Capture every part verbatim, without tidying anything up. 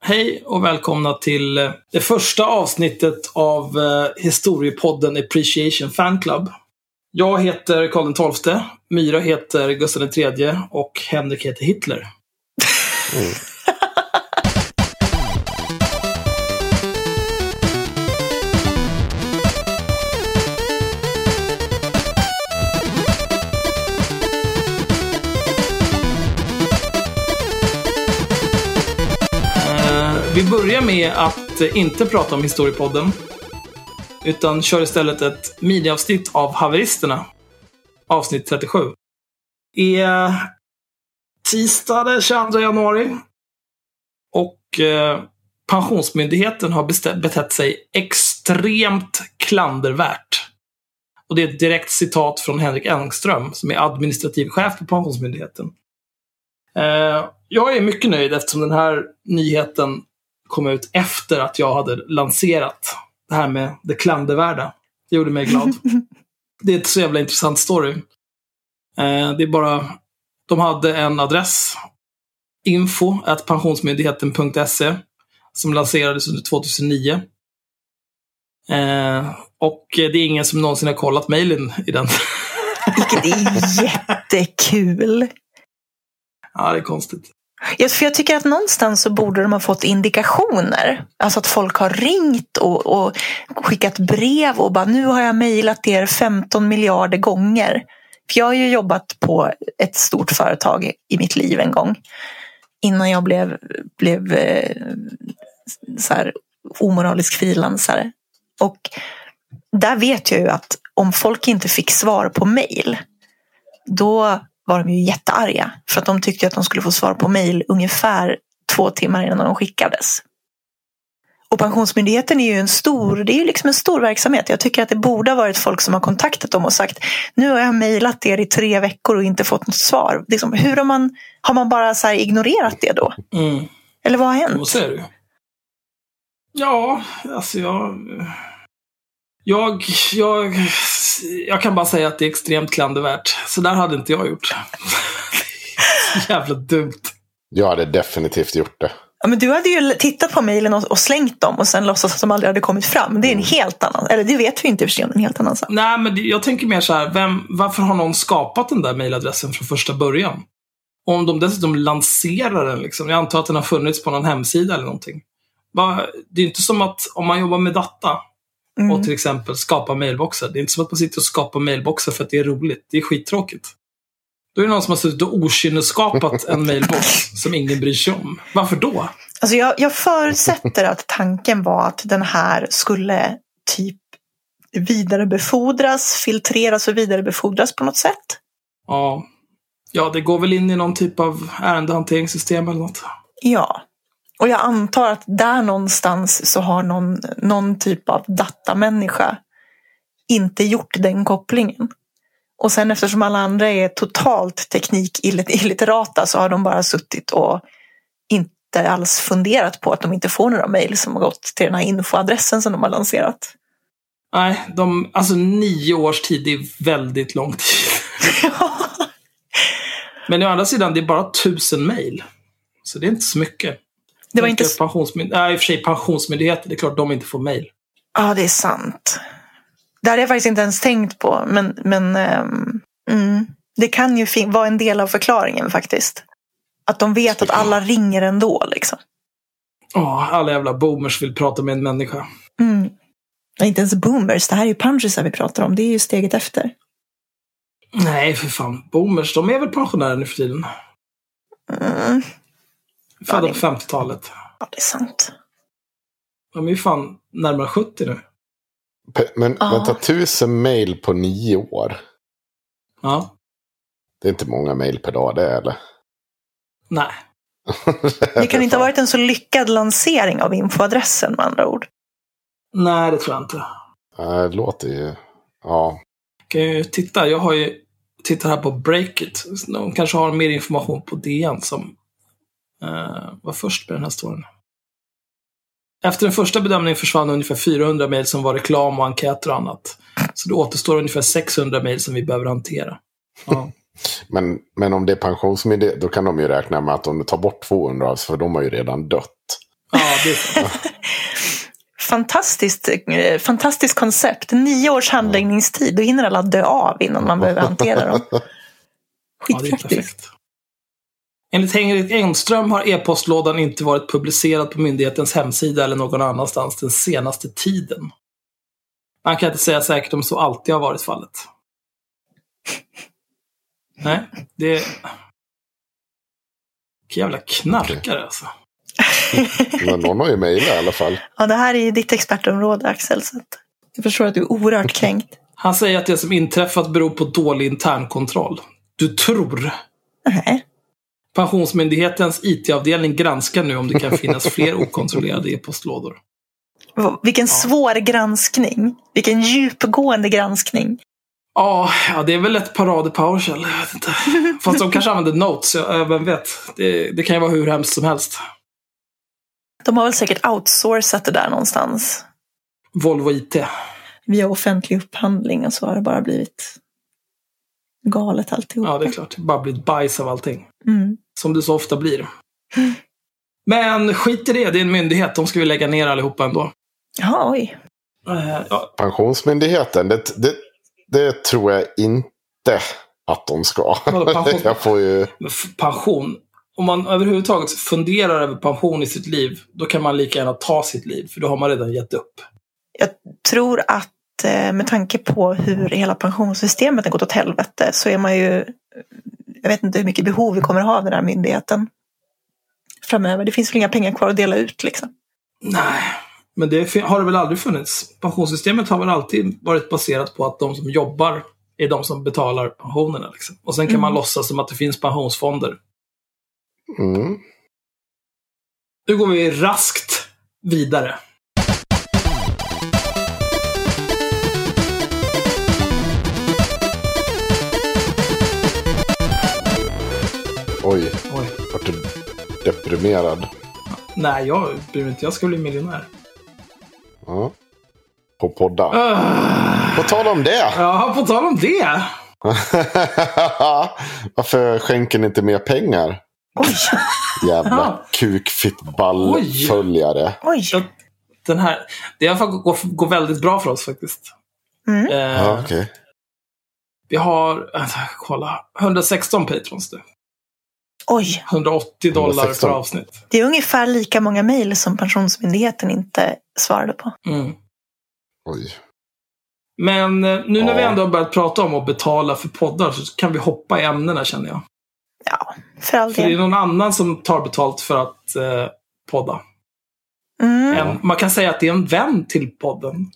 Hej och välkomna till det första avsnittet av uh, historiepodden Appreciation Fan Club. Jag heter Karl den tolfte, Myra heter Gustav den tredje och Henrik heter Hitler. Mm. Vi börjar med att inte prata om historiepodden, utan kör istället ett miniavsnitt av Haveristerna, avsnitt trettiosju. Det är tisdag den tjugoandra januari och eh, Pensionsmyndigheten har bestämt, betett sig extremt klandervärt. Och det är ett direkt citat från Henrik Engström som är administrativ chef på Pensionsmyndigheten. Eh, jag är mycket nöjd eftersom den här nyheten kom ut efter att jag hade lanserat det här med det klandervärda. Det gjorde mig glad. Det är ett så jävla intressant story. Eh, det är bara, de hade en adress, info at pensionsmyndigheten punkt se, som lanserades under tjugohundranio. Eh, och det är ingen som någonsin har kollat mejlen i den. Vilket är jättekul. Ja, det är konstigt. Ja, för jag tycker att någonstans så borde de ha fått indikationer. Alltså att folk har ringt och, och skickat brev och bara, nu har jag mejlat er femton miljarder gånger. För jag har ju jobbat på ett stort företag i mitt liv en gång. Innan jag blev, blev så här omoralisk frilansare. Och där vet jag ju att om folk inte fick svar på mejl, då var de ju jättearga. För att de tyckte att de skulle få svar på mejl ungefär två timmar innan de skickades. Och Pensionsmyndigheten är ju en stor, det är ju liksom en stor verksamhet. Jag tycker att det borde ha varit folk som har kontaktat dem och sagt, nu har jag mejlat er i tre veckor och inte fått något svar. Liksom, hur har man, har man bara så här ignorerat det då? Mm. Eller vad har hänt? Vad säger du? Ja, alltså jag... Jag, jag, jag kan bara säga att det är extremt klandervärt. Så där hade inte jag gjort. Jävla dumt. Jag hade definitivt gjort det. Ja, men du hade ju tittat på mejlen och, och slängt dem och sen låtsas att de aldrig hade kommit fram. Det är en helt annan, eller det vet vi inte för en helt annan sak. Nej, men det, jag tänker mer så här, vem, varför har någon skapat den där mejladressen från första början? Om de dessutom lanserar den liksom. Jag antar att den har funnits på någon hemsida eller någonting. Det är inte som att om man jobbar med data Mm. och till exempel skapa mailboxar. Det är inte som att man sitter och skapar mailboxar för att det är roligt. Det är skittråkigt. Då är det någon som har suttit och okynneskapat en mailbox som ingen bryr sig om. Varför då? Alltså jag, jag förutsätter att tanken var att den här skulle typ vidarebefordras, filtreras och vidarebefordras på något sätt. Ja. Ja, det går väl in i någon typ av ärendehanteringssystem eller något. Ja. Och jag antar att där någonstans så har någon, någon typ av datamänniska inte gjort den kopplingen. Och sen eftersom alla andra är totalt teknikilliterata så har de bara suttit och inte alls funderat på att de inte får några mejl som har gått till den här infoadressen som de har lanserat. Nej, de, alltså nio års tid är väldigt lång tid. Men å andra sidan, det är bara tusen mejl. Så det är inte så mycket. Det var inte pensionsmynd- Nej, i och för sig pensionsmyndigheter, det är klart de inte får mejl. Ja, det är sant. Det hade jag faktiskt inte ens tänkt på, men, men um, mm, det kan ju fin- vara en del av förklaringen faktiskt. Att de vet att alla ringer ändå liksom. Ja, oh, alla jävla boomers vill prata med en människa. Mm. Inte ens boomers, det här är ju punchers vi pratar om, det är ju steget efter. Nej, för fan, boomers, de är väl pensionärer nu för tiden. Mm. Födda på femtiotalet. Ja, det är sant. De är ju fan närmare sjuttio nu. Men ah. vänta, tusen mejl på nio år. Ja. Det är inte många mejl per dag det, eller? Nej. Det kan inte ha varit en så lyckad lansering av infoadressen med andra ord. Nej, det tror jag inte. Det låter ju... Ja. Kan ju titta, jag har ju tittat här på Breakit. De kanske har mer information på D N som uh, var först med den här storyn. Efter den första bedömningen försvann ungefär fyrahundra mejl som var reklam och enkäter och annat. Så det återstår ungefär sexhundra mejl som vi behöver hantera. Ja. men, men om det är pensionsmyndighet, då kan de ju räkna med att om du tar bort tvåhundra, för de har ju redan dött. Ja, det är så. Fantastiskt, eh, fantastiskt koncept. Nio års handläggningstid. Då hinner alla dö av innan man behöver hantera dem. Ja, det är Skitpraktiskt. perfekt. Enligt Henrik Engström har e-postlådan inte varit publicerad på myndighetens hemsida eller någon annanstans den senaste tiden. Man kan inte säga säkert om så alltid har varit fallet. Nej, det är... Vilka jävla knarkare alltså. Men någon har ju mejlat i alla fall. Ja, det här är ju ditt expertområde, Axel. Så att jag förstår att du är oerhört kränkt. Han säger att det som inträffat beror på dålig internkontroll. Du tror? Nej. Pensionsmyndighetens I T-avdelning granskar nu om det kan finnas fler okontrollerade e-postlådor. Vilken Ja. svår granskning. Vilken djupgående granskning. Ja, ja, det är väl ett par rader PowerShell. Jag vet inte. Fast de kanske använder notes, jag, vem vet. Det, det kan ju vara hur hemskt som helst. De har väl säkert outsourcat det där någonstans. Volvo I T. Via offentlig upphandling och så har det bara blivit galet alltihop. Ja, det är klart. Det bara blir bajs av allting. Mm. Som det så ofta blir. Men skit i det, det är en myndighet. De ska vi lägga ner allihopa ändå. Ja, oj. Uh, ja. Pensionsmyndigheten, det, det, det tror jag inte att de ska. Vadå, pensions- jag får ju... Pension. Om man överhuvudtaget funderar över pension i sitt liv, då kan man lika gärna ta sitt liv. För då har man redan gett upp. Jag tror att med tanke på hur hela pensionssystemet har gått åt helvete så är man ju, jag vet inte hur mycket behov vi kommer att ha av den här myndigheten framöver. Det finns väl inga pengar kvar att dela ut liksom. Nej, men det har det väl aldrig funnits. Pensionssystemet har väl alltid varit baserat på att de som jobbar är de som betalar pensionerna. Liksom. Och sen kan mm. man låtsas som att det finns pensionsfonder. Mm. Nu går vi raskt vidare. Oj, Oj. vart du deprimerad? Nej, jag bryr mig inte. Jag ska bli miljonär. Ja. På podda. Uh. På tal om det. Ja, på tal om det. Varför skänker ni inte mer pengar? Oj. Jävla kukfittball-följare. Oj. Jag, den här, det har går, går väldigt bra för oss faktiskt. Mm. Eh, Ja, okej. Okay. Vi har, vänta, kolla, hundrasexton patrons nu. Oj. hundraåttio dollar hundrasexton. per avsnitt. Det är ungefär lika många mejl som Pensionsmyndigheten inte svarade på. Mm. Oj. Men nu när ja. vi ändå har börjat prata om att betala för poddar så kan vi hoppa i ämnena, känner jag. Ja, för all För det är del. någon annan som tar betalt för att eh, podda. Mm. En, man kan säga att det är en vän till podden.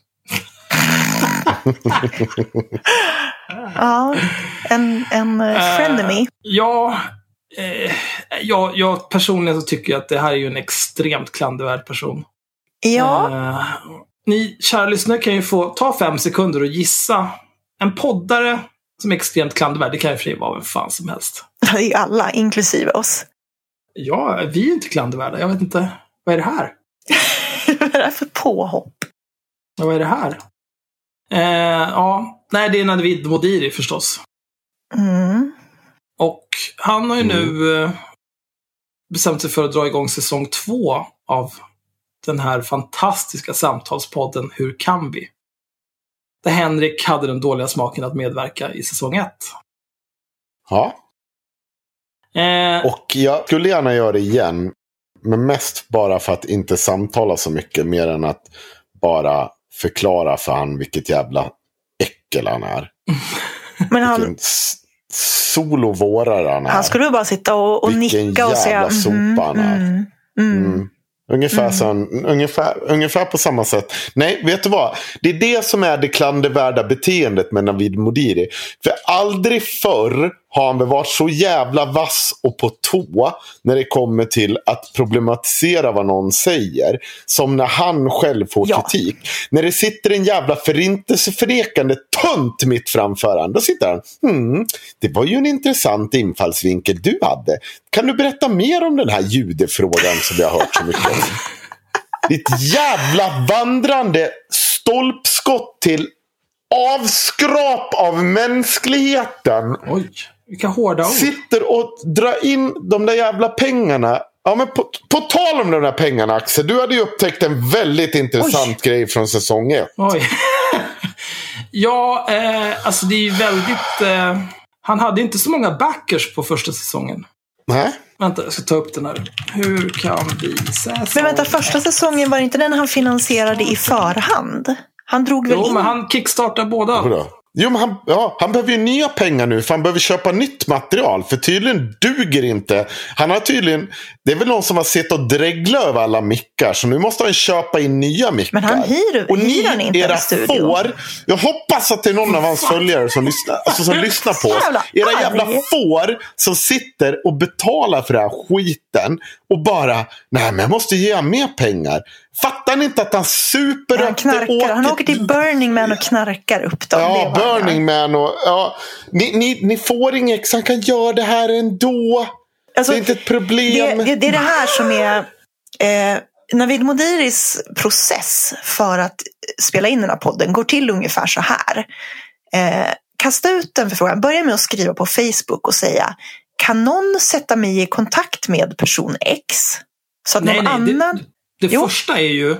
Ja, en, en uh, frenemy. Uh, ja, eh, jag, jag personligen så tycker jag att det här är ju en extremt klandervärd person. Ja. Uh, ni kära lyssnare kan ju få ta fem sekunder och gissa en poddare som är extremt klandervärd. Det kan ju för vara vem fan som helst. Det är ju alla, inklusive oss. Ja, vi är ju inte klandervärda. Jag vet inte. Vad är det här? Vad är det här för påhopp? Ja, vad är det här? Eh, ja, nej, det är Navid Modiri förstås. Mm. Och han har ju Mm. nu eh, bestämt sig för att dra igång säsong två av den här fantastiska samtalspodden Hur kan vi? Där Henrik hade den dåliga smaken att medverka i säsong ett. Ja. Eh, Och jag skulle gärna göra det igen. Men mest bara för att inte samtala så mycket. Mer än att bara förklara för han vilket jävla äckel han är. Men han, Vilken s- solovårare han är. han skulle bara sitta och, och Vilken nicka och säga jävla sopa han är. mm, mm. Mm. Ungefär, Mm. som, ungefär, ungefär på samma sätt. Nej, vet du vad? Det är det som är det klandervärda beteendet med Navid Modiri. För aldrig förr har han väl varit så jävla vass och på tå när det kommer till att problematisera vad någon säger. Som när han själv får Ja. kritik. När det sitter en jävla förintelseförnekande tönt mitt framför han. Då sitter han. Hmm, det var ju en intressant infallsvinkel du hade. Kan du berätta mer om den här judefrågan som vi har hört så mycket om? Ditt jävla vandrande stolpskott till avskrap av mänskligheten. oj, vilka hårda ord. Sitter och drar in de där jävla pengarna. Ja, men på, på tal om de där pengarna, Axel. Du hade ju upptäckt en väldigt intressant Oj. grej från säsong ett. Oj. ja, eh, alltså det är ju väldigt... Eh, han hade inte så många backers på första säsongen. Nej. Vänta, jag ska ta upp den här. Hur kan vi säga? Men vänta, första säsongen var inte den han finansierade i förhand? Han drog väl jo, in... men han kickstartade båda. Bra. Jo, men han, ja, han behöver ju nya pengar nu, för han behöver köpa nytt material. För tydligen duger inte. Han har tydligen, det är väl någon som har sett och dreglat över alla mickar. Så nu måste han köpa in nya mickar. Men han hyr, och hyr han inte era en studio. Får, jag hoppas att det är någon av hans följare som lyssnar, alltså som lyssnar på oss. Era jävla får som sitter och betalar för den här skiten. Och bara, nej men jag måste ge han mer pengar. Fattar ni inte att han super han upp knarkar, åker... han åker till Burning Man och knarkar upp dem. Ja, Burning Man och ja, ni, ni, ni får inget ex, han kan göra det här ändå. Alltså, det är inte ett problem. Det, det, det är det här som är eh, Navid Modiris process för att spela in den här podden går till ungefär så här. Eh, kasta ut en förfrågan, börja med att skriva på Facebook och säga, kan någon sätta mig i kontakt med person X? Så att nej, någon nej, annan... Det, det första är ju,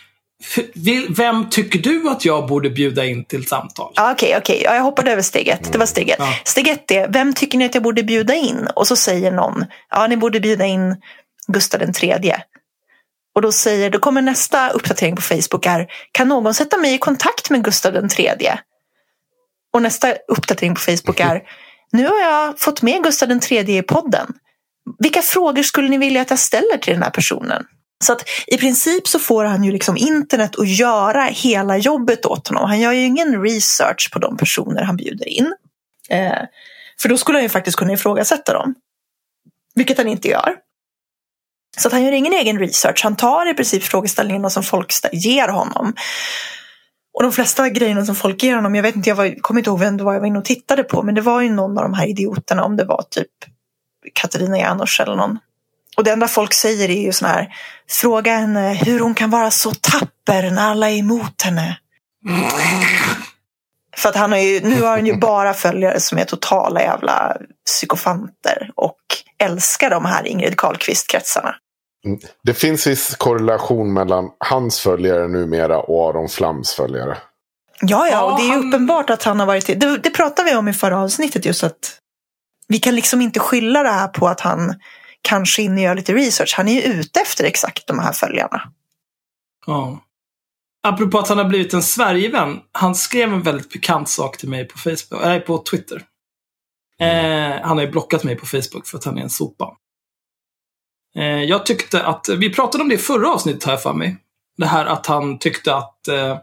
vem tycker du att jag borde bjuda in till samtal? Ja, okej, okej. Ja, jag hoppade över steg ett. Det var steg ett. Ja. Steg ett är, vem tycker ni att jag borde bjuda in? Och så säger någon, ja, ni borde bjuda in Gustav den tredje. Och då säger, då kommer nästa uppdatering på Facebook är, kan någon sätta mig i kontakt med Gustav den tredje? Och nästa uppdatering på Facebook är, nu har jag fått med Gustav den tredje i podden. Vilka frågor skulle ni vilja att jag ställer till den här personen? Så att i princip så får han ju liksom internet att göra hela jobbet åt honom. Han gör ju ingen research på de personer han bjuder in. Eh, för då skulle han ju faktiskt kunna ifrågasätta dem. Vilket han inte gör. Så att han gör ingen egen research. Han tar i princip frågeställningarna som folk ger honom. Och de flesta grejerna som folk ger honom, jag vet inte, jag var, kommer inte ihåg vem det var jag var inne och tittade på. Men det var ju någon av de här idioterna, om det var typ Katarina Janouch eller någon. Och det enda folk säger är ju sån här, fråga henne hur hon kan vara så tapper när alla är emot henne. Mm. För att han har ju, nu har han ju bara följare som är totala jävla psykofanter och älskar de här Ingrid Carlqvist-kretsarna. Det finns viss korrelation mellan hans följare numera och Aron Flams följare. Ja, ja, och det är ju uppenbart att han har varit... Det, det pratade vi om i förra avsnittet, just att vi kan liksom inte skylla det här på att han kanske inne gör lite research. Han är ju ute efter exakt de här följarna. Ja. Apropå att han har blivit en Sverigevän. Han skrev en väldigt pikant sak till mig på Facebook, nej, på Twitter. Eh, han har ju blockat mig på Facebook för att han är en sopa. Eh, jag tyckte att, vi pratade om det i förra avsnittet här för mig. Det här att han tyckte att eh,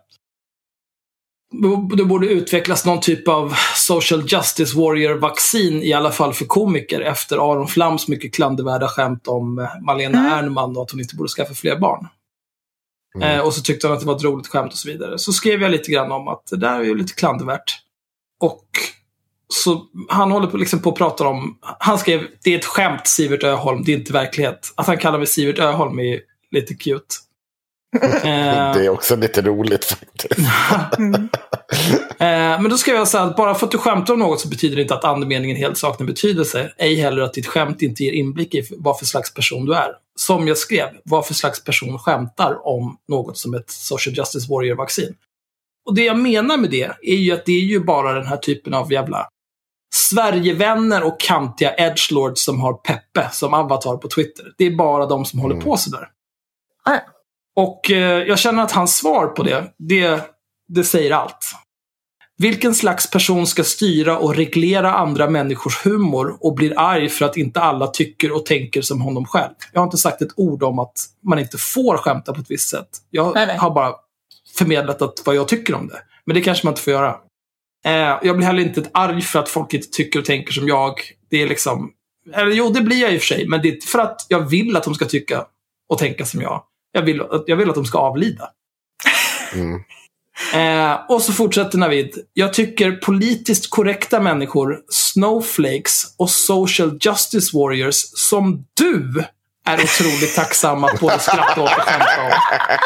det borde utvecklas någon typ av social justice warrior-vaccin, i alla fall för komiker, efter Aron Flams mycket klandervärda skämt om Malena mm. Ernman och att hon inte borde skaffa fler barn. Mm. Eh, och så tyckte han att det var ett roligt skämt och så vidare. Så skrev jag lite grann om att det där är ju lite klandervärt. Och så han håller på, liksom på att prata om, han skrev, det är ett skämt, Sivert Öholm, det är inte verklighet. Att han kallar mig Sivert Öholm är lite cute. Det är också lite roligt faktiskt. mm. Men då ska jag säga att bara för att du skämtar om något så betyder det inte att andemeningen helt saknar betydelse. Ej heller att ditt skämt inte ger inblick i vad för slags person du är. Som jag skrev, vad för slags person skämtar om något som ett social justice warrior-vaccin. Och det jag menar med det är ju att det är ju bara den här typen av jävla Sverigevänner och kantiga edgelords som har Peppe som avatar på Twitter. Det är bara de som mm. håller på sådär. Mm. Och eh, jag känner att hans svar på det, det, det säger allt. Vilken slags person ska styra och reglera andra människors humor och blir arg för att inte alla tycker och tänker som honom själv? Jag har inte sagt ett ord om att man inte får skämta på ett visst sätt. Jag nej, nej. har bara förmedlat att vad jag tycker om det. Men det kanske man inte får göra. Eh, jag blir heller inte ett arg för att folk inte tycker och tänker som jag. Det är liksom... Eller jo, det blir jag i och för sig. Men det är för att jag vill att de ska tycka och tänka som jag. Jag vill, jag vill att de ska avlida. Mm. Eh, och så fortsätter Navid. Jag tycker politiskt korrekta människor, snowflakes och social justice warriors som du är otroligt tacksamma på att skratta och skämta om.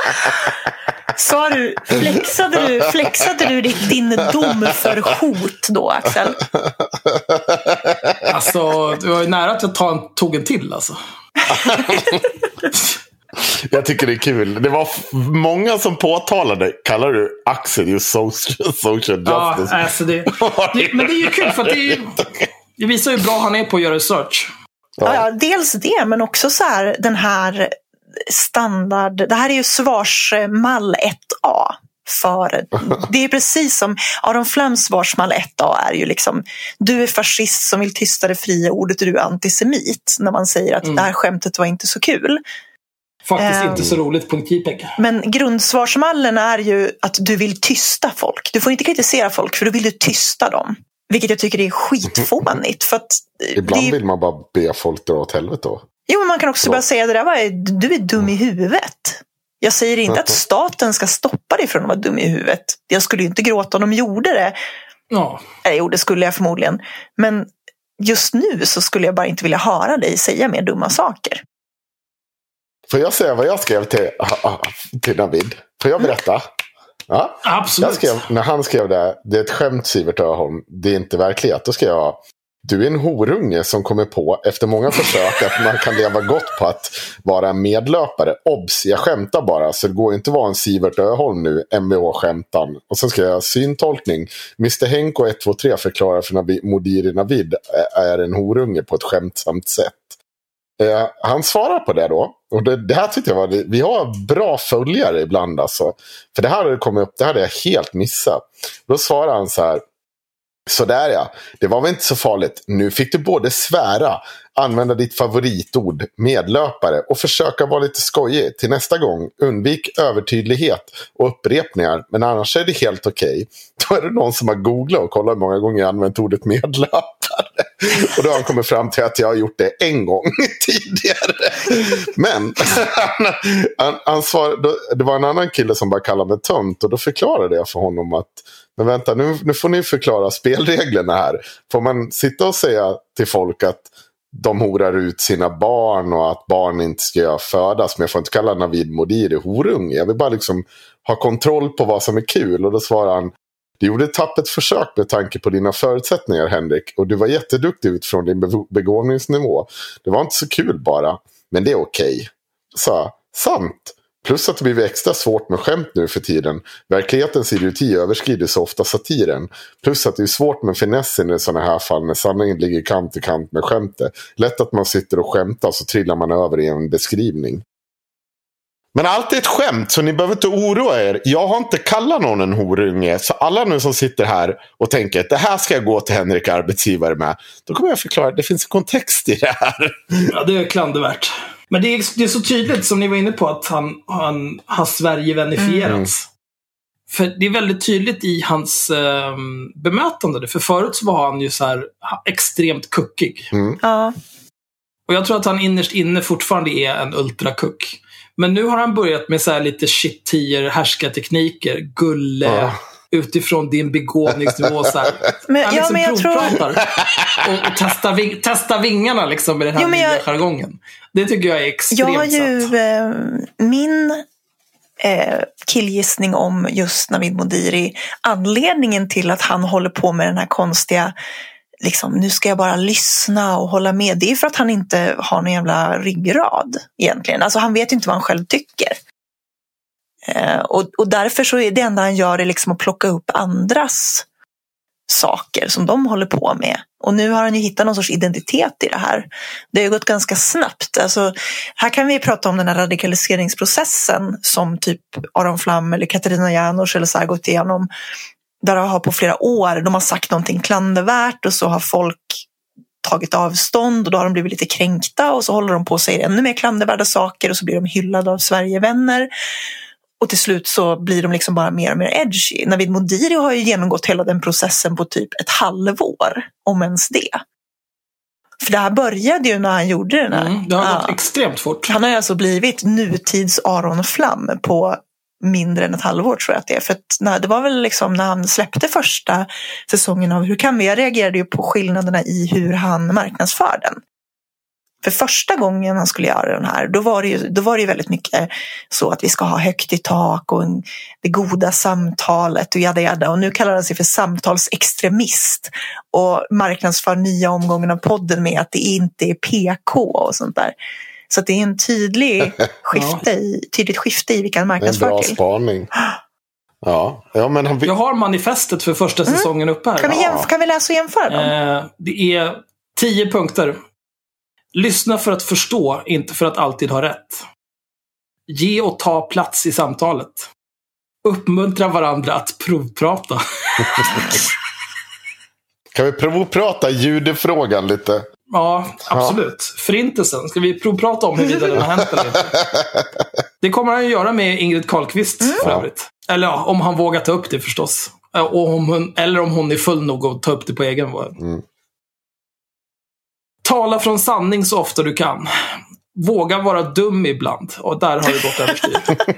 Sa du, flexade du, flexade du din dom för hot då, Axel? Alltså, det var ju nära att jag tog en, tog en till, alltså. Jag tycker det är kul. Det var f- många som påtalade, kallar du Axel just social, social justice? Ja, alltså det, det, men det är ju kul för att det, är ju, det visar hur bra han är på att göra research. Ja, ja, dels det, men också så här, den här standard, det här är ju svarsmall ett A. För det är precis som Aron Flams svarsmall ett A är ju liksom, du är fascist som vill tysta det fria ordet och du är antisemit, när man säger att mm. det här skämtet var inte så kul. Faktiskt um, inte så roligt, .jpeg. Men grundsvarsmallen är ju att du vill tysta folk. Du får inte kritisera folk för då vill du tysta dem. Vilket jag tycker är skitfånigt. För att ibland det... vill man bara be folk dra åt helvete då. Jo, men man kan också så. bara säga det där var, du är dum i huvudet. Jag säger inte att staten ska stoppa dig från att vara dum i huvudet. Jag skulle ju inte gråta om de gjorde det. Ja. Eller jo, det skulle jag förmodligen. Men just nu så skulle jag bara inte vilja höra dig säga mer dumma saker. Får jag säga vad jag skrev till, till Navid? Får jag berätta? Ja, absolut. Jag skrev, när han skrev det, det är ett skämt, Sivert Öholm, det är inte verklighet. Då skrev jag, du är en horunge som kommer på efter många försök att man kan leva gott på att vara en medlöpare. Obs, jag skämtar bara, så det går inte att vara en Sivert Öholm nu, M B H-skämtan. Och sen skrev jag syntolkning. mister Henko ett två tre förklarar för Navid, Modiri Navid är en horunge på ett skämtsamt sätt. Eh, han svarar på det då. Och det, det här tyckte jag var, vi har bra följare ibland alltså. För det här hade kommit upp, det hade jag helt missat. Då svarar han så här: så där ja, det var väl inte så farligt. Nu fick du både svära, använda ditt favoritord, medlöpare, och försöka vara lite skojig. Till nästa gång, undvik övertydlighet och upprepningar, men annars är det helt okej. Då är det någon som har googlat och kollat hur många gånger jag använt ordet medlöpare. Och då har han kommit fram till att jag har gjort det en gång tidigare. Men han, han svarade, det var en annan kille som bara kallade mig tönt, och då förklarade jag för honom att men vänta, nu, nu får ni förklara spelreglerna här. Får man sitta och säga till folk att de horar ut sina barn och att barn inte ska födas, men jag får inte kalla Navid Modiri horunge. Jag vill bara liksom ha kontroll på vad som är kul. Och då svarar han: du gjorde ett tappert försök med tanke på dina förutsättningar, Henrik, och du var jätteduktig utifrån din begåvningsnivå. Det var inte så kul bara, men det är okej. Så, sant. Plus att det blir extra svårt med skämt nu för tiden. Verklighetens idioti överskrider så ofta satiren. Plus att det är svårt med finessen i sådana här fall när sanningen ligger kant i kant med skämtet. Lätt att man sitter och skämtar så trillar man över i en beskrivning. Men allt är ett skämt, så ni behöver inte oroa er. Jag har inte kallat någon en horunge. Så alla nu som sitter här och tänker att det här ska jag gå till Henrik arbetsgivare med, då kommer jag förklara att det finns en kontext i det här. Ja, det är klandervärt. Men det är, det är så tydligt, som ni var inne på, att han, han har Sverige-vänifierats. Mm. För det är väldigt tydligt i hans eh, bemötande. För förut så var han ju så här extremt kuckig. Mm. Ja. Och jag tror att han innerst inne fortfarande är en ultrakuck. Men nu har han börjat med så här lite shit-tier, härskartekniker, gulle, ja. Utifrån din begåvningsnivå så här. Men, han ja, liksom men jag provpratar tror... och, och testar, ving, testar vingarna liksom med den här jo, nya jag... jargongen. Det tycker jag är extremt Jag har ju eh, min eh, killgissning om just Navid Modiri, anledningen till att han håller på med den här konstiga liksom, nu ska jag bara lyssna och hålla med, det är för att han inte har någon jävla ryggrad egentligen. Alltså han vet ju inte vad han själv tycker. Eh, och, och därför så är det enda han gör är liksom att plocka upp andras saker som de håller på med. Och nu har han ju hittat någon sorts identitet i det här. Det har ju gått ganska snabbt. Alltså, här kan vi prata om den här radikaliseringsprocessen som typ Aron Flam eller Katarina Janouch eller så här gått igenom. Där de har på flera år, de har sagt någonting klandervärt och så har folk tagit avstånd och då har de blivit lite kränkta och så håller de på att säga ännu mer klandervärda saker och så blir de hyllade av Sverigevänner. Och till slut så blir de liksom bara mer och mer edgy. Navid Modiri har ju genomgått hela den processen på typ ett halvår, om ens det. För det här började ju när han gjorde den här. Mm, det har gått ja. extremt fort. Han har ju alltså blivit nutids Aron Flam på mindre än ett halvår, tror jag att det är. För att, nej, det var väl liksom när han släppte första säsongen av Hur kan vi? Jag reagerade ju på skillnaderna i hur han marknadsför den. För första gången han skulle göra den här, då var det ju, då var det ju väldigt mycket så att vi ska ha högt i tak och en, det goda samtalet och jada jada. Och nu kallar han sig för samtalsextremist och marknadsför nya omgången av podden med att det inte är P K och sånt där. Så att det är en tydlig skifte i, tydligt skifte i vilka han marknadsför till. En bra spaning. Ja. Ja, men han... Jag har manifestet för första mm. säsongen uppe här. Kan vi, jämf- kan vi läsa och jämföra dem? Eh, det är tio punkter. Lyssna för att förstå, inte för att alltid ha rätt. Ge och ta plats i samtalet. Uppmuntra varandra att provprata. Kan vi provprata judefrågan lite? Ja, absolut. Ja. Förintelsen. Ska vi provprata om huruvida den har hänt eller inte? Det kommer han ju göra med Ingrid Carlqvist mm. för övrigt. Eller ja, om han vågar ta upp det förstås. Och om hon, eller om hon är full nog att ta upp det på egen vård. Mm. Tala från sanning så ofta du kan. Våga vara dum ibland. Och där har det gått överstyr.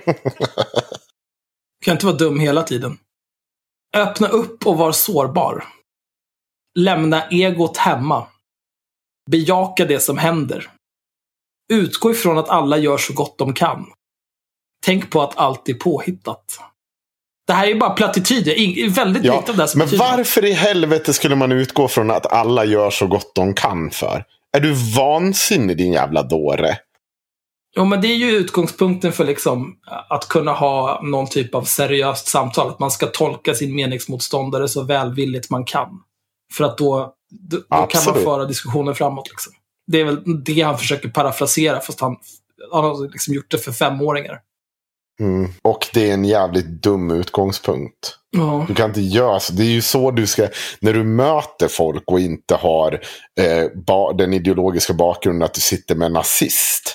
Kan inte vara dum hela tiden. Öppna upp och var sårbar. Lämna egot hemma. Bejaka det som händer. Utgå ifrån att alla gör så gott de kan. Tänk på att allt är påhittat. Det här är ju bara plattityder. Väldigt ja, lite av det som men betyder. Varför i helvete skulle man utgå från att alla gör så gott de kan för? Är du vansinnig, din jävla dåre? Jo, men det är ju utgångspunkten för liksom att kunna ha någon typ av seriöst samtal. Att man ska tolka sin meningsmotståndare så välvilligt man kan. För att då, då, då kan man föra diskussioner framåt. Liksom. Det är väl det han försöker parafrasera, fast han, han har liksom gjort det för femåringar. Mm. Och det är en jävligt dum utgångspunkt. Ja. Du kan inte göra så. Det är ju så du ska, när du möter folk och inte har eh, ba, den ideologiska bakgrunden att du sitter med en nazist.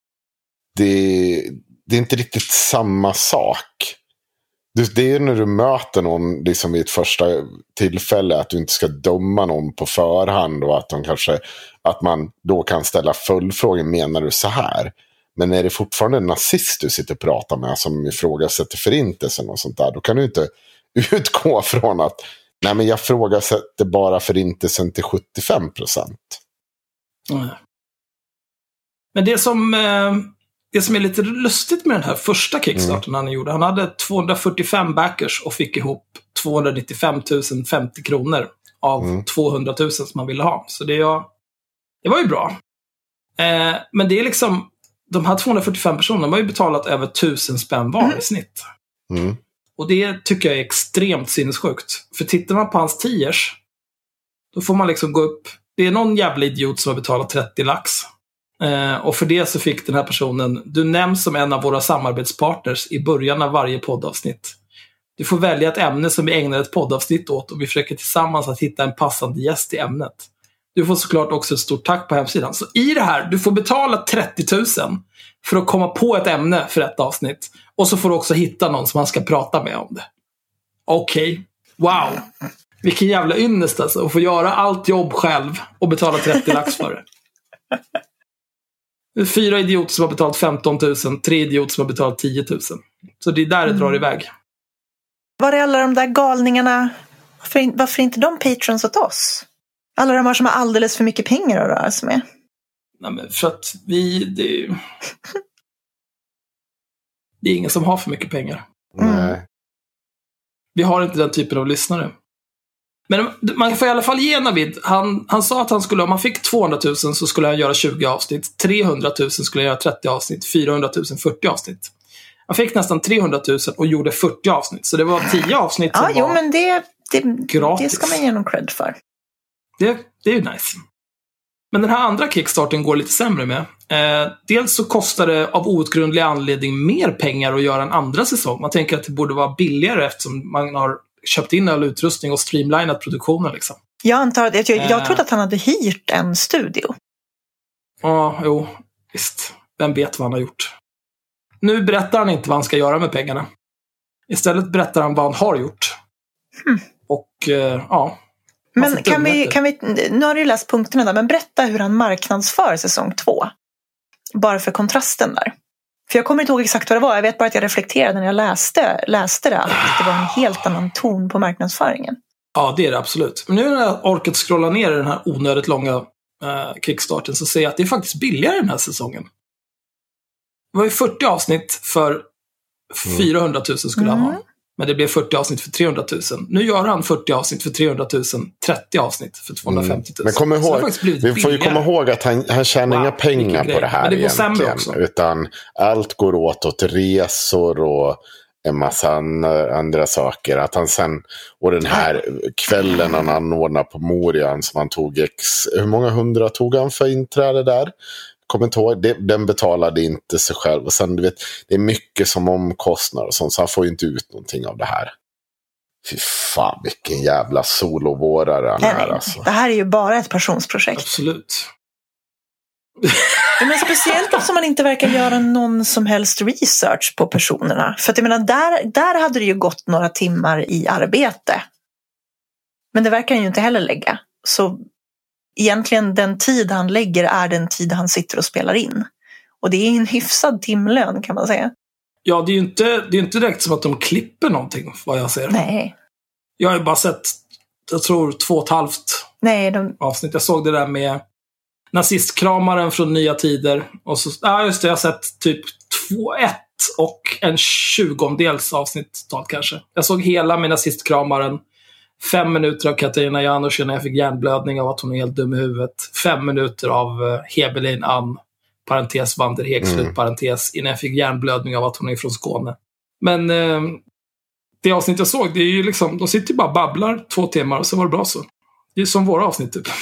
Det, det är inte riktigt samma sak. Det är när du möter någon liksom i ett första tillfälle att du inte ska döma någon på förhand och att, de kanske, att man då kan ställa följdfrågor, menar du så här? Men är det fortfarande en nazist du sitter och pratar med som ifrågasätter förintelsen och sånt där, då kan du inte utgå från att nej, men jag ifrågasätter bara förintelsen till sjuttiofem procent. Mm. Men det som... Eh... Det som är lite lustigt med den här första kickstarten mm. han gjorde, han hade tvåhundrafyrtiofem backers och fick ihop tvåhundranittiofem tusen femtio kronor av mm. tvåhundratusen som han ville ha. Så det, var, det var ju bra. Eh, men det är liksom, de här tvåhundrafyrtiofem personerna har ju betalat över tusen spänn var mm. i snitt. Mm. Och det tycker jag är extremt sinnessjukt. För tittar man på hans tiers, då får man liksom gå upp. Det är någon jävla idiot som har betalat trettio lax. Eh, och för det så fick den här personen: du nämns som en av våra samarbetspartners i början av varje poddavsnitt. Du får välja ett ämne som vi ägnar ett poddavsnitt åt och vi försöker tillsammans att hitta en passande gäst i ämnet. Du får såklart också ett stort tack på hemsidan. Så i det här, du får betala trettio tusen för att komma på ett ämne för ett avsnitt. Och så får du också hitta någon som man ska prata med om det. Okej, okay. Wow. Vilken jävla ynnest alltså. Att få göra allt jobb själv och betala trettio lax för det. Fyra idioter som har betalat femton tusen, tre idioter som har betalat tio tusen. Så det är där det drar mm. iväg. Var är alla de där galningarna? Varför, varför inte de patrons åt oss? Alla de här som har alldeles för mycket pengar att röra sig med. Nej, men för att vi... Det är, det är ingen som har för mycket pengar. Mm. Vi har inte den typen av lyssnare. Men man får i alla fall ge Navid. Han, han sa att han skulle, om han fick tvåhundratusen så skulle han göra tjugo avsnitt. trehundratusen skulle han göra trettio avsnitt. fyrahundratusen fyrtio avsnitt. Han fick nästan trehundratusen och gjorde fyrtio avsnitt. Så det var tio avsnitt som ja, jo, var men det, det, gratis. Det ska man ge någon cred för. Det, det är ju nice. Men den här andra kickstarten går lite sämre med. Eh, dels så kostar det av outgrundlig anledning mer pengar att göra en andra säsong. Man tänker att det borde vara billigare eftersom man har köpt in all utrustning och streamlinat produktionen liksom. Jag antar att jag, jag trodde att han hade hyrt en studio. Ja, jo, visst. Vem vet vad han har gjort. Nu berättar han inte vad han ska göra med pengarna. Istället berättar han vad han har gjort. Hmm. Och eh, ja. Men kan vi, kan vi, nu har du ju läst punkterna där, men berätta hur han marknadsför säsong två. Bara för kontrasten där. För jag kommer inte ihåg exakt vad det var. Jag vet bara att jag reflekterade när jag läste, läste det. Att det var en helt annan ton på marknadsföringen. Ja, det är det absolut. Men nu när jag orkat scrolla ner i den här onödigt långa eh, kickstarten så ser jag att det är faktiskt billigare den här säsongen. Det var ju fyrtio avsnitt för fyrahundratusen skulle han ha. Men det blev fyrtio avsnitt för trehundratusen. Nu gör han fyrtio avsnitt för trehundratusen, trettio avsnitt för tvåhundrafemtiotusen. Mm. Men kom ihåg, vi får ju komma ihåg att han, han tjänar wow, inga pengar på det här. Men det går sämre också. Utan allt går åt åt resor och en massa andra saker. Att han sen, och den här kvällen han anordnar på Morian som han tog ex, hur många hundra tog han för inträde där? Kommer inte ihåg, det, den betalade inte sig själv. Och sen, du vet, det är mycket som omkostnader och sånt, så han får ju inte ut någonting av det här. Fy fan, vilken jävla solovårare han är. Alltså. Det här är ju bara ett passionsprojekt. Absolut. Men speciellt eftersom man inte verkar göra någon som helst research på personerna. För att jag menar, där, där hade det ju gått några timmar i arbete. Men det verkar han ju inte heller lägga. Så egentligen den tid han lägger är den tid han sitter och spelar in. Och det är en hyfsad timlön, kan man säga. Ja, det är ju inte, det är inte direkt som att de klipper någonting, vad jag ser. Nej. Jag har ju bara sett, jag tror, två och ett halvt Nej, de... avsnitt. Jag såg det där med nazistkramaren från Nya Tider. Och så, ja, just det, jag har sett typ två, ett och en tjugondels avsnitt totalt kanske. Jag såg hela med nazistkramaren. Fem minuter av Katarina Janouch när jag fick hjärnblödning av att hon är helt dum i huvudet. Fem minuter av uh, Hebelin Ann, parentes Vanderheg, mm. slut parentes, innan jag fick hjärnblödning av att hon är från Skåne. Men uh, det avsnitt jag såg, det är ju liksom, de sitter ju bara och babblar två timmar och så var det bra så. Det är som våra avsnitt typ.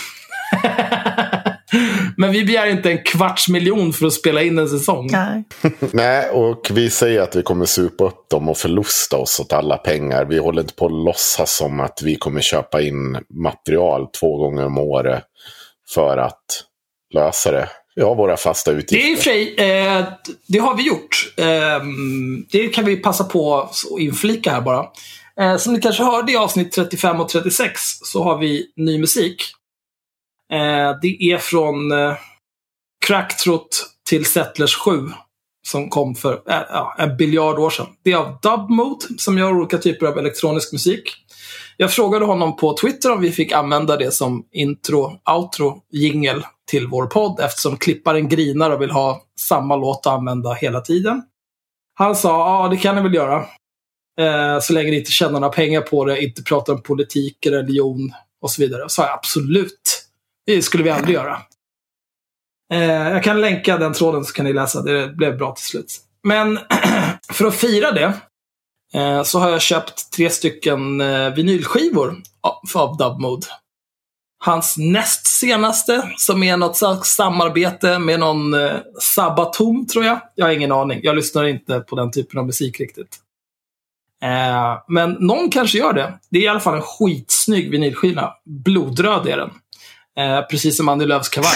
Men vi begär inte en kvarts miljon för att spela in en säsong. Nej. Nej, och vi säger att vi kommer supa upp dem och förlusta oss åt alla pengar. Vi håller inte på att låtsas som att vi kommer köpa in material två gånger om året för att lösa det. Vi har våra fasta utgifter. Det är fri, eh, det har vi gjort. Eh, det kan vi passa på att inflika här bara. Eh, som ni kanske hörde i avsnitt trettiofem och trettiosex så har vi ny musik. Eh, det är från eh, Cracktrot till Settlers sju som kom för eh, ja, en biljard år sedan. Det är av Dubmode som gör olika typer av elektronisk musik. Jag frågade honom på Twitter om vi fick använda det som intro, outro, jingle till vår podd eftersom klipparen grinar och vill ha samma låt att använda hela tiden. Han sa, ja det kan ni väl göra. Eh, så länge ni inte tjänar några pengar på det, inte pratar om politik, religion och så vidare. Så sa jag absolut. Det skulle vi aldrig göra. Eh, jag kan länka den tråden så kan ni läsa. Det blev bra till slut. Men för att fira det eh, så har jag köpt tre stycken eh, vinylskivor av, av Dubmode. Hans näst senaste som är något slags samarbete med någon eh, Sabaton tror jag. Jag har ingen aning. Jag lyssnar inte på den typen av musik riktigt. Eh, men någon kanske gör det. Det är i alla fall en skitsnygg vinylskiva. Blodröd är den. Eh, precis som Andy Lööfs kavaj.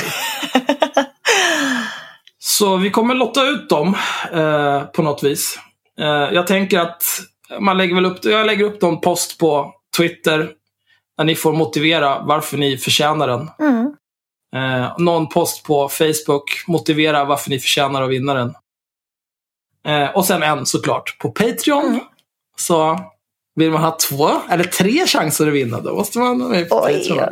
Så vi kommer lotta ut dem eh, på något vis. Eh, jag tänker att man lägger väl upp, jag lägger upp någon post på Twitter där ni får motivera varför ni förtjänar den. Mm. Eh, någon post på Facebook motivera varför ni förtjänar att vinna den. Eh, och sen en såklart på Patreon. Mm. Så vill man ha två eller tre chanser att vinna, då måste man vara med på Patreon.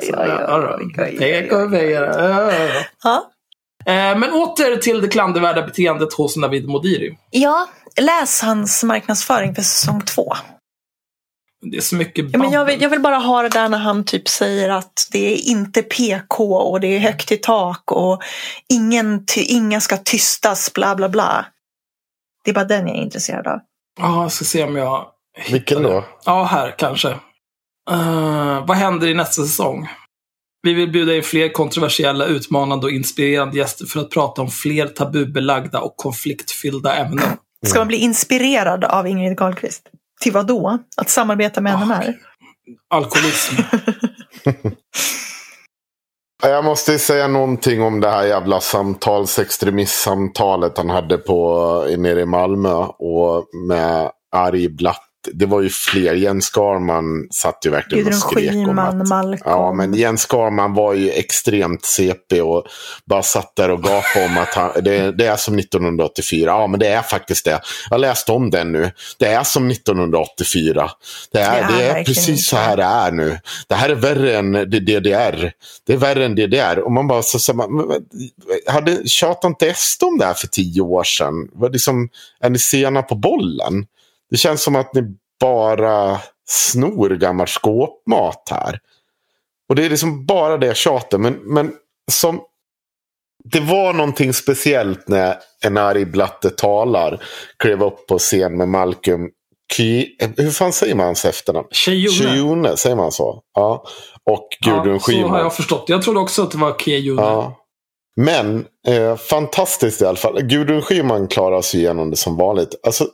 Ja. Men åter till det klandervärda beteendet hos Navid Modiri. Ja, läs hans marknadsföring för säsong två. Det är så mycket ja, men jag, vill, jag vill bara ha det där när han typ säger att det är inte P K och det är högt i tak och ingen ty, inga ska tystas, bla bla bla. Det är bara den jag är intresserad av. Ja, jag ska se om jag Vilken då? Ja, här kanske. Uh, vad händer i nästa säsong? Vi vill bjuda in fler kontroversiella, utmanande och inspirerande gäster för att prata om fler tabubelagda och konfliktfyllda ämnen. Mm. Ska man bli inspirerad av Ingrid Carlqvist? Till vad då? Att samarbeta med henne här? Alkoholism. Jag måste säga någonting om det här jävla samtalsextremistsamtalet han hade på nere i Malmö och med Ari Blatt. Det var ju fler. Jens Skarman satt ju verkligen och skrek om att... Malcolm. Ja, men Jens Skarman var ju extremt C P och bara satt där och gapade om att han, det, det är som nittonhundraåttiofyra. Ja, men det är faktiskt det. Jag läste om den nu. Det är som nittonhundraåttiofyra. Det är, ja, det är precis så här det är nu. Det här är värre än D D R. Det är värre än D D R. Och man bara så, så man, hade tjatat inte S D om det här för tio år sedan. Var liksom, är ni sena på bollen? Det känns som att ni bara snor gammal skåpmat här. Och det är liksom bara det tjatet. Men, men som... Det var någonting speciellt när en Ari Blatte talar. Klev upp på scen med Malcolm Ky... Hur fan säger man hans efternamn? Kyone, säger man så? Ja. Och Gudrun ja, Schyman. Så har jag förstått. Jag trodde också att det var Kyone. Ja. Men eh, fantastiskt i alla fall. Gudrun Schyman klarar sig igenom det som vanligt. Alltså,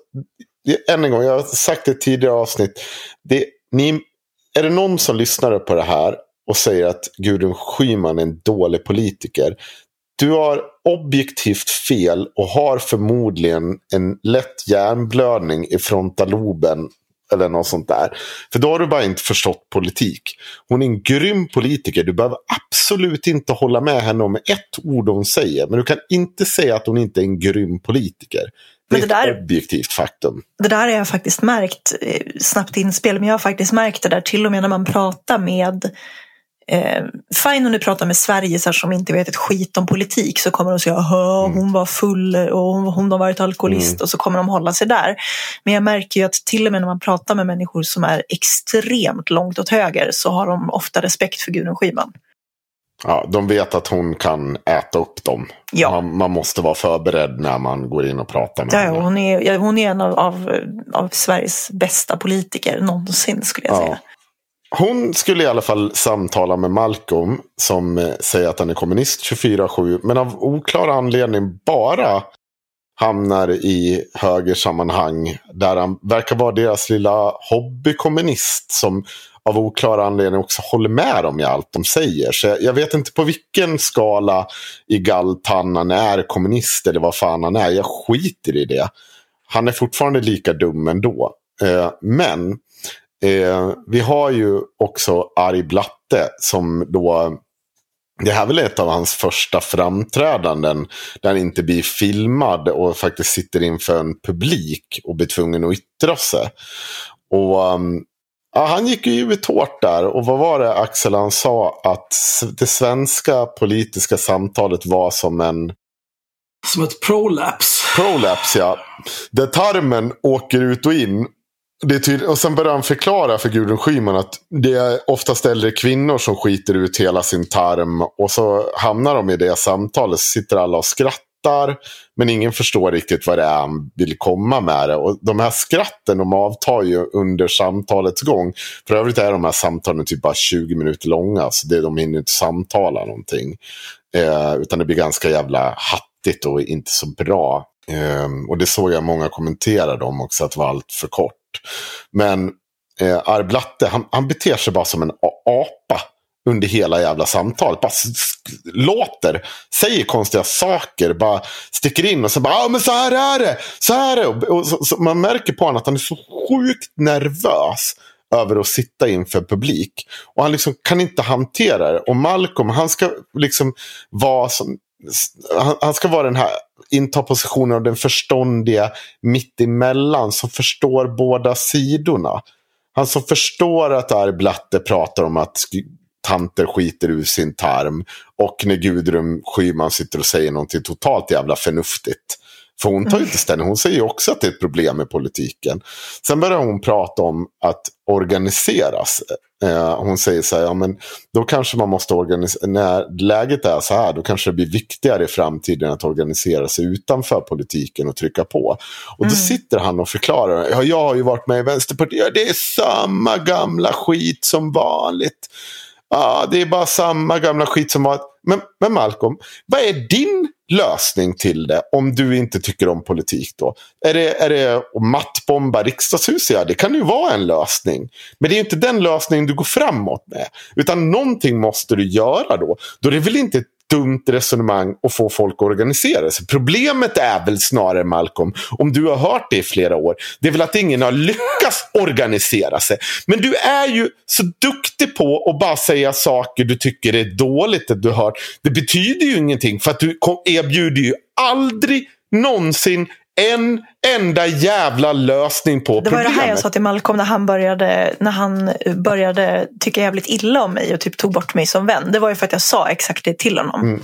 än en gång, jag har sagt det i tidigare avsnitt. Det, ni, är det någon som lyssnar på det här och säger att Gudrun Schyman är en dålig politiker? Du har objektivt fel och har förmodligen en lätt hjärnblödning i frontaloben eller något sånt där. För då har du bara inte förstått politik. Hon är en grym politiker. Du behöver absolut inte hålla med henne om ett ord hon säger. Men du kan inte säga att hon inte är en grym politiker. Det är det där, ett objektivt faktum. Det där har jag faktiskt märkt, snabbt inspel, men jag har faktiskt märkt det där till och med när man pratar med Eh, fine om du pratar med Sverige så här, som inte vet ett skit om politik, så kommer de säga att hon mm. var full och hon, hon har varit alkoholist mm. och så kommer de hålla sig där. Men jag märker ju att till och med när man pratar med människor som är extremt långt åt höger så har de ofta respekt för Gudrun Schyman. Ja, de vet att hon kan äta upp dem. Ja. Man, man måste vara förberedd när man går in och pratar med ja, henne. Hon är, hon är en av, av, av Sveriges bästa politiker någonsin, skulle jag ja. säga. Hon skulle i alla fall samtala med Malcolm som eh, säger att han är kommunist tjugofyra sju, men av oklar anledning bara hamnar i högersammanhang där han verkar vara deras lilla hobbykommunist som av oklar anledning också håller med dem i allt de säger. Så jag, jag vet inte på vilken skala i Galtan han är kommunist eller vad fan han är. Jag skiter i det. Han är fortfarande lika dum ändå. Eh, men Eh, vi har ju också Ari Blatte som då, det här är väl ett av hans första framträdanden där han inte blir filmad och faktiskt sitter inför en publik och blir tvungen att yttra sig. Och um, ja, han gick ju ut hårt där, och vad var det Axel han sa, att det svenska politiska samtalet var som en som ett prolaps. Prolaps, ja. Där tarmen åker ut och in. Det är tydligt, och sen börjar han förklara för Gudrun Schyman att det är oftast äldre kvinnor som skiter ut hela sin tarm, och så hamnar de i det samtalet, så sitter alla och skrattar men ingen förstår riktigt vad det är han vill komma med det, och de här skratten de avtar ju under samtalets gång. För övrigt är de här samtalen typ bara tjugo minuter långa, så det, de hinner inte samtala någonting, eh, utan det blir ganska jävla hattigt och inte så bra. Um, och det såg jag många kommentera dem också, att det var allt för kort. Men eh, Ari Blatte, han, han beter sig bara som en apa under hela jävla samtalet. Bara låter, säger konstiga saker, bara sticker in och så bara, ja ah, men så här är det, så här är det. Och, och så, så man märker på honom att han är så sjukt nervös över att sitta inför publik. Och han liksom kan inte hantera det. Och Malcolm, han ska liksom vara som, han, han ska vara den här, inta positionen av den förståndiga mittemellan som förstår båda sidorna. Han som förstår att Ari Blatte pratar om att tanter skiter ur sin tarm, och när Gudrun Schyman sitter och säger någonting totalt jävla förnuftigt. För hon tar ju inte ställning. Hon säger också att det är ett problem med politiken. Sen börjar hon prata om att organiseras. Eh, hon säger så här, ja men då kanske man måste organisera, när läget är så här, då kanske det blir viktigare i framtiden att organisera sig utanför politiken och trycka på. Och då mm. sitter han och förklarar, ja jag har ju varit med i Vänsterpartiet, ja, det är samma gamla skit som vanligt. Ja, det är bara samma gamla skit som vanligt. Men, men Malcolm, vad är din lösning till det om du inte tycker om politik då? Är det, är det att mattbomba riksdagshuset? Ja, det kan ju vara en lösning. Men det är inte den lösningen du går framåt med. Utan någonting måste du göra då. Då är det väl inte ett dumt resonemang att få folk att organisera sig. Problemet är väl snarare, Malcolm, om du har hört det i flera år, det är väl att ingen har lyckats organisera sig. Men du är ju så duktig på att bara säga saker du tycker är dåligt att du har hört. Det betyder ju ingenting, för att du erbjuder ju aldrig någonsin en enda jävla lösning på problemet. Det var det här jag sa till Malcolm när han började, när han började tycka jävligt illa om mig och typ tog bort mig som vän. Det var ju för att jag sa exakt det till honom. Mm.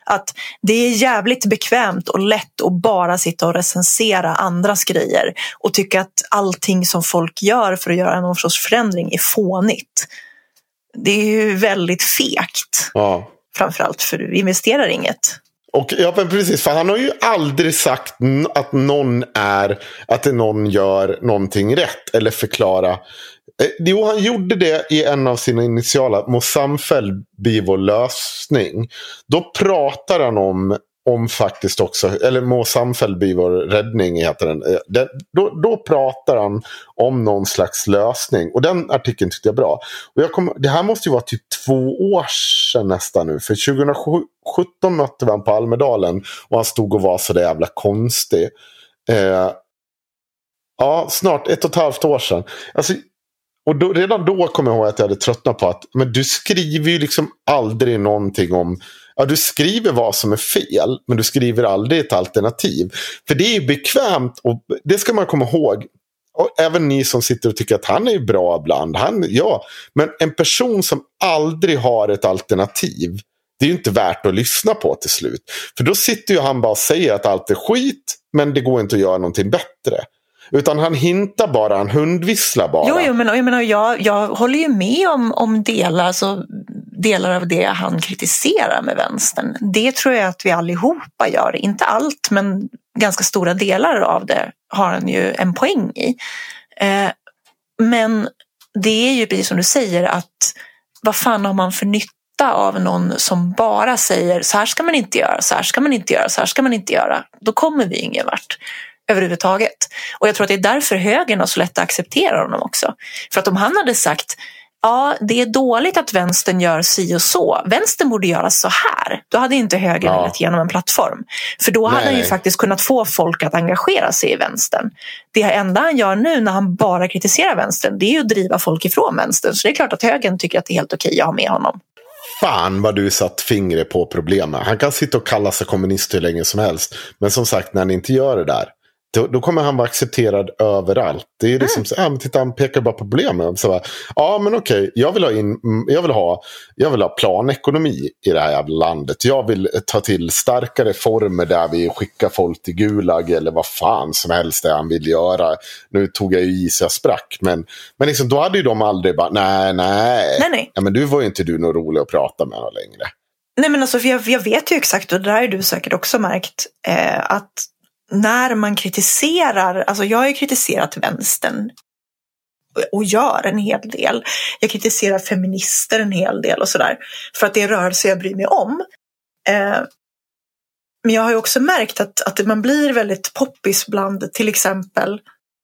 Att det är jävligt bekvämt och lätt att bara sitta och recensera andras grejer och tycka att allting som folk gör för att göra någon sorts förändring är fånigt. Det är ju väldigt fegt. Ja. Framförallt för du investerar inget. Och ja, men precis, för han har ju aldrig sagt att någon är, att någon gör någonting rätt eller förklara. Eh, jo, han gjorde det i en av sina initiala, må samfälld bli vår lösning. Då pratar han om, om faktiskt också, eller må samfälld bli vår räddning heter den. Eh, det, då, då pratar han om någon slags lösning. Och den artikeln tyckte jag bra. Och jag kom, det här måste ju vara typ två år sedan nästan nu. För tjugohundrasjutton mötte vi han på Almedalen och han stod och var så där jävla konstig. Eh, ja, snart ett och ett halvt år sedan. Alltså, och då, redan då kom jag ihåg att jag hade tröttnat på att men du skriver ju liksom aldrig någonting om. Ja, du skriver vad som är fel, men du skriver aldrig ett alternativ. För det är bekvämt och det ska man komma ihåg. Och även ni som sitter och tycker att han är bra ibland. Han, ja, men en person som aldrig har ett alternativ, det är ju inte värt att lyssna på till slut. För då sitter ju han bara och säger att allt är skit, men det går inte att göra någonting bättre. Utan han hintar bara, han hundvisslar bara. Jo, jo men, jag, menar, jag, jag håller ju med om, om delar, alltså, delar av det han kritiserar med vänstern. Det tror jag att vi allihopa gör. Inte allt, men ganska stora delar av det har han ju en poäng i. Eh, men det är ju precis som du säger att vad fan har man för nytta av någon som bara säger så här ska man inte göra, så här ska man inte göra, så här ska man inte göra. Då kommer vi ingen vart överhuvudtaget. Och jag tror att det är därför högern har så lätt att acceptera honom också. För att om han hade sagt ja, det är dåligt att vänstern gör si och så. Vänstern borde göra så här. Då hade inte högern ja. lett igenom en plattform. För då hade Nej. han ju faktiskt kunnat få folk att engagera sig i vänstern. Det enda han gör nu när han bara kritiserar vänstern, det är ju att driva folk ifrån vänstern. Så det är klart att högern tycker att det är helt okej att ha med honom. Fan vad du satt fingret på problemet. Han kan sitta och kalla sig kommunist hur länge som helst. Men som sagt, när han inte gör det där, Då, då kommer han vara accepterad överallt. Det är liksom mm. så, ja, men titta, han pekar bara på problemen. Så, ja, men okej, jag vill ha in, jag vill ha, jag vill ha planekonomi i det här jävla landet. Jag vill ta till starkare former där vi skickar folk till Gulag eller vad fan som helst det han vill göra. Nu tog jag ju i så jag sprack, men, men liksom, då hade ju de aldrig bara, nej, nej. nej, nej. Ja, men du var ju inte du någon rolig att prata med någon längre. Nej, men alltså, för jag, jag vet ju exakt, och det där har du säkert också märkt, eh, att när man kritiserar, alltså jag har ju kritiserat vänstern och gör en hel del. Jag kritiserar feminister en hel del och sådär. För att det är rörelse jag bryr mig om. Eh, men jag har ju också märkt att, att man blir väldigt poppis bland till exempel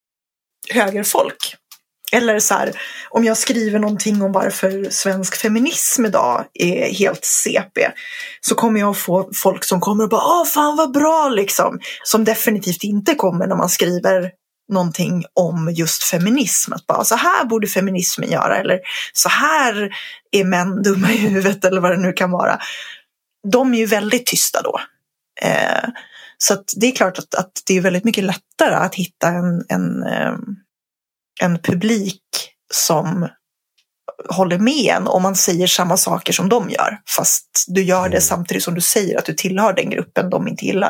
högerfolk. Eller så här, om jag skriver någonting om varför svensk feminism idag är helt C P, så kommer jag att få folk som kommer och bara, åh fan vad bra liksom. Som definitivt inte kommer när man skriver någonting om just feminism. Att bara, så här borde feminismen göra, eller så här är män dumma i huvudet, eller vad det nu kan vara. De är ju väldigt tysta då. Eh, så att det är klart att, att det är väldigt mycket lättare att hitta en... en eh, en publik som håller med en om man säger samma saker som de gör, fast du gör det samtidigt som du säger att du tillhör den gruppen de inte gillar.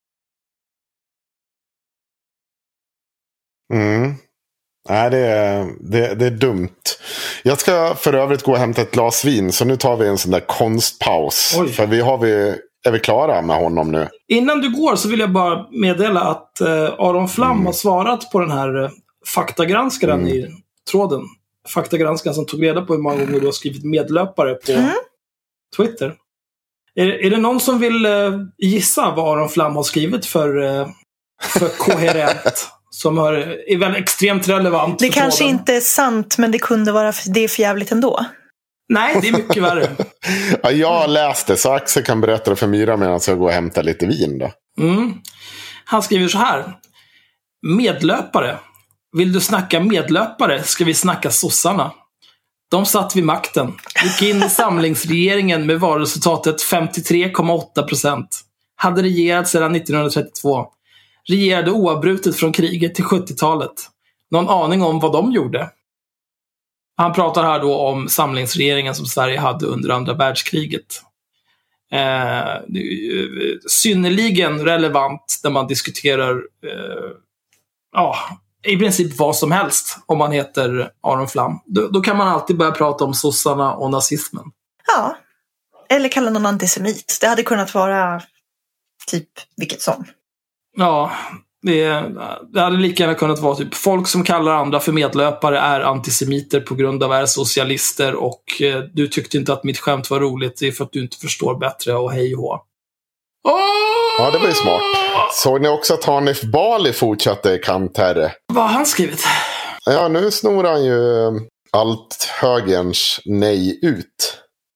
Mm. Nej, det är, det, det är dumt. Jag ska för övrigt gå och hämta ett glas vin, så nu tar vi en sån där konstpaus. Oj. För vi har vi, är vi klara med honom nu? Innan du går så vill jag bara meddela att eh, Aron Flam mm. har svarat på den här eh, faktagranskaren mm. i tråden. Faktagranskaren som tog reda på hur många gånger du har skrivit medlöpare på mm. Twitter. Är, är det någon som vill eh, gissa vad Aron Flam har skrivit för, eh, för koherent? Som har, är väl extremt relevant. Det kanske tråden. Inte är sant, men det kunde vara det är för jävligt ändå. Nej, det är mycket värre. Ja, jag har läst det, så Axel kan berätta det för Myra medan jag går och hämtar lite vin då. Mm. Han skriver så här. Medlöpare. Vill du snacka medlöpare ska vi snacka sossarna. De satt vid makten. Gick in i samlingsregeringen med valresultatet femtiotre komma åtta procent. Hade regerat sedan nittonhundratrettiotvå. Regerade oavbrutet från kriget till sjuttiotalet. Någon aning om vad de gjorde? Han pratar här då om samlingsregeringen som Sverige hade under andra världskriget. Eh, det är ju synnerligen relevant när man diskuterar eh, ja, i princip vad som helst om man heter Aron Flam. Då, då kan man alltid börja prata om sossarna och nazismen. Ja, eller kalla någon antisemit. Det hade kunnat vara typ vilket som. Ja, det, det hade lika gärna kunnat vara typ folk som kallar andra för medlöpare är antisemiter på grund av är socialister och eh, du tyckte inte att mitt skämt var roligt, det är för att du inte förstår bättre och hej och hå. Ja, det var ju smart. Såg ni också att Hanif Bali fortsatte kantherre? Vad har han skrivit? Ja, nu snor han ju allt högerns nej ut.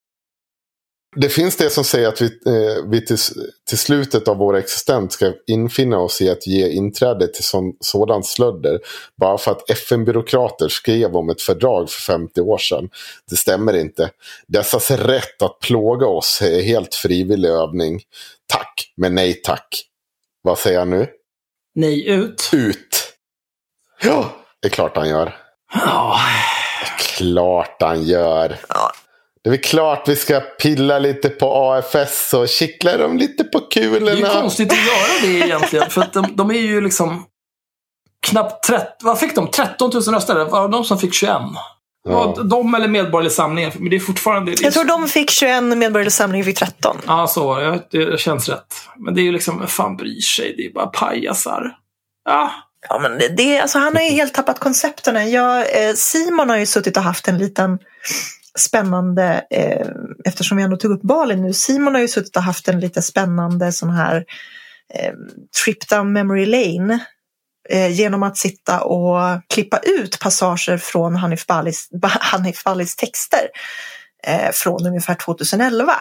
Det finns det som säger att vi, eh, vi till, till slutet av vår existens ska infinna oss i att ge inträde till sån, sådan slödder bara för att F N-byråkrater skrev om ett fördrag för femtio år sedan. Det stämmer inte. Dessas rätt att plåga oss är helt frivillig övning. Tack, men nej tack. Vad säger jag nu? Nej ut. Ut. Ja, det är klart han gör. Ja. Det är klart han gör. Ja. Det är väl klart vi ska pilla lite på A F S och kittla dem lite på kulorna. Det är ju konstigt att göra det egentligen. För att de, de är ju liksom knappt tretton, vad fick de? tretton tusen röster. Var de som fick tjugoett? Ja. De eller Medborgerlig Samling. Men det är fortfarande... Det är jag tror de fick tjugoett, Medborgerlig Samling fick tretton. Ja, så. Jag, det känns rätt. Men det är ju liksom, vad fan bryr sig? Det är bara pajasar. Ja. Ja, men det, det, alltså, han har ju helt tappat koncepterna. Jag, eh, Simon har ju suttit och haft en liten spännande, eh, eftersom vi ändå tog upp Bali nu. Simon har ju suttit och haft en lite spännande sån här eh, trip down memory lane eh, genom att sitta och klippa ut passager från Hanif Balis, Hanif Balis texter eh, från ungefär tjugoelva.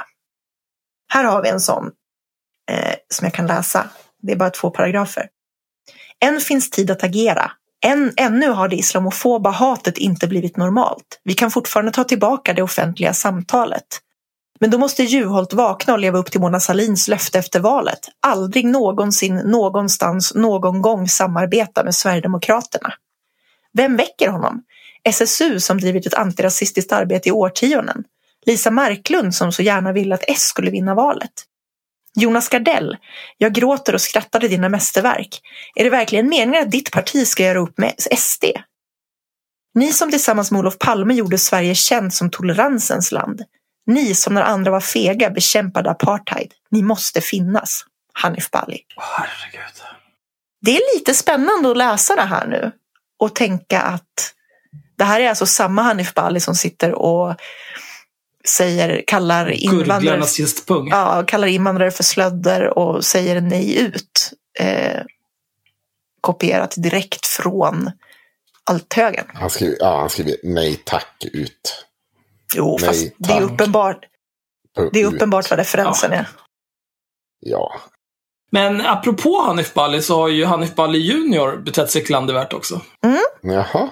Här har vi en sån eh, som jag kan läsa. Det är bara två paragrafer. Än finns tid att agera. Än, ännu har det islamofoba hatet inte blivit normalt. Vi kan fortfarande ta tillbaka det offentliga samtalet. Men då måste Juholt vakna och leva upp till Mona Sahlins löfte efter valet. Aldrig någonsin, någonstans, någon gång samarbeta med Sverigedemokraterna. Vem väcker honom? S S U som drivit ett antirasistiskt arbete i årtionden. Lisa Marklund som så gärna ville att S skulle vinna valet. Jonas Gardell, jag gråter och skrattar i dina mästerverk. Är det verkligen meningen att ditt parti ska göra upp med S D? Ni som tillsammans med Olof Palme gjorde Sverige känt som toleransens land. Ni som när andra var fega bekämpade apartheid. Ni måste finnas. Hanif Bali. Herregud. Det är lite spännande att läsa det här nu. Och tänka att det här är alltså samma Hanif Bali som sitter och säger, kallar invandrare, ja, kallar invandrare för slödder och säger nej ut. Eh, kopierat direkt från althögen. Han skriver, ja, han skriver nej tack ut. Jo, nej, fast det är uppenbart det är uppenbart vad referensen ja. är. Ja. Men apropå Hanif Bali så har ju Hanif Bali junior betett sig klandervärt också. Mm. Jaha.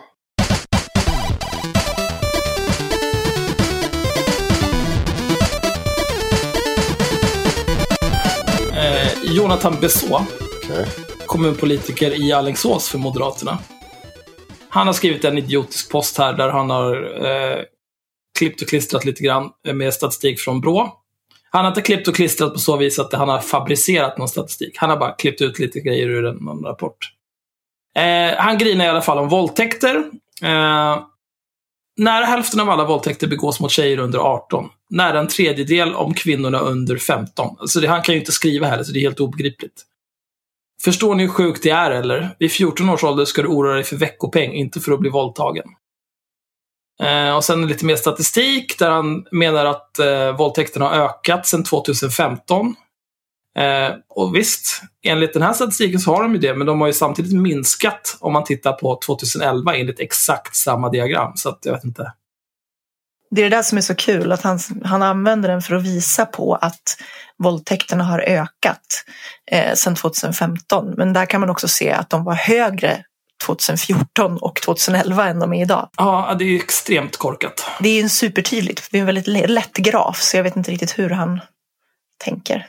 Jonathan Beså, okay. kommunpolitiker i Alingsås för Moderaterna. Han har skrivit en idiotisk post här där han har eh, klippt och klistrat lite grann med statistik från Brå. Han har inte klippt och klistrat på så vis att han har fabricerat någon statistik. Han har bara klippt ut lite grejer ur en, någon rapport. Eh, han grinar i alla fall om våldtäkter. Eh, nära hälften av alla våldtäkter begås mot tjejer under arton. Nära en tredjedel om kvinnorna under femton. Alltså det, han kan ju inte skriva heller, så det är helt obegripligt. Förstår ni hur sjukt det är, eller? Vid fjorton års ålder ska du oroa dig för veckopeng, inte för att bli våldtagen. Eh, och sen lite mer statistik där han menar att eh, våldtäkterna har ökat sedan tjugohundrafemton. Eh, och visst, enligt den här statistiken så har de ju det, men de har ju samtidigt minskat om man tittar på tjugoelva enligt exakt samma diagram. Så att jag vet inte. Det är det där som är så kul, att han, han använder den för att visa på att våldtäkterna har ökat eh, sedan tjugohundrafemton. Men där kan man också se att de var högre tjugohundrafjorton och tjugoelva än de är idag. Ja, det är extremt korkat. Det är ju en supertydligt, det är en väldigt lätt graf, så jag vet inte riktigt hur han tänker.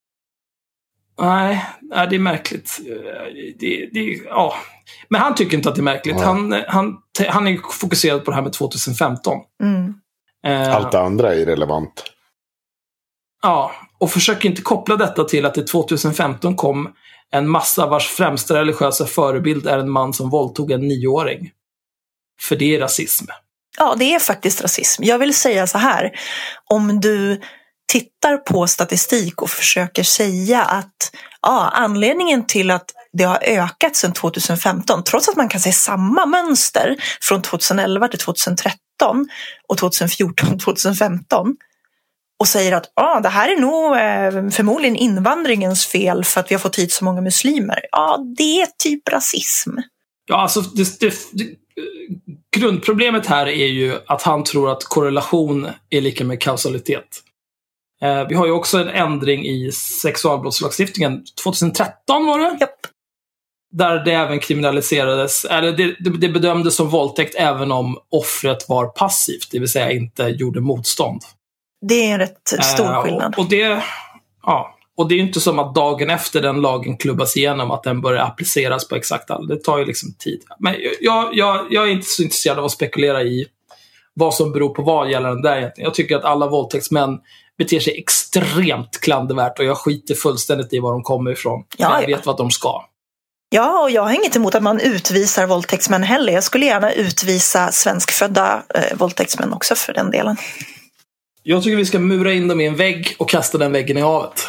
Nej, det är märkligt. Det, det, ja. Men han tycker inte att det är märkligt. Han, han, han är fokuserad på det här med tjugohundrafemton. Mm. Allt det andra är irrelevant. Ja, Och försök inte koppla detta till att det tjugohundrafemton kom en massa vars främsta religiösa förebild är en man som våldtog en nioåring. För det är rasism. Ja, det är faktiskt rasism. Jag vill säga så här. Om du tittar på statistik och försöker säga att ja, anledningen till att det har ökat sedan tjugohundrafemton, trots att man kan se samma mönster från tjugoelva till tjugotretton och tjugofjorton till tjugofemton, och säger att ah, det här är nog eh, förmodligen invandringens fel för att vi har fått hit så många muslimer. Ja, det är typ rasism. Ja, alltså det, det, det, grundproblemet här är ju att han tror att korrelation är lika med kausalitet. Eh, vi har ju också en ändring i sexualbrottslagstiftningen. tjugotretton var det? Japp. Där det även kriminaliserades, eller det, det, det bedömdes som våldtäkt även om offret var passivt, det vill säga inte gjorde motstånd. Det är en rätt stor skillnad. Och, och, det, ja, och det är ju inte som att dagen efter den lagen klubbas igenom att den börjar appliceras på exakt alla. Det tar ju liksom tid. Men jag, jag, jag är inte så intresserad av att spekulera i vad som beror på vad gällande där egentligen. Jag tycker att alla våldtäktsmän beter sig extremt klandervärt och jag skiter fullständigt i var de kommer ifrån. Ja, jag vet ja. vad de ska. Ja, och jag har inget emot att man utvisar våldtäktsmän heller. Jag skulle gärna utvisa svenskfödda eh, våldtäktsmän också för den delen. Jag tycker vi ska mura in dem i en vägg och kasta den väggen i havet.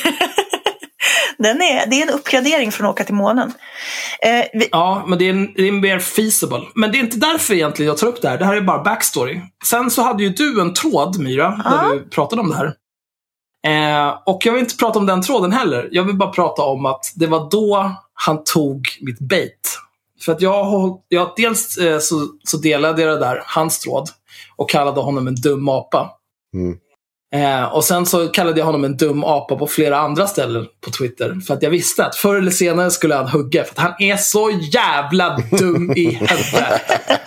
den är, det är en uppgradering från att åka till månen. Eh, vi... Ja, men det är, en, det är mer feasible. Men det är inte därför egentligen jag tar upp det här. Det här är bara backstory. Sen så hade ju du en tråd, Myra, ah. där du pratade om det här. Eh, och jag vill inte prata om den tråden heller. Jag vill bara prata om att det var då han tog mitt bait. För att jag, jag dels eh, så, så delade jag det där, hans tråd, och kallade honom en dum apa. Mm. Eh, och sen så kallade jag honom en dum apa på flera andra ställen på Twitter. För att jag visste att förr eller senare skulle han hugga. För att han är så jävla dum i huvudet.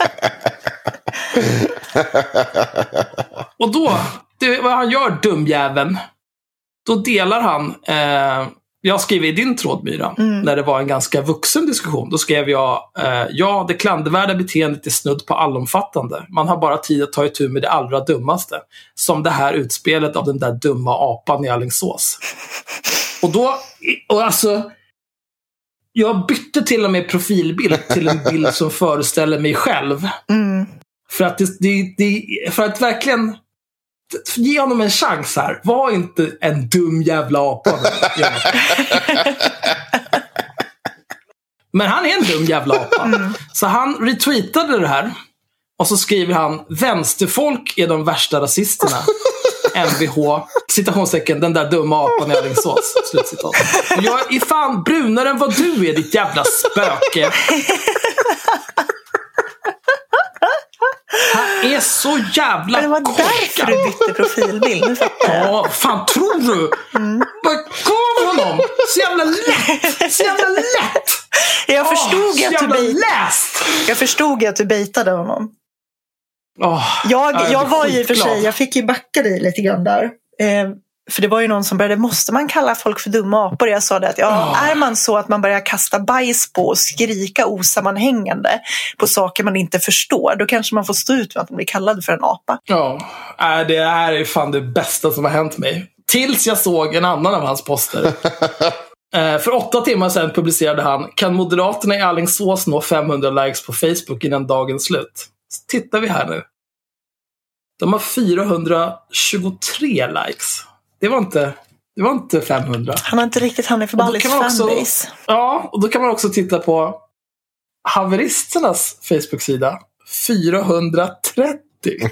Och då, det, vad han gör, dumjäveln, då delar han eh, jag skrev i din tråd, Myra, mm. när det var en ganska vuxen diskussion. Då skrev jag eh, ja, det klandervärda beteendet är snudd på allomfattande. Man har bara tid att ta itu med det allra dummaste. Som det här utspelet av den där dumma apan i Alingsås. Och då, och alltså jag bytte till och med profilbild till en bild som föreställer mig själv. Mm. För att det, det, det, för att verkligen ge honom en chans här. Var inte en dum jävla apa. Men han är en dum jävla apa. Mm. Så han retweetade det här. Och så skriver han: vänsterfolk är de värsta rasisterna. M V H, citationstecken, den där dumma apan i Alingsås. Slutcitat. Och jag är fan brunare än vad du är, ditt jävla spöke. Han är så jävla korkad. Det var därför du bytte profilbild. Nu fattar jag. Ja, fan tror du? Mm. Bara kom honom. Så jävla lätt. Så jävla lätt. Jag förstod oh, att du beit... läst. Jag förstod att du beitade honom. Oh, jag jag, jag var ju för sig, jag fick ju backa dig lite grann där. Eh, för det var ju någon som började, måste man kalla folk för dumma apor? Jag sa det att ja, oh. är man så att man börjar kasta bajs på och skrika osammanhängande på saker man inte förstår, då kanske man får stå ut med att man blir kallad för en apa. Ja, oh. det här är fan det bästa som har hänt mig. Tills jag såg en annan av hans poster. eh, för åtta timmar sedan publicerade han: kan Moderaterna i Alingsås nå femhundra likes på Facebook innan dagens slut? Så tittar vi här nu. De har fyrahundratjugotre likes. Det var inte, det var inte femhundra. Han har inte riktigt Hanif Balis fanbase. Ja, och då kan man också titta på haveristernas Facebook-sida. fyrahundratrettio.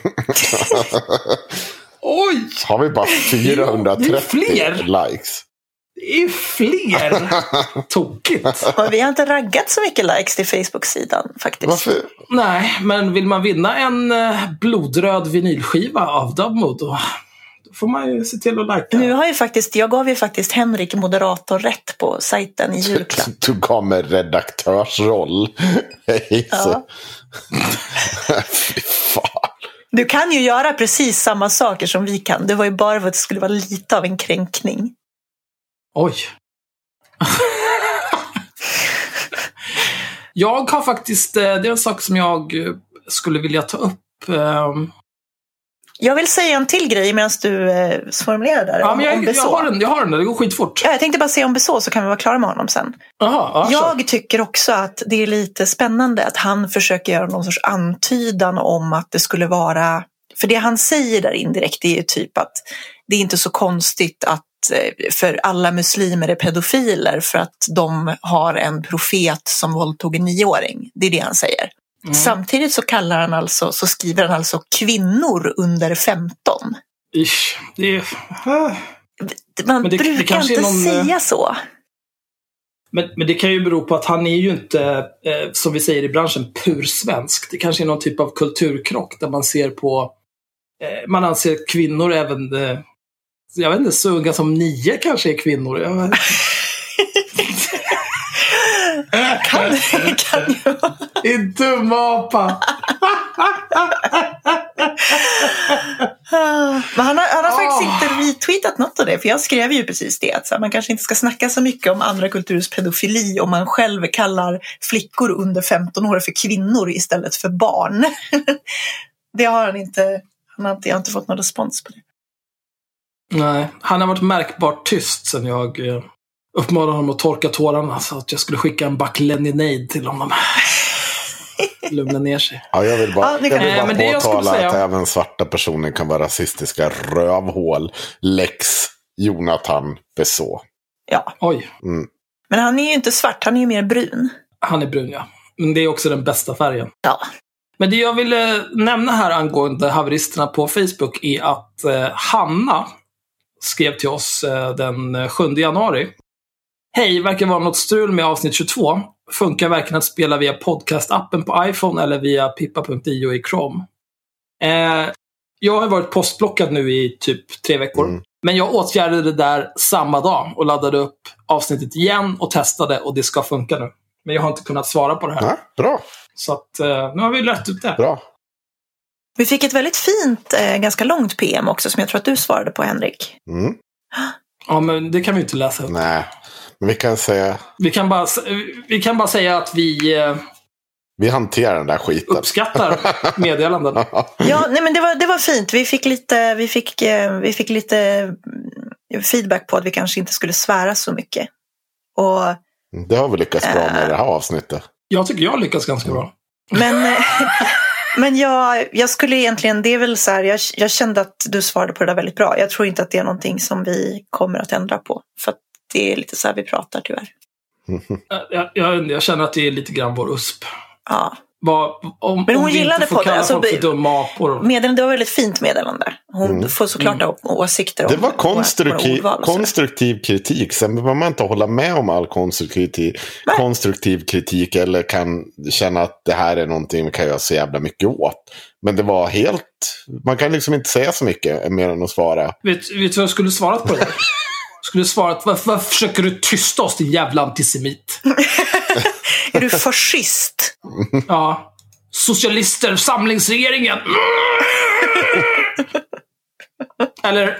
Oj! Har vi bara fyrahundratrettio det är fler. likes? Det är fler. Tokigt. Och vi har inte raggat så mycket likes till Facebook-sidan faktiskt. Varför? Nej, men vill man vinna en blodröd vinylskiva av Dubmod, då får man ju se till att likea. Nu har ju faktiskt, jag gav ju faktiskt Henrik moderator rätt på sajten i julklapp. Du gav mig redaktörsroll. Ja. Fy fan. Du kan ju göra precis samma saker som vi kan. Det var ju bara för att det skulle vara lite av en kränkning. Oj. Jag har faktiskt, det är en sak som jag skulle vilja ta upp. Jag vill säga en till grej medan du eh, formulerar där. Ja, om, men jag, om jag, har den, jag har den, det går skitfort. Ja, jag tänkte bara se om Beså så kan vi vara klara med honom sen. Aha, ja, jag tycker också att det är lite spännande att han försöker göra någon sorts antydan om att det skulle vara... För det han säger där indirekt är ju typ att det är inte så konstigt att för alla muslimer är pedofiler för att de har en profet som våldtog en nioåring. Det är det han säger. Mm. Samtidigt så kallar han alltså, så skriver han alltså kvinnor under femton. Ish, det är... Man det, brukar det inte någon... säga så. Men, men det kan ju bero på att han är ju inte, eh, som vi säger i branschen, pur svensk. Det kanske är någon typ av kulturkrock där man ser på, eh, man anser kvinnor även, eh, jag vet inte, så unga som nio kanske är kvinnor. Jag vet. kan, kan jag? En dum apa. Men han har, han har faktiskt oh. inte retweetat något av det. För jag skrev ju precis det. Att så här, man kanske inte ska snacka så mycket om andra kulturers pedofili om man själv kallar flickor under femton år för kvinnor istället för barn. Det har han inte. Han har inte, jag har inte fått någon respons på det. Nej, han har varit märkbart tyst sen jag eh, uppmanade honom att torka tårarna så att jag skulle skicka en back Leninade till honom. Lugna ner sig. Ja, jag vill bara, ja, jag vill bara men det påtala jag att även svarta personer kan vara rasistiska rövhål. Lex Jonathan Beså. Ja. Oj. Mm. Men han är ju inte svart, han är ju mer brun. Han är brun, ja. Men det är också den bästa färgen. Ja. Men det jag ville nämna här angående haveristerna på Facebook är att eh, Hanna skrev till oss eh, den sjunde januari. Hej, verkar vara något strul med avsnitt tjugotvå. Funkar verkligen att spela via podcast-appen på iPhone eller via pippa punkt io i Chrome. Eh, jag har varit postblockad nu i typ tre veckor. Mm. Men jag åtgärdade det där samma dag och laddade upp avsnittet igen och testade och det ska funka nu. Men jag har inte kunnat svara på det här. Ja, bra. Så att, eh, nu har vi lärt ut det. Bra. Vi fick ett väldigt fint, eh, ganska långt P M också som jag tror att du svarade på, Henrik. Mm. Ja, men det kan vi inte läsa upp. Nej, men vi kan säga... Vi kan bara, vi kan bara säga att vi... Eh, vi hanterar den där skiten. Uppskattar meddelanden. Ja, nej, men det var, det var fint. Vi fick lite, vi fick, vi fick lite feedback på att vi kanske inte skulle svära så mycket. Och, det har vi lyckats bra med äh, det här avsnittet. Jag tycker jag lyckas ganska bra. Men, men jag, jag skulle egentligen, det är väl så här, jag, jag kände att du svarade på det där väldigt bra. Jag tror inte att det är någonting som vi kommer att ändra på. För att det är lite så här vi pratar tyvärr. jag, jag, jag känner att det är lite grann vår U S P. Ja. Var, om, men hon om gillade på det. Alltså, meddelande, det var väldigt fint meddelande. Hon mm. får såklart mm. åsikter om det. var konstruktiv, konstruktiv kritik. Sen behöver man inte hålla med om all konstruktiv, konstruktiv kritik eller kan känna att det här är någonting vi kan göra så jävla mycket åt. Men det var helt... Man kan liksom inte säga så mycket mer än att svara. Vet, vet du vad jag skulle svarat på det där? Skulle svarat, varför, varför försöker du tysta oss, din jävla antisemit? Är du fascist? Ja. Socialister, samlingsregeringen. Eller...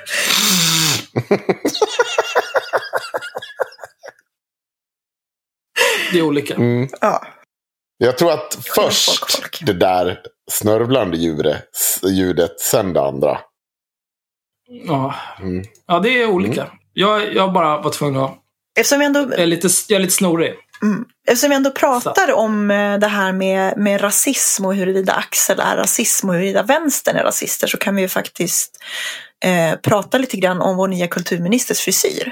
Det är olika. Mm. Ja. Jag tror att först folk, folk. det där snörvlande ljudet, ljudet sen det andra. Ja, mm. ja det är olika. Mm. Jag, jag bara var tvungen att... Eftersom jag, ändå... jag, är lite, jag är lite snorig. Mm. Eftersom vi ändå pratar så. om det här med, med rasism och huruvida Axel är rasism och huruvida vänstern är rasister, så kan vi ju faktiskt eh, prata lite grann om vår nya kulturministers frisyr.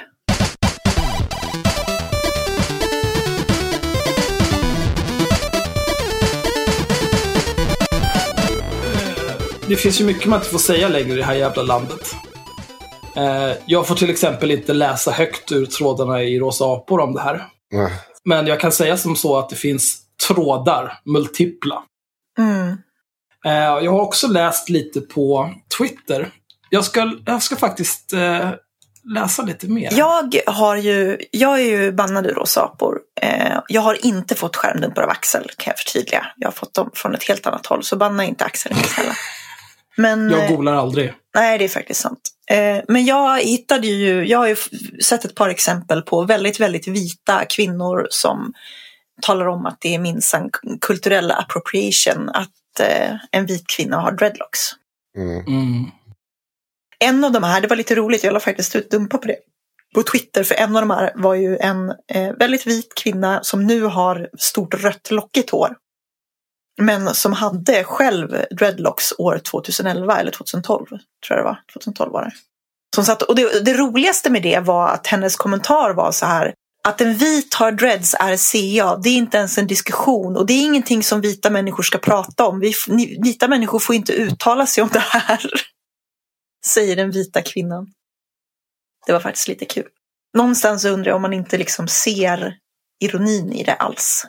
Det finns ju mycket man inte får säga längre i det här jävla landet. Jag får till exempel inte läsa högt ur trådarna i Rosa apor om det här. Mm. Men jag kan säga som så att det finns trådar, multipla. Mm. Jag har också läst lite på Twitter. Jag ska, jag ska faktiskt läsa lite mer. Jag, har ju, jag är ju bannad ur Rosa apor. Jag har inte fått skärmdumpar av Axel, kan jag förtydliga. Jag har fått dem från ett helt annat håll, så banna inte Axel. Men, jag googlar aldrig. Nej, det är faktiskt sant. Men jag hittade ju, jag har ju sett ett par exempel på väldigt, väldigt vita kvinnor som talar om att det är minsann kulturell appropriation att en vit kvinna har dreadlocks. Mm. Mm. En av de här, det var lite roligt, jag la faktiskt ut dumpa på det på Twitter, för en av de här var ju en eh, väldigt vit kvinna som nu har stort rött lockigt hår. Men som hade själv dreadlocks år tjugoelva eller tjugotolv, tror jag det var. tjugotolv var det. Som satt, och det, det roligaste med det var att hennes kommentar var så här: att en vit har dreads är C A, det är inte ens en diskussion. Och det är ingenting som vita människor ska prata om. Vi, ni, vita människor får inte uttala sig om det här. Säger den vita kvinnan. Det var faktiskt lite kul. Någonstans undrar jag om man inte liksom ser ironin i det alls.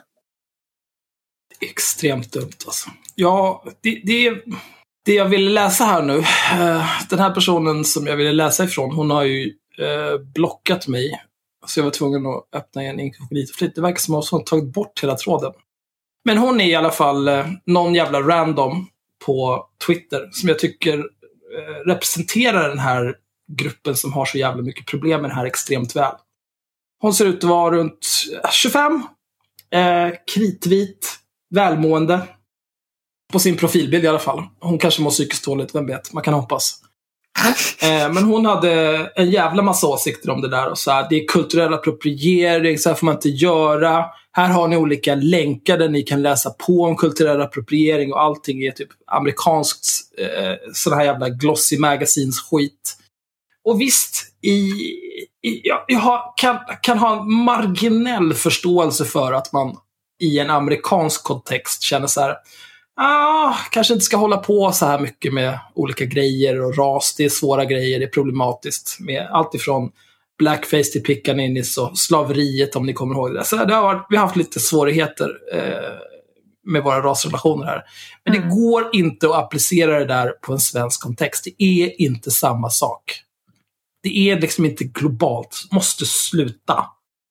Extremt dumt alltså. Ja, det, det, det jag ville läsa här nu. Den här personen som jag ville läsa ifrån, hon har ju eh, blockat mig. Så jag var tvungen att öppna en inkognito-flit. Det verkar som att hon har tagit bort hela tråden. Men hon är i alla fall eh, någon jävla random på Twitter som jag tycker eh, representerar den här gruppen som har så jävla mycket problem med det här extremt väl. Hon ser ut att vara runt tjugofem, eh, kritvit, välmående. På sin profilbild i alla fall. Hon kanske mår psykiskt dåligt, vem vet, man kan hoppas. Eh, men hon hade en jävla massa åsikter om det där. Och så här, det är kulturell appropriering, så här får man inte göra. Här har ni olika länkar där ni kan läsa på om kulturell appropriering. Och allting är typ amerikanskt eh, sån här jävla glossy magazines skit. Och visst, i, i, jag, jag har, kan, kan ha en marginell förståelse för att man i en amerikansk kontext känner så här: ah, kanske inte ska hålla på så här mycket med olika grejer och ras. Det är svåra grejer, det är problematiskt med allt ifrån blackface till pickaninnis och slaveriet, om ni kommer ihåg det. Så det har varit, vi har haft lite svårigheter eh, med våra rasrelationer här. Men mm. det går inte att applicera det där på en svensk kontext. Det är inte samma sak. Det är liksom inte globalt. Måste sluta.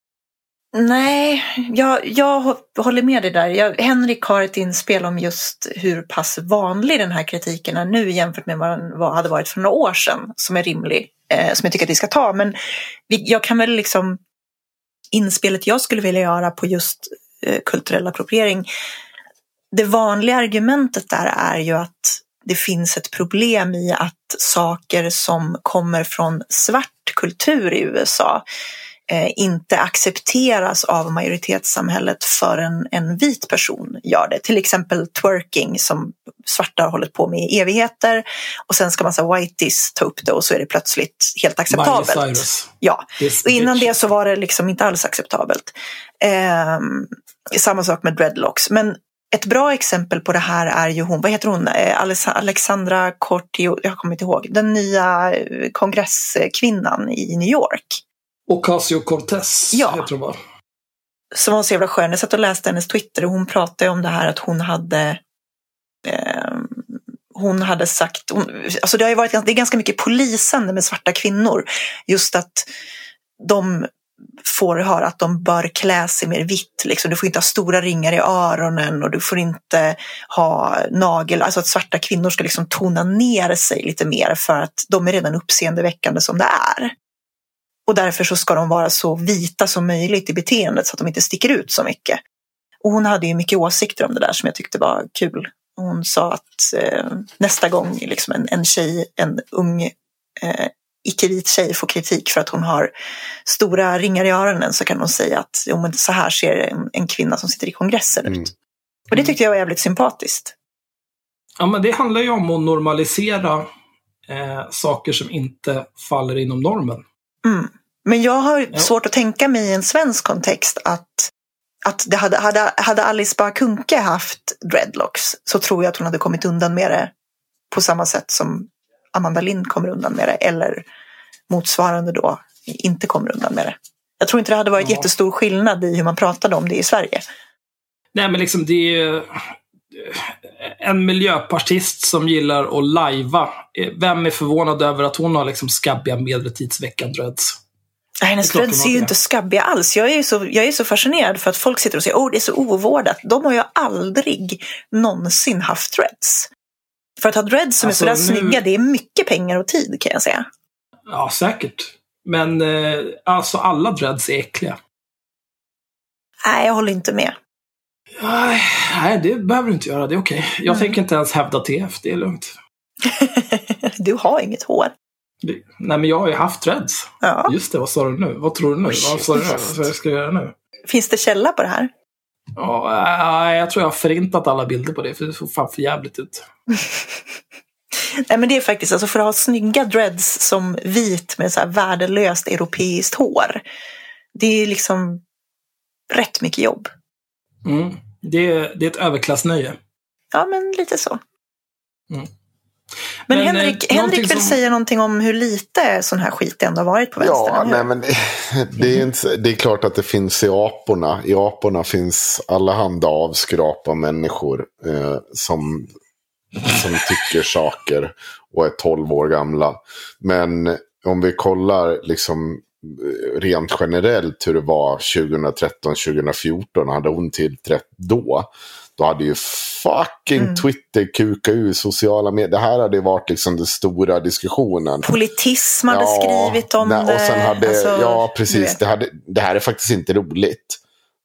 Nej, jag, jag håller med dig där. Jag, Henrik har ett inspel om just hur pass vanlig den här kritiken är nu jämfört med vad den var, hade varit för några år sedan, som är rimlig, eh, som jag tycker att vi ska ta. Men vi, jag kan väl liksom, inspelet jag skulle vilja göra på just eh, kulturell appropriering, det vanliga argumentet där är ju att det finns ett problem i att saker som kommer från svart kultur i U S A eh, inte accepteras av majoritetssamhället för en, en vit person gör det. Till exempel twerking som svarta har hållit på med i evigheter, och sen ska massa whiteys ta upp det och så är det plötsligt helt acceptabelt. Ja, och innan det så var det liksom inte alls acceptabelt. Eh, samma sak med dreadlocks. Men ett bra exempel på det här är ju hon, vad heter hon? Alexandra Corteo, jag kommer inte ihåg, den nya kongresskvinnan i New York. Ocasio-Cortez, ja. heter hon bara. Som var så jävla skön. Jag satt och läste hennes Twitter och hon pratade om det här att hon hade eh, hon hade sagt, hon, alltså det har ju varit det är ganska mycket polisande med svarta kvinnor, just att de får höra att de bör klä sig mer vitt. Liksom. Du får inte ha stora ringar i öronen och du får inte ha nagel. Alltså att svarta kvinnor ska liksom tona ner sig lite mer för att de är redan uppseendeväckande som det är. Och därför så ska de vara så vita som möjligt i beteendet så att de inte sticker ut så mycket. Och hon hade ju mycket åsikter om det där som jag tyckte var kul. Hon sa att eh, nästa gång liksom en, en tjej, en ung eh, icke-vit tjej får kritik för att hon har stora ringar i öronen, så kan hon säga att jo, men så här ser en, en kvinna som sitter i kongressen ut. Mm. Och det tyckte jag var jävligt sympatiskt. Ja, men det handlar ju om att normalisera eh, saker som inte faller inom normen. Mm. Men jag har ja. svårt att tänka mig i en svensk kontext att, att det hade, hade, hade Alice Bah Kuhnke haft dreadlocks, så tror jag att hon hade kommit undan med det på samma sätt som Amanda Lind kommer undan med det, eller motsvarande då inte kommer undan med det. Jag tror inte det hade varit ja. jättestor skillnad i hur man pratade om det i Sverige. Nej, men liksom det är en miljöpartist som gillar att lajva. Vem är förvånad över att hon har liksom skabbiga medeltidsveckan dreads? Nej, hennes dreads är ju inte skabbiga alls. Jag är så, jag är så fascinerad för att folk sitter och säger åh, det är så ovårdat. De har ju aldrig någonsin haft dreads. För att ha dreads som alltså, är sådär nu... snygga, det är mycket pengar och tid, kan jag säga. Ja, säkert. Men eh, alltså alla dreads är äckliga. Nej, jag håller inte med. Nej, det behöver du inte göra, det är okej. Jag mm. tänker inte ens hävda T F, det är lugnt. Du har inget hår. Det, nej, men jag har ju haft dreads. Ja. Just det, vad sa du nu? Vad tror du nu? Vad sa du nu? Vad ska jag göra nu? Finns det källa på det här? Ja, jag tror jag har förintat alla bilder på det. För det såg fan för jävligt ut. Nej, men det är faktiskt, alltså för att ha snygga dreads som vit med så här värdelöst europeiskt hår. Det är liksom rätt mycket jobb. Mm. Det, är, det är ett överklassnöje. Ja, men lite så. Mm. Men, men Henrik, eh, Henrik vill som... säga någonting om hur lite sån här skit ändå har varit på vänstern. Ja, nej, men det är, inte, det är klart att det finns i aporna. I aporna finns alla handa avskrapa människor eh, som, som tycker saker och är tolv år gamla. Men om vi kollar liksom rent generellt hur det var tjugohundratretton tjugohundrafjorton, hade hon tillträtt då, då hade ju fucking mm. Twitter, Q K U, sociala medier, det här hade varit liksom den stora diskussionen. Politism hade ja, skrivit om nej, det. Och sen hade, alltså, ja, precis, det, hade, det här är faktiskt inte roligt.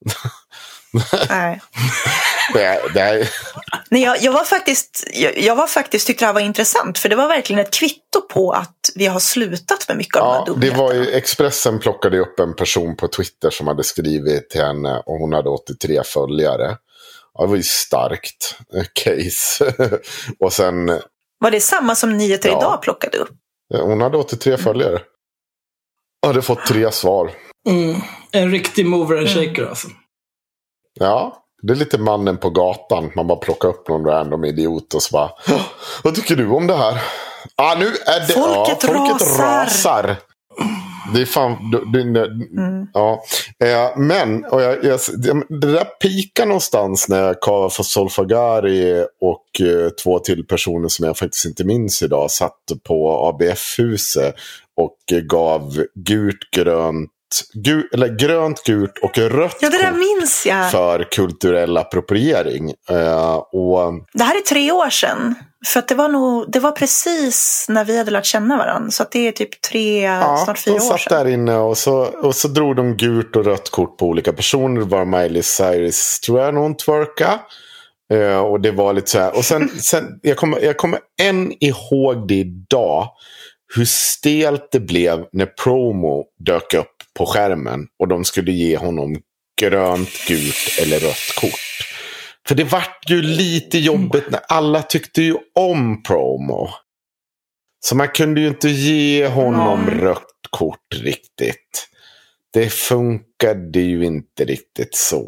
Nej. det, det är... Nej, jag, jag var faktiskt jag, jag var faktiskt tyckte det här var intressant, för det var verkligen ett kvitto på att vi har slutat med mycket av ja, de här dumheterna. Det var ju, Expressen plockade upp en person på Twitter som hade skrivit till henne och hon hade åttiotre följare. Ja, det var ju starkt case. Och sen... Var det samma som Nyheter ja, idag plockade upp? Hon hade åttiotre följare. Och hade fått tre svar. Mm. En riktig mover and shaker mm. alltså. Ja, det är lite mannen på gatan. Man bara plockar upp någon random idiot och så bara, vad tycker du om det här? Ah, nu är det, folket, ja, folket rasar. rasar. Det är fan, det, det, mm. ja. Eh, men, och jag, jag, det där pikar någonstans när Kava Solfagari och eh, två till personer som jag faktiskt inte minns idag satt på A B F-huset och eh, gav gult, grönt, Gu, eller grönt, gult och rött ja, det där minns jag. För kulturell appropriering. Uh, och... Det här är tre år sedan. För att det var nog, det var precis när vi hade lärt känna varandra. Så att det är typ tre, ja, snart fyra år sedan. Ja, de satt där inne och så, och så drog de gult och rött kort på olika personer. Det var Miley Cyrus, tror jag, någon twerka. Uh, och det var lite så här. Och sen, sen jag, kommer, jag kommer än ihåg det idag. Hur stelt det blev när promo dök upp på skärmen och de skulle ge honom grönt, gult eller rött kort. För det vart ju lite jobbigt när alla tyckte ju om promo. Så man kunde ju inte ge honom mm. rött kort riktigt. Det funkade ju inte riktigt så.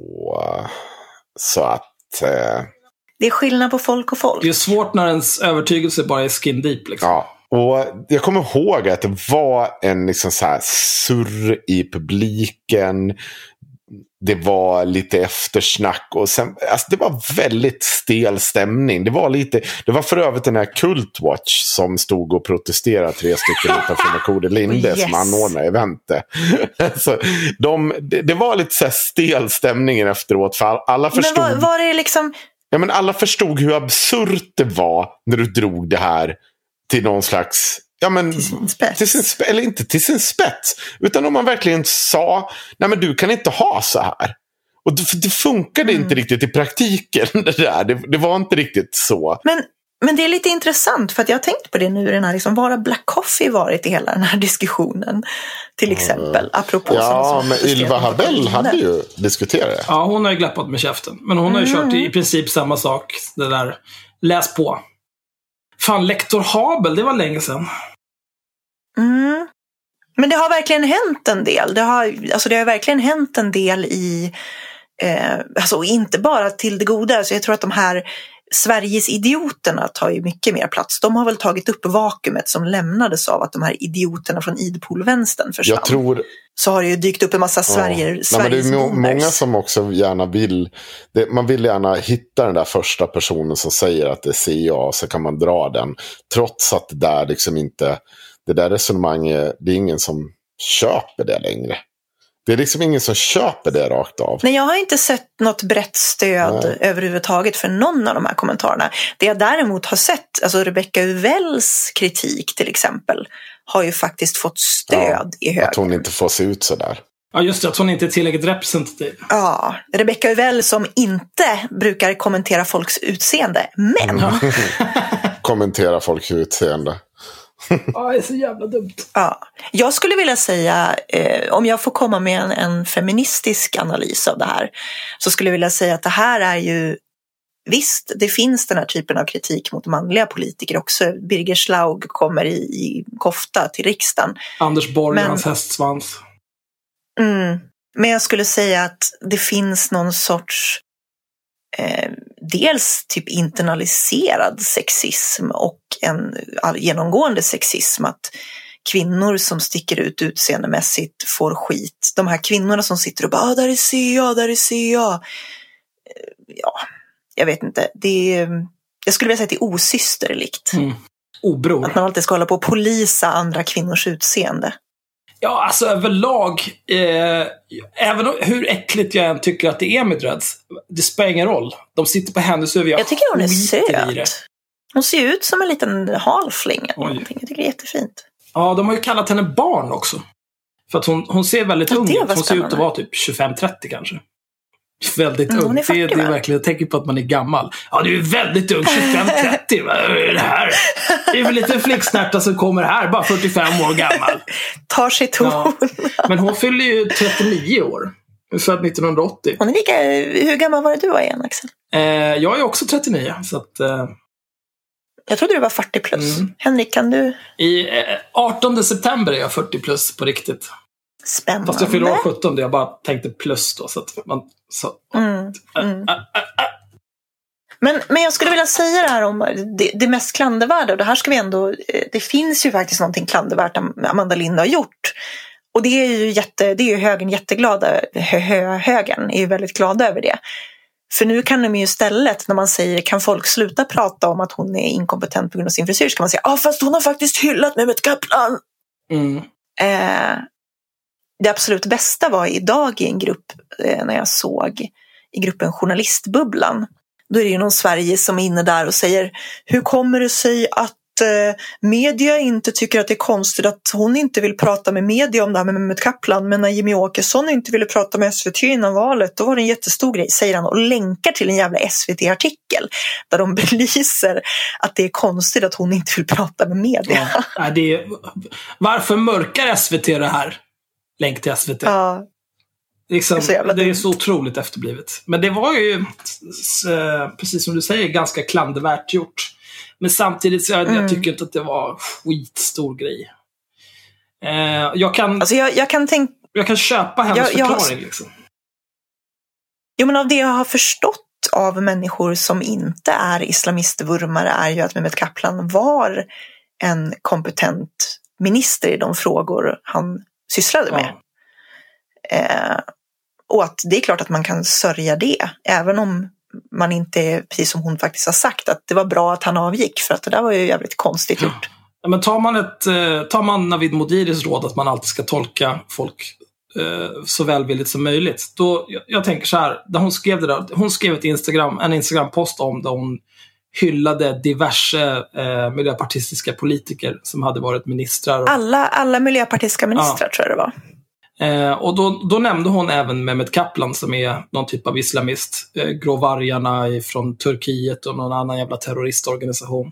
Så att... Eh... Det är skillnad på folk och folk. Det är svårt när ens övertygelse bara är skin deep liksom. Ja. Och jag kommer ihåg att det var en liksom så här surr i publiken. Det var lite eftersnack och sen, alltså det var väldigt stel stämning. Det var lite, det var för övrigt den här Kultwatch som stod och protesterade tre stycken utanför Makode Linde yes. som anordnade eventet. Så de, det, det var lite så här stel stämningen efteråt för alla förstod. Men var, var det liksom... Ja, men alla förstod hur absurt det var när du drog det här till någon slags, ja men till sin spets. Till sin, eller inte till sin spets, utan om man verkligen sa, nej men du kan inte ha så här. Och det, det funkade mm. inte riktigt i praktiken det där, det, det var inte riktigt så. Men, men det är lite intressant för att jag har tänkt på det nu, den här, liksom, var har Black Coffee varit i hela den här diskussionen till exempel, apropå ja, men Ylva Habell hade ju diskuterat det. Ja, hon har ju glappat med käften, men hon har ju mm. kört i princip samma sak, det där, läs på. Fan, lektor Habel, det var länge sedan. Mm. Men det har verkligen hänt en del. Det har, alltså det har verkligen hänt en del i, eh, alltså inte bara till det goda. Alltså jag tror att de här Sveriges idioterna tar ju mycket mer plats. De har väl tagit upp vakuumet som lämnades av att de här idioterna från Idpol-vänstern försvann. Jag tror... Så har det ju dykt upp en massa Sverige, ja. Sveriges Nej, men det är må- många som också gärna vill... Det, man vill gärna hitta den där första personen som säger att det är C A, så kan man dra den. Trots att det där liksom inte... Det där resonemanget, det är ingen som köper det längre. Det är liksom ingen som köper det rakt av. Nej, jag har inte sett något brett stöd Nej. överhuvudtaget för någon av de här kommentarerna. Det jag däremot har sett, alltså Rebecca Uvells kritik till exempel, har ju faktiskt fått stöd ja, i höger. Att hon inte får se ut så där. Ja, just det, att hon inte är tillräckligt representativ. Ja, Rebecca Uvell som inte brukar kommentera folks utseende. Men kommentera folks utseende. Ja, det är så jävla dumt. Ja. Jag skulle vilja säga, eh, om jag får komma med en, en feministisk analys av det här, så skulle jag vilja säga att det här är ju, visst, det finns den här typen av kritik mot manliga politiker också. Birger Schlaug kommer i, i kofta till riksdagen. Anders Borg, Men, hans hästsvans. Mm, men jag skulle säga att det finns någon sorts eh, dels typ internaliserad sexism och en all, genomgående sexism, att kvinnor som sticker ut utseendemässigt får skit. De här kvinnorna som sitter och bara, ah, där är C A, där är C A. Ja, jag vet inte. Det är, jag skulle vilja säga att det är osysterligt. Mm. Obror. Att man alltid ska hålla på och polisa andra kvinnors utseende. Ja, alltså överlag, eh, även om, hur äckligt jag än tycker att det är med dreads, det spelar ingen roll. De sitter på hennes huvud. Jag, jag tycker hon är söt. Det. Hon ser ut som en liten halfling. Jag tycker det är jättefint. Ja, de har ju kallat henne barn också. För att hon, hon ser väldigt ja, ung ut. Hon spännande. ser ut att vara typ tjugofem trettio kanske. Väldigt mm, ung. Är fyrtio, det, det är verkligen ett tecken på att man är gammal. Ja, du är väldigt ung. tjugofem trettio. Vad är det här? Det är väl lite flicksnärta som kommer här. Bara fyrtiofem år gammal. Tar sig ton. Ja. Men hon fyller ju trettionio år. Född nittonhundraåttio. Hon är lika, hur gammal var det du var igen, Axel? Eh, jag är också trettionio. Så att, eh... jag trodde du var fyrtio plus. Mm. Henrik, kan du? I eh, artonde september är jag fyrtio plus på riktigt. Spännande. Fast jag fyller år sjutton, jag bara tänkte plus då. Så att man, så, mm, mm. Äh, äh, äh. Men, men jag skulle vilja säga det här om det, det mest klandervärda. Och det här ska vi ändå, det finns ju faktiskt någonting klandervärt Amanda Lind har gjort. Och det är ju jätte, det är ju högern jätteglada, hö, hö, högern är ju väldigt glada över det. För nu kan de ju istället, när man säger, kan folk sluta prata om att hon är inkompetent på grund av sin frisyr, så kan man säga, ja ah, fast hon har faktiskt hyllat Mehmet Kaplan. Mm. Eh, det absolut bästa var idag i en grupp, eh, när jag såg i gruppen Journalistbubblan. Då är det ju någon Sverige som är inne där och säger, hur kommer det sig att eh, media inte tycker att det är konstigt att hon inte vill prata med media om det här med Mehmet Kaplan, men när Jimmy Åkesson inte ville prata med S V T innan valet, då var det en jättestor grej, säger han, och länkar till en jävla S V T-artikel där de belyser att det är konstigt att hon inte vill prata med media. Ja, det är, varför mörkar S V T det här? Länk till S V T. Ja. Liksom, det, är det är så otroligt efterblivet. Men det var ju, precis som du säger, ganska klandervärt gjort. Men samtidigt så jag, mm. jag tycker inte att det var skitstor grej. Eh, jag kan alltså jag, jag kan tänka jag kan köpa hennes jag, förklaring jag, liksom. Jo, men av det jag har förstått av människor som inte är islamistvurmare är ju att Mehmet Kaplan var en kompetent minister i de frågor han sysslade med. Ja. Eh, och att det är klart att man kan sörja det, även om man inte, precis som hon faktiskt har sagt, att det var bra att han avgick, för att det där var ju jävligt konstigt gjort. Ja, men tar man, ett, tar man Navid Modiris råd att man alltid ska tolka folk eh, så välvilligt som möjligt, då, jag, jag tänker så här, där hon skrev det där, hon skrev ett Instagram, en Instagram-post om där hon hyllade diverse eh, miljöpartistiska politiker som hade varit ministrar. Och, alla, alla miljöpartistiska ministrar, ja. Tror jag det var. Eh, och då, då nämnde hon även Mehmet Kaplan som är någon typ av islamist. Eh, Gråvargarna från Turkiet och någon annan jävla terroristorganisation.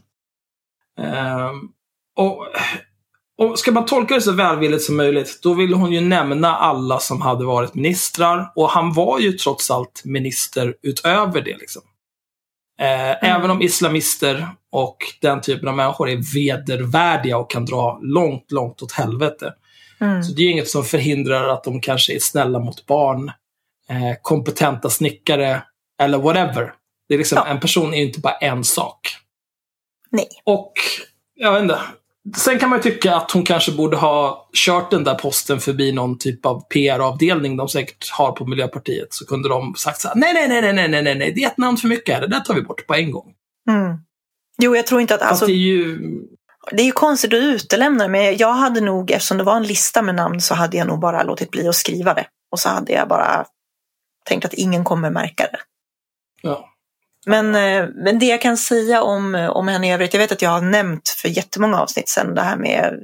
Eh, och, och ska man tolka det så välvilligt som möjligt, då ville hon ju nämna alla som hade varit ministrar. Och han var ju trots allt minister utöver det liksom. Eh, mm. Även om islamister och den typen av människor är vedervärdiga och kan dra långt, långt åt helvete. Mm. Så det är inget som förhindrar att de kanske är snälla mot barn, eh, kompetenta snickare eller whatever. Det är liksom, ja. En person är ju inte bara en sak. Nej. Och jag vet inte. Sen kan man ju tycka att hon kanske borde ha kört den där posten förbi någon typ av P R-avdelning de säkert har på Miljöpartiet. Så kunde de sagt så här, nej, nej, nej, nej, nej, nej, nej, det är ett namn för mycket här. Det där tar vi bort på en gång. Mm. Jo, jag tror inte att... Alltså... det är ju... Det är ju konstigt att utelämna, men jag hade nog, eftersom det var en lista med namn, så hade jag nog bara låtit bli att skriva det. Och så hade jag bara tänkt att ingen kommer märka det. Ja. Men, men det jag kan säga om, om henne i övrigt, jag vet att jag har nämnt för jättemånga avsnitt sedan det här med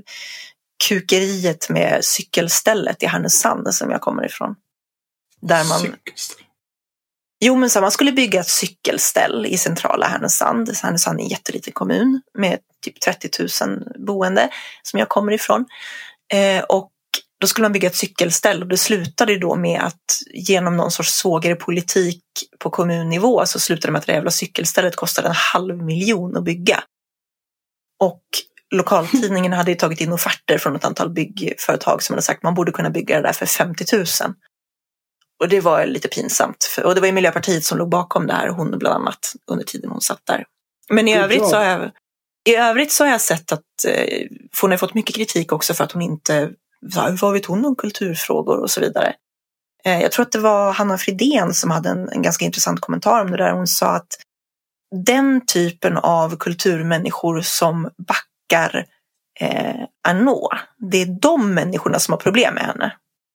kukeriet med cykelstället i Härnösand som jag kommer ifrån. Där man... Jo, men så man skulle bygga ett cykelställ i centrala Härnösand. Härnösand är en jätteliten kommun med typ trettio tusen boende som jag kommer ifrån. Eh, och då skulle man bygga ett cykelställ och det slutade då med att genom någon sorts svågerpolitik på kommunnivå så slutade det med att det jävla cykelstället kostade en halv miljon att bygga. Och lokaltidningen hade ju tagit in offerter från ett antal byggföretag som hade sagt att man borde kunna bygga det där för femtio tusen. Och det var lite pinsamt. Och det var ju Miljöpartiet som låg bakom det här, hon bland annat, under tiden hon satt där. Men i övrigt så har jag, i övrigt så har jag sett att eh, hon har fått mycket kritik också för att hon inte, vad vet hon om kulturfrågor och så vidare. Eh, jag tror att det var Hanna Fridén som hade en, en ganska intressant kommentar om det där. Hon sa att den typen av kulturmänniskor som backar eh, Arnault, det är de människorna som har problem med henne.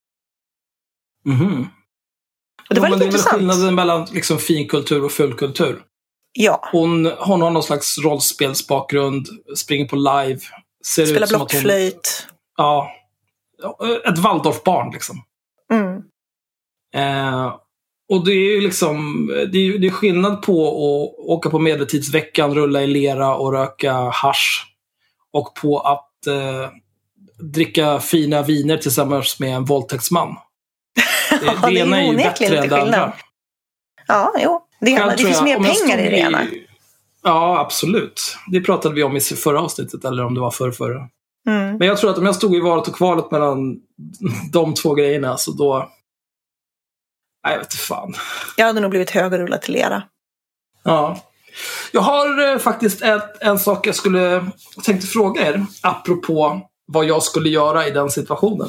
Mhm. Och det var ja, lite men det är intressant. väl skillnaden mellan liksom finkultur och fullkultur. Ja. Hon, hon har någon slags rollspelsbakgrund, springer på live. Ser Spelar ut som att hon, blockflöjt. ja, ett Waldorfbarn liksom. Mm. Eh, och det är ju liksom, det är, det är skillnad på att åka på medeltidsveckan, rulla i lera och röka hasch. Och på att eh, dricka fina viner tillsammans med en våldtäktsman. Det, Ja, det det är ena är ju onekligen bättre än lite det skillnad. andra. Ja, jo. Det, Själv det tror finns jag, mer om jag pengar i stod det ena. Ja, absolut. Det pratade vi om i förra avsnittet, eller om det var förra förra. Mm. Men jag tror att om jag stod i valet och kvalet mellan de två grejerna, så då... Nej, jag vet inte fan. Jag hade nog blivit högerrullat till lera. Ja. Jag har eh, faktiskt ett, en sak jag skulle tänkte fråga er, apropå vad jag skulle göra i den situationen.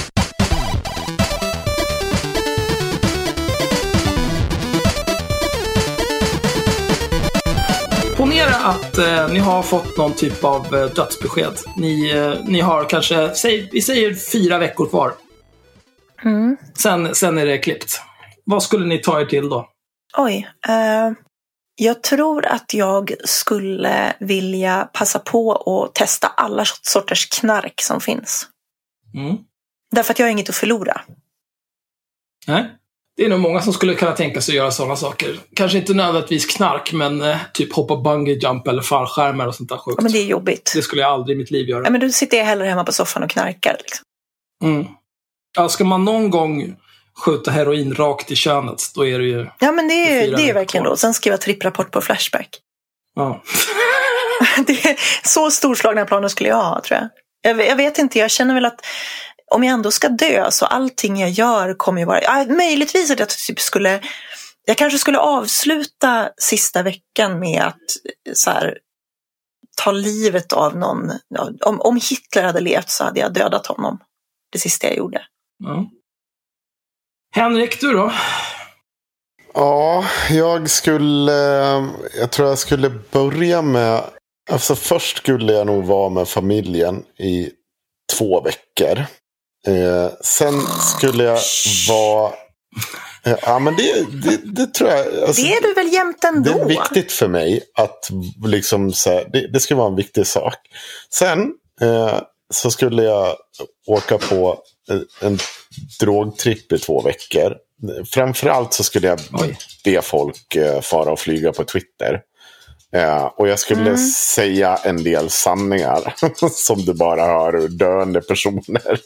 Ponera att eh, ni har fått någon typ av eh, dödsbesked. Ni, eh, ni har kanske, säg, vi säger fyra veckor kvar. Mm. Sen, sen är det klippt. Vad skulle ni ta er till då? Oj. Eh, jag tror att jag skulle vilja passa på att testa alla sorters knark som finns. Mm. Därför att jag har inget att förlora. Nej. Det är nog många som skulle kunna tänka sig att göra sådana saker. Kanske inte nödvändigtvis knark, men eh, typ hoppa bungee jump eller fallskärmar och sånt där sjukt. Ja, men det är jobbigt. Det skulle jag aldrig i mitt liv göra. Ja, men då sitter jag hellre hemma på soffan och knarkar. Liksom. Mm. Ja, ska man någon gång skjuta heroin rakt i könet, då är det ju... Ja, men det är, fyra det är veckor verkligen kvar. då. Sen skriva tripprapport på Flashback. Ja. Det är, så storslagna planer skulle jag ha, tror jag. jag. Jag vet inte, jag känner väl att om jag ändå ska dö så allting jag gör kommer ju vara... Ja, möjligtvis att jag typ skulle... Jag kanske skulle avsluta sista veckan med att så här, ta livet av någon. Om, om Hitler hade levt så hade jag dödat honom. Det sista jag gjorde. Ja. Henrik, du då? Ja, jag skulle... Jag tror jag skulle börja med... Alltså först skulle jag nog vara med familjen i två veckor. Eh, sen skulle jag vara... Eh, ja, men det, det, det tror jag... Alltså, det är du väl jämt ändå? det är viktigt för mig att liksom så här, det, det ska vara en viktig sak. Sen eh, så skulle jag åka på en drogtripp i två veckor. Framförallt så skulle jag Oj. be folk eh, fara och flyga på Twitter. Eh, och jag skulle Mm. säga en del sanningar som du bara hör ur döende personer.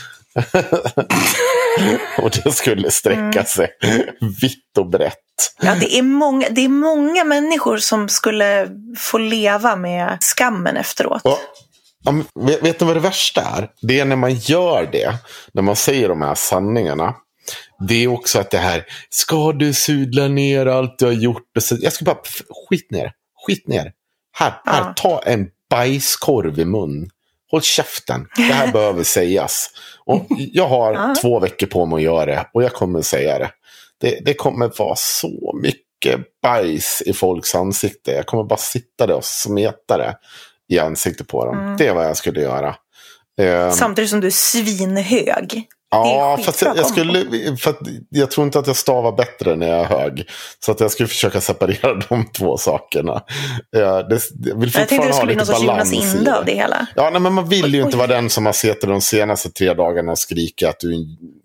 Och det skulle sträcka Mm. sig vitt och brett. Ja, det är många, det är många människor som skulle få leva med skammen efteråt. Och, ja, men vet, vet ni vad det värsta är? Det är när man gör det, när man säger de här sanningarna. Det är också att det här, ska du sudla ner allt du har gjort? Jag ska bara, skit ner, skit ner. Här, här, Ja. ta en bajskorv i mun. Håll käften, det här behöver sägas. Och jag har Ja. två veckor på mig att göra det, och jag kommer säga det. det. Det kommer vara så mycket bajs i folks ansikte. Jag kommer bara sitta där och smeta det i ansiktet på dem. Mm. Det är vad jag skulle göra. Um, Samtidigt som du är svinhög. Ja, Det är fast jag, jag, skulle, för att jag tror inte att jag stavar bättre när jag är hög. Så att jag skulle försöka separera de två sakerna. Jag, det, jag vill Jag tänkte fortfarande det ha skulle bli lite någon sorts balans Jonas i Inde av det. det hela. Ja, nej, men man vill ju Oj. inte vara den som har sett de senaste tre dagarna och skrika att du är en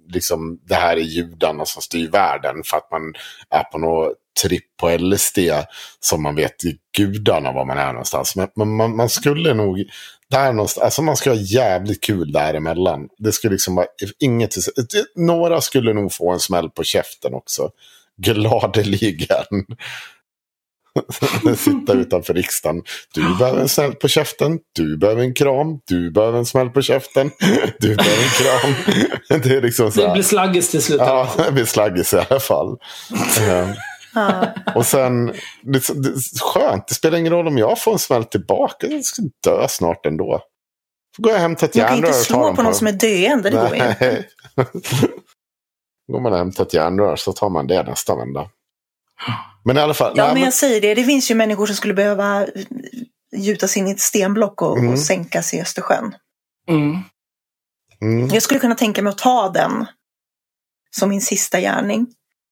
liksom, det här är judarna som styr världen för att man är på något tripp på L S D som man vet i gudarna var man är någonstans. Men man, man, man skulle nog där någonstans, alltså man ska ha jävligt kul däremellan. Det skulle liksom vara inget, några skulle nog få en smäll på käften också. Gladeligen. Sitta utanför riksdagen. Du behöver en smäll på käften. Du behöver en kram. Du behöver en smäll på käften. Du behöver en kram. Det är liksom så här. Det blir slaggis till slut. Ja, det blir slaggis i alla fall. um, och sen det, det, skönt, det spelar ingen roll om jag får en smäll tillbaka. Jag ska dö snart ändå. Får gå hem till ett järnrör. Man kan inte slå på någon som är döende. Det går ju. Går man hem till ett järnrör så tar man det nästa vända. Men i alla fall. Ja, nej, men jag men... säger det. Det finns ju människor som skulle behöva gjutas in i ett stenblock och, mm. och sänkas i Östersjön. Mm. Mm. Jag skulle kunna tänka mig att ta den som min sista gärning.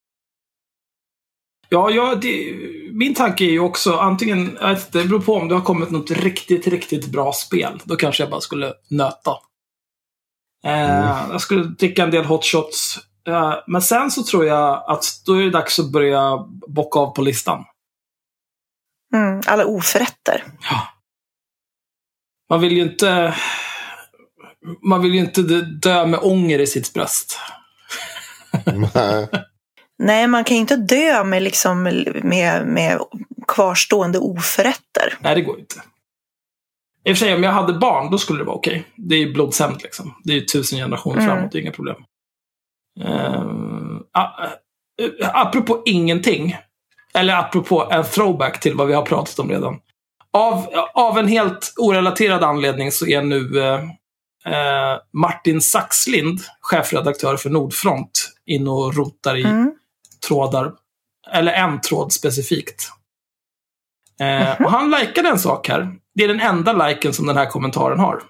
Ja, ja det, min tanke är ju också antingen, det beror på om det har kommit något riktigt, riktigt bra spel. Då kanske jag bara skulle nöta. Mm. Eh, jag skulle dricka en del hotshots. Uh, men sen så tror jag att då är det dags att börja bocka av på listan. Mm, alla oförrätter. Ja. Man vill ju inte man vill ju inte dö med ånger i sitt bröst. Nej. Nej, man kan ju inte dö med, liksom, med, med kvarstående oförrätter. Nej, det går inte. I och för sig, om jag hade barn, då skulle det vara okej. Det är ju blodshämnd liksom. Det är ju tusen generationer mm. framåt, det är inga problem. Uh, uh, uh, apropå ingenting, eller apropå en throwback till vad vi har pratat om redan, av, av en helt orelaterad anledning så är nu uh, uh, Martin Saxlind, chefredaktör för Nordfront, in och rotar i mm. trådar, eller en tråd specifikt. uh, mm-hmm. Och han likade en sak här. Det är den enda liken som den här kommentaren har.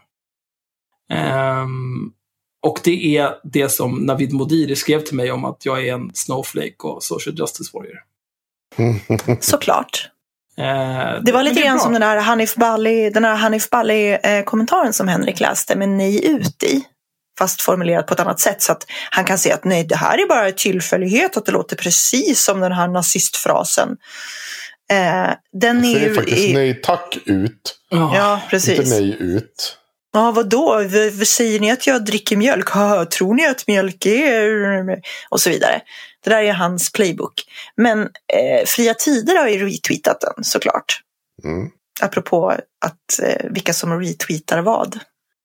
um, Och det är det som Navid Modiri skrev till mig om att jag är en snowflake och social justice warrior. Såklart. Eh, det var lite grann som den här Hanif Bali, den här Hanif Bali-kommentaren som Henrik läste med nej ut i. Fast formulerat på ett annat sätt så att han kan säga att nej, det här är bara en tillfällighet, att det låter precis som den här nazistfrasen. Eh, den är ju faktiskt i... nej tack ut. Ja, precis. Inte nej ut. Ja, vadå? V- v- säger ni att jag dricker mjölk? Ha, tror ni att mjölk är... Och så vidare. Det där är hans playbook. Men eh, Fria Tider har ju retweetat den, såklart. Mm. Apropå att eh, vilka som retweetar vad.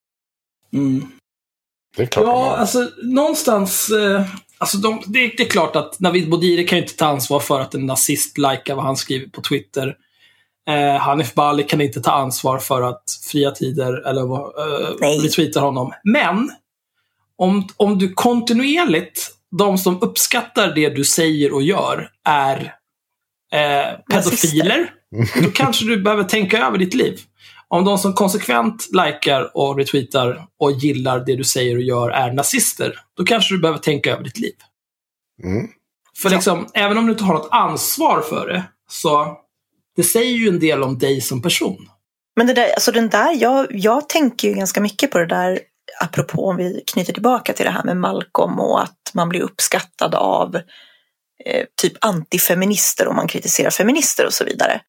Mm. Det är klart. Ja, alltså någonstans... Eh, alltså de, det, det är klart att Navid Modiri kan ju inte ta ansvar för att en nazist likar vad han skriver på Twitter. Eh, Hanif Bali kan inte ta ansvar för att Fria Tider eller eh, retweetar honom. Men om, om du kontinuerligt, de som uppskattar det du säger och gör är eh, pedofiler, då kanske du behöver tänka över ditt liv. Om de som konsekvent likar och retweetar och gillar det du säger och gör är nazister, då kanske du behöver tänka över ditt liv. Mm. För liksom, ja. Även om du inte har något ansvar för det, så det säger ju en del om dig som person. Men det där, alltså den där, jag, jag tänker ju ganska mycket på det där, apropå om vi knyter tillbaka till det här med Malcolm och att man blir uppskattad av eh, typ antifeminister om man kritiserar feminister och så vidare.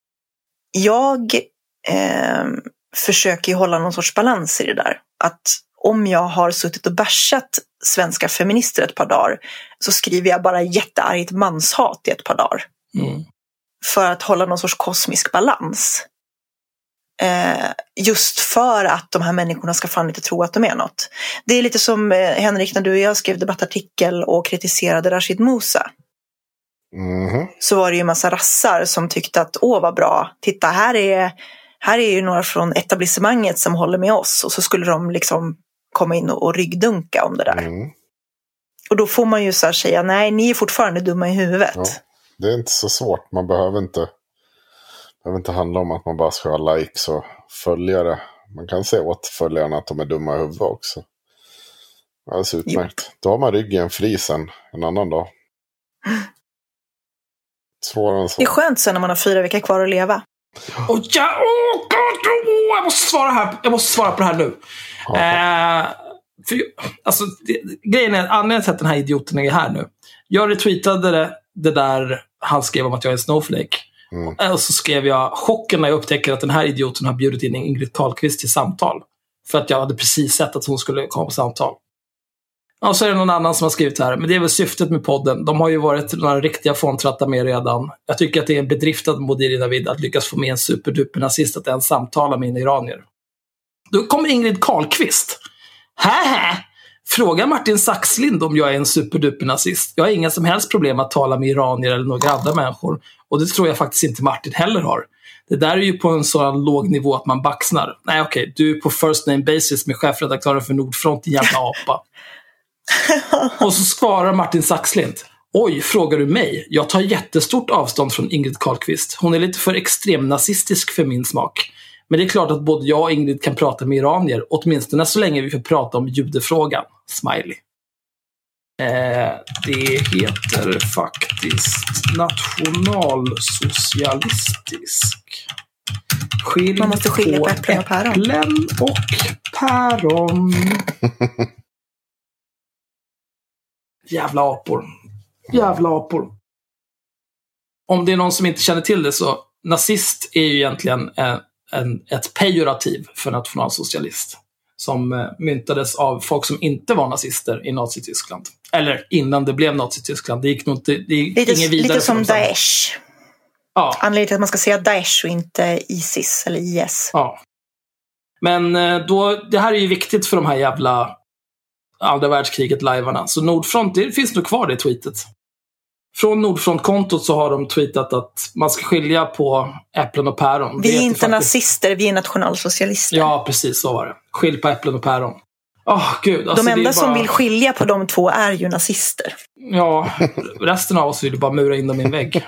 Jag eh, försöker ju hålla någon sorts balans i det där. Att om jag har suttit och bärsat svenska feminister ett par dagar så skriver jag bara jätteargt manshat i ett par dagar. Mm. För att hålla någon sorts kosmisk balans. Eh, just för att de här människorna ska fan inte tro att de är något. Det är lite som eh, Henrik, när du och jag skrev debattartikel och kritiserade Rashid Musa. Mm. Så var det ju en massa rassar som tyckte att åh vad bra, titta här är, här är ju några från etablissemanget som håller med oss. Och så skulle de liksom komma in och, och ryggdunka om det där. Mm. Och då får man ju så här säga, nej ni är fortfarande dumma i huvudet. Ja, det är inte så svårt, man behöver inte Det behöver inte handla om att man bara ska ha likes och följare. Man kan se åt följarna att de är dumma i huvudet också. Alldeles utmärkt. Jo. Då har man ryggen fri sen en annan dag. Svårare än så. Det är skönt sen när man har fyra veckor kvar att leva. Oh, ja, oh, God, oh, jag måste svara här. Jag måste svara på det här nu. Eh, För, alltså, det, grejen är, anledningen till att den här idioten är här nu. Jag retweetade det, det där han skrev om att jag är en snowflake. Mm. Och så skrev jag chocken när jag upptäcker att den här idioten har bjudit in Ingrid Carlqvist till samtal. För att jag hade precis sett att hon skulle komma på samtal. Och så är det någon annan som har skrivit här. Men det är väl syftet med podden. De har ju varit några riktiga fåntratta med redan. Jag tycker att det är en bedriftad Modiri Navid att lyckas få med en superduper nazist att ens samtala med en iranier. Då kommer Ingrid Carlqvist. Hähä! Fråga Martin Saxlind om jag är en superduper nazist. Jag har inga som helst problem att tala med iranier eller några andra människor. Och det tror jag faktiskt inte Martin heller har. Det där är ju på en sådan låg nivå att man baxnar. Nej okej, okay, du är på first name basis med chefredaktören för Nordfront, jävla apa. Och så svarar Martin Saxlind. Oj, frågar du mig? Jag tar jättestort avstånd från Ingrid Carlqvist. Hon är lite för extrem nazistisk för min smak. Men det är klart att både jag och Ingrid kan prata med iranier, åtminstone så länge vi får prata om judefrågan. Smiley. Eh, det heter faktiskt nationalsocialistisk. Skilj Man måste skilja på äpplen och päron. Äpplen och päron. Jävla apor. Jävla apor. Om det är någon som inte känner till det så nazist är ju egentligen en, en, ett pejorativ för nationalsocialist. Som eh, myntades av folk som inte var nazister i Nazityskland. Eller innan det blev Nazityskland. Det gick nog inte, det gick lite, ingen vidare. Lite som Daesh. Ja. Anledningen till att man ska säga Daesh och inte ISIS eller I S. Ja. Men eh, då, det här är ju viktigt för de här jävla andra världskriget-livarna. Så Nordfront, det finns nog kvar det tweetet. Från Nordfront-kontot så har de tweetat att man ska skilja på äpplen och päron. Vi är inte faktiskt nazister, vi är nationalsocialister. Ja, precis så var det. Skilj på äpplen och päron. Oh, Gud, alltså de enda bara... som vill skilja på de två är ju nazister. Ja, resten av oss vill bara mura in dem i en vägg.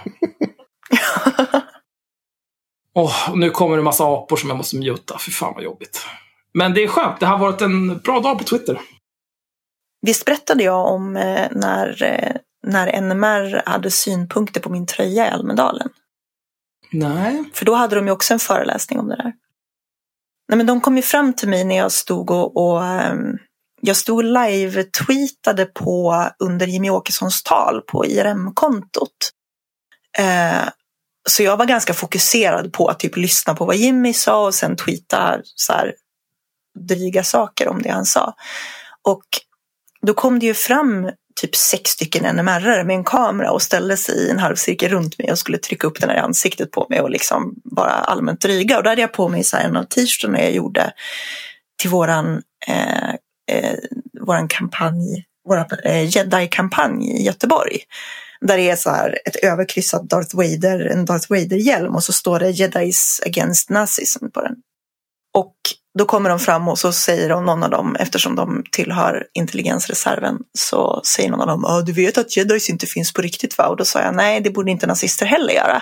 Oh, nu kommer det en massa apor som jag måste muta. Fy fan vad jobbigt. Men det är skönt, det har varit en bra dag på Twitter. Visst berättade jag om eh, när, eh, när N M R hade synpunkter på min tröja i Almedalen? Nej. För då hade de ju också en föreläsning om det där. Nej, men de kom ju fram till mig när jag stod och, och um, jag stod live-tweetade på under Jimmy Åkessons tal på I R M-kontot. Uh, så jag var ganska fokuserad på att typ lyssna på vad Jimmy sa och sen tweeta så här dryga saker om det han sa. Och då kom det ju fram typ sex stycken N M R-are med en kamera och ställde sig i en halvcirkel runt mig och skulle trycka upp den här i ansiktet på mig och liksom bara allmänt dryga. Och då hade jag på mig så här en av t-shirtarna jag gjorde till våran, eh, eh, våran kampanj, våran eh, Jedi-kampanj i Göteborg. Där det är så här ett överkryssat Darth Vader, en Darth Vader-hjälm och så står det Jedis against Nazism på den. Och då kommer de fram och så säger de, någon av dem, eftersom de tillhör intelligensreserven, så säger någon av dem, ah, du vet att jedis inte finns på riktigt va? Och då sa jag, nej det borde inte nazister heller göra.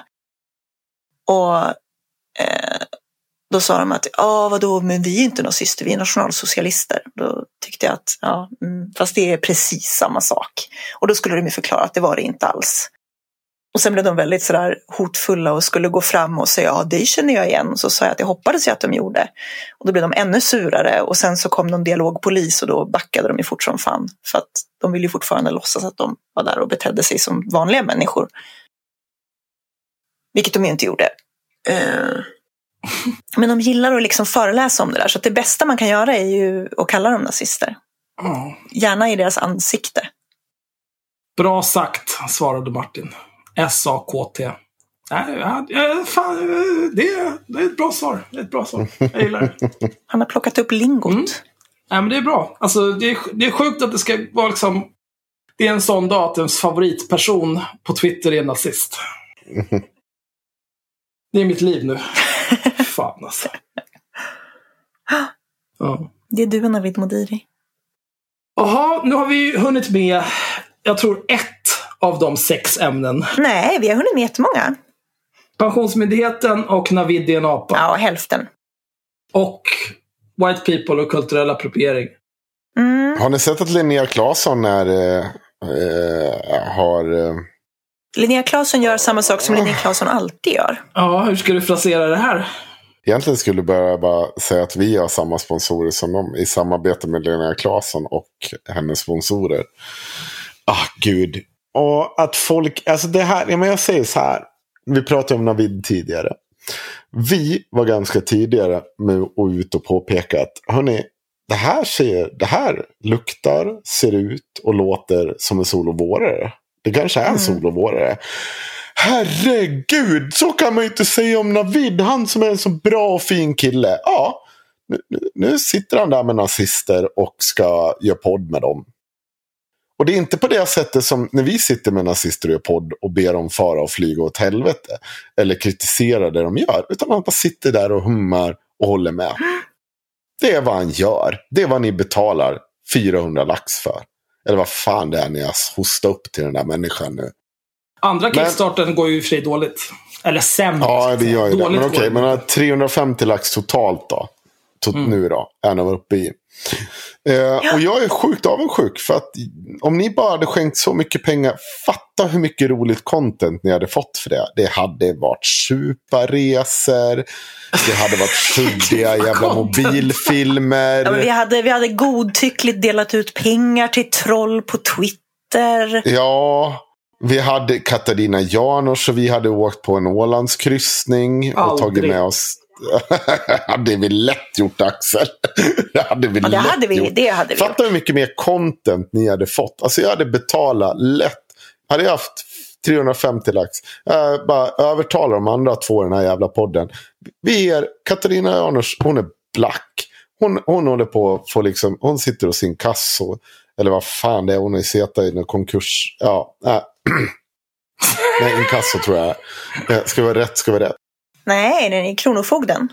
Och eh, då sa de att, ja ah, vadå, men vi är inte nazister, vi är nationalsocialister. Då tyckte jag att, ja, mm, fast det är precis samma sak. Och då skulle de ju förklara att det var det inte alls. Och sen blev de väldigt sådär hotfulla och skulle gå fram och säga, ja det känner jag igen. Och så sa jag att jag hoppades ju att de gjorde. Och då blev de ännu surare och sen så kom de dialogpolis och då backade de ju fort som fan. För att de ville ju fortfarande låtsas att de var där och betedde sig som vanliga människor. Vilket de ju inte gjorde. Uh. Men de gillar att liksom föreläsa om det där. Så att det bästa man kan göra är ju att kalla dem nazister. Mm. Gärna i deras ansikte. Bra sagt, svarade Martin. S A K T. Nej, ja, fan, det, det är ett bra svar. Det är ett bra svar. Jag gillar det. Han har plockat upp lingot. Mm. Nej, men det är bra. Alltså, det, är, det är sjukt att det ska vara liksom... Det är en sån dag att ens favoritperson på Twitter är en nazist. Det är mitt liv nu. Fan alltså. Ja. Det är du och Navid Modiri. Jaha, nu har vi hunnit med, jag tror ett av de sex ämnen. Nej, vi har hunnit med jättemånga. Pensionsmyndigheten och Navid är en apa. Ja, hälften. Och white people och kulturell appropriering. Mm. Har ni sett att Linnea Claesson är, äh, äh, har... Äh... Linnea Claesson gör samma sak som Linnea Claesson alltid gör. Ja, hur ska du frasera det här? Egentligen skulle jag börja bara säga att vi har samma sponsorer som dem i samarbete med Linnea Claesson och hennes sponsorer. Ah, gud. Och att folk, alltså det här, ja, men jag säger så här. Vi pratade om Navid tidigare. Vi var ganska tidigare med att gå ut och påpeka att hörni, det här ser, det här luktar, ser ut och låter som en solovårare. Det kanske är en mm. solovårare. Herregud, så kan man ju inte säga om Navid, han som är en så bra och fin kille. Ja, nu, nu sitter han där med nazister och ska göra podd med dem. Och det är inte på det sättet som när vi sitter med nazister och gör podd och ber dem fara och flyga åt helvete. Eller kritisera det de gör. Utan man bara sitter där och hummar och håller med. Det är vad han gör. Det är vad ni betalar fyrahundra lax för. Eller vad fan det är ni har hostat upp till den där människan nu. Andra Kickstarten men, går ju i för dåligt. Eller sämre. Ja, det gör ju det. Men okej, okay, men trehundrafemtio lax totalt då. Tot, mm. Nu då. Är han uppe i. Eh, ja. Och jag är sjukt avundsjuk. För att om ni bara hade skänkt så mycket pengar. Fatta hur mycket roligt content ni hade fått för det. Det hade varit superresor. Det hade varit suddiga jävla mobilfilmer. Ja, men vi, hade, vi hade godtyckligt delat ut pengar till troll på Twitter. Ja. Vi hade Katarina Janouch och vi hade åkt på en Ålandskryssning och Aldrig. tagit med oss. hade vi lätt gjort, Axel. det hade vi ja, det lätt hade vi, gjort. Det hade vi. Fatta hur mycket mer content ni hade fått. Alltså jag hade betalat lätt. Hade jag haft trehundrafemtio lax. Jag bara övertalar de andra två i den här jävla podden. Vi är Katarina Janouch, hon är black. Hon, hon håller på att få liksom, hon sitter hos sin kasso. Eller vad fan det är, hon är seta i en konkurs. Ja, äh. Nej, en kasso tror jag. Ska vara rätt, ska vara rätt. Nej, den är Kronofogden.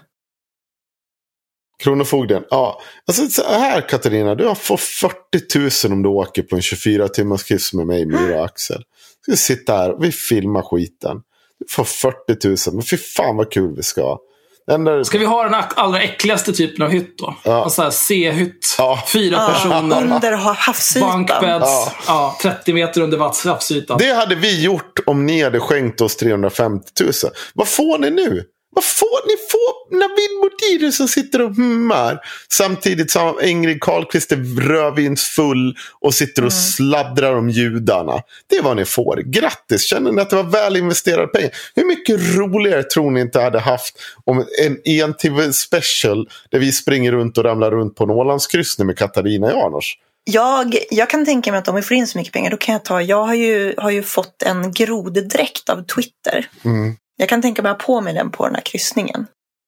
Kronofogden, ja. Alltså så här Katarina, du har fått fyrtio tusen om du åker på en tjugofyra timmars kiss med mig, Myra och Axel. Vi sitter här och vi filmar skiten. Du får fyrtio tusen, men fy fan vad kul vi ska. Där... Ska vi ha den allra äckligaste typen av hytt då? Ja. Alltså här C-hytt, ja. fyra ja. personer. Under havsytan. Bankbädds, ja. ja, trettio meter under havsytan. Det hade vi gjort om ni hade skänkt oss trehundrafemtio tusen. Vad får ni nu? Vad får ni? Får Navid Modiri som sitter och hummar samtidigt som Ingrid Carlqvist är rödvinsfull och sitter och mm. sladdrar om judarna. Det är vad ni får. Grattis, känner ni att det var väl investerade pengar? Hur mycket roligare tror ni inte hade haft om en en tv special där vi springer runt och ramlar runt på en Ålandskryssning med Katarina Janouch? Jag, jag kan tänka mig att om vi får in så mycket pengar, då kan jag ta, jag har ju, har ju fått en groddräkt av Twitter. Mm. Jag kan tänka mig på mig den på den här kryssningen.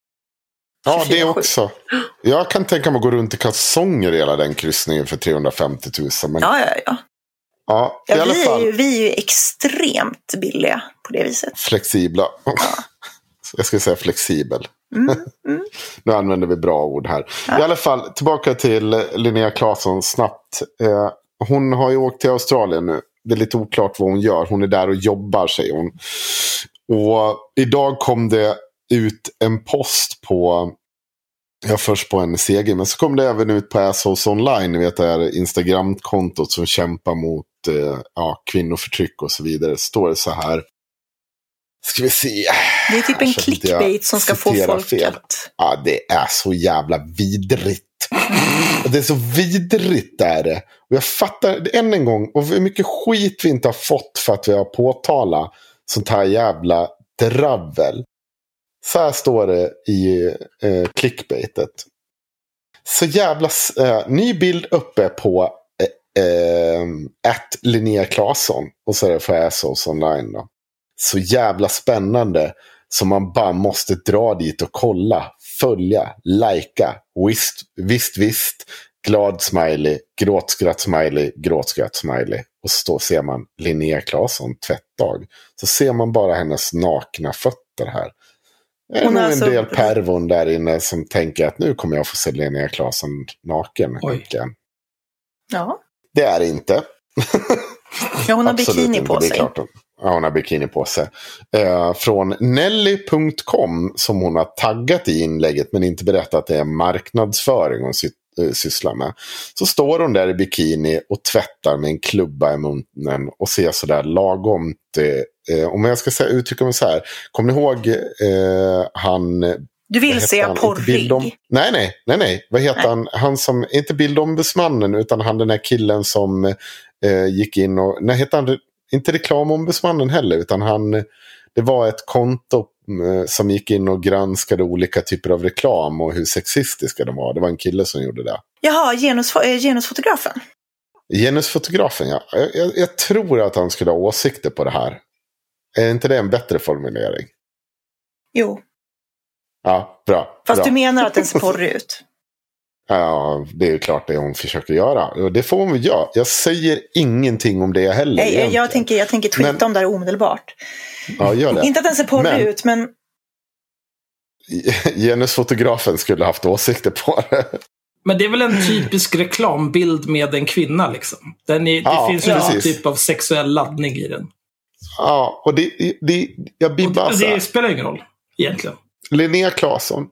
Ja, det också. Jag kan tänka mig att gå runt i kalsonger i hela den kryssningen för trehundrafemtio tusen. Men... Ja, ja, ja. Ja, ja i alla vi, fall... är ju, vi är ju extremt billiga på det viset. Flexibla. Ja. Jag skulle säga flexibel. Mm, mm. Nu använder vi bra ord här. Ja. I alla fall, tillbaka till Linnea Claesson snabbt. Eh, hon har ju åkt till Australien nu. Det är lite oklart vad hon gör. Hon är där och jobbar, säger hon. Och idag kom det ut en post på, ja först på en C G, men så kom det även ut på Assholes Online, ni vet det här Instagram-kontot som kämpar mot eh, ja, kvinnoförtryck och så vidare. Står det så här. Ska vi se. Det är typ en clickbait som ska få folk fel. Att... Ja, det är så jävla vidrigt. Det är så vidrigt är det. Och jag fattar än en gång, och hur mycket skit vi inte har fått för att vi har påtalat sånt här jävla dravel. Så här står det i eh, clickbaitet. Så jävla eh, ny bild uppe på eh, at Linnea Claesson. Och så är det för Assholes Online då. Så jävla spännande. Så man bara måste dra dit och kolla. Följa, lajka. Visst, visst, visst. Glad smiley, gråtskratt smiley, gråtskratt smiley. Och så ser man Linnea Claesson tvättdag. Så ser man bara hennes nakna fötter här. Det är nog en alltså... del pervon där inne som tänker att nu kommer jag få se Linnea Claesson naken. Ja. Det är det inte. Ja, hon har bikini på sig. Ja, hon har bikini på sig. Eh, från Nelly punkt com som hon har taggat i inlägget men inte berättat att det är marknadsföring hon sy- äh, sysslar med. Så står hon där i bikini och tvättar med en klubba i munnen och ser sådär lagomt. Eh, om jag ska säga, uttrycka mig så här. Kommer ni ihåg eh, han... Du vill se porrig? Bildom... Nej, nej, nej, nej. Vad heter nej. han? Han som, inte bildombudsmannen, utan han den här killen som eh, gick in och, nej, heter han, inte reklamombudsmannen heller, utan han, det var ett konto eh, som gick in och granskade olika typer av reklam och hur sexistiska de var. Det var en kille som gjorde det. Jaha, genus, eh, genusfotografen? Genusfotografen, ja. Jag, jag, jag tror att han skulle ha åsikter på det här. Är inte det en bättre formulering? Jo. Ja, bra. Fast bra. Du menar att den ser porrig ut? Ja, det är ju klart det hon försöker göra. Det får hon väl göra. Jag säger ingenting om det heller. Nej, jag, jag, tänker, jag tänker tweeta men... om det här omedelbart. Ja, gör det. Inte att den ser porrig men... ut, men... Genusfotografen skulle haft åsikter på det. Men det är väl en typisk reklambild med en kvinna liksom. Den är, det ja, finns ju en typ av sexuell laddning i den. Ja, och det, det jag blir bara det, det spelar ingen roll egentligen. Linnea Claesson,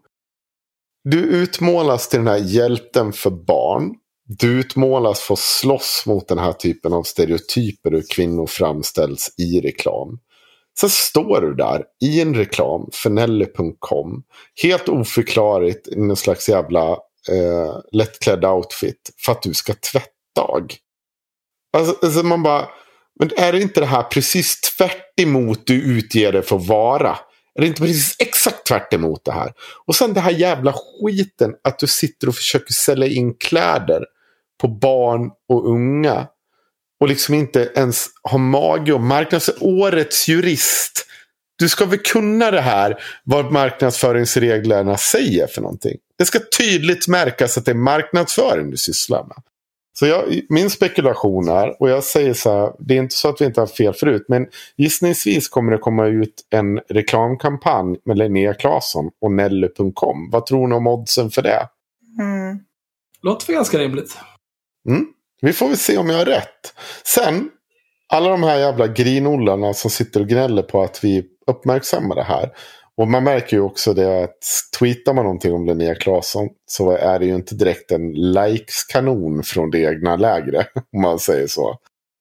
du utmålas till den här hjälten för barn. Du utmålas för att slåss mot den här typen av stereotyper hur kvinnor framställs i reklam. Så står du där i en reklam för Nelly punkt com, helt oförklarligt i en slags jävla eh, lättklädd outfit för att du ska tvättdag. Alltså, alltså man bara, men är det inte det här precis tvärt emot du utger det för att vara? Är det inte precis exakt tvärt emot det här? Och sen det här jävla skiten att du sitter och försöker sälja in kläder på barn och unga och liksom inte ens ha mage och marknads årets jurist. Du ska väl kunna det här vad marknadsföringsreglerna säger för någonting. Det ska tydligt märkas att det är marknadsföring du sysslar med. Så jag, min spekulation är, och jag säger så här, det är inte så att vi inte har fel förut, men gissningsvis kommer det komma ut en reklamkampanj med Linnea Claesson och Nelly punkt com. Vad tror ni om oddsen för det? Mm. Låter för ganska rimligt. Mm. Vi får väl se om jag har rätt. Sen, alla de här jävla grinollarna som sitter och gnäller på att vi uppmärksammar det här. Och man märker ju också det att tweetar man någonting om Linnea Claesson så är det ju inte direkt en likes-kanon från det egna lägre, om man säger så.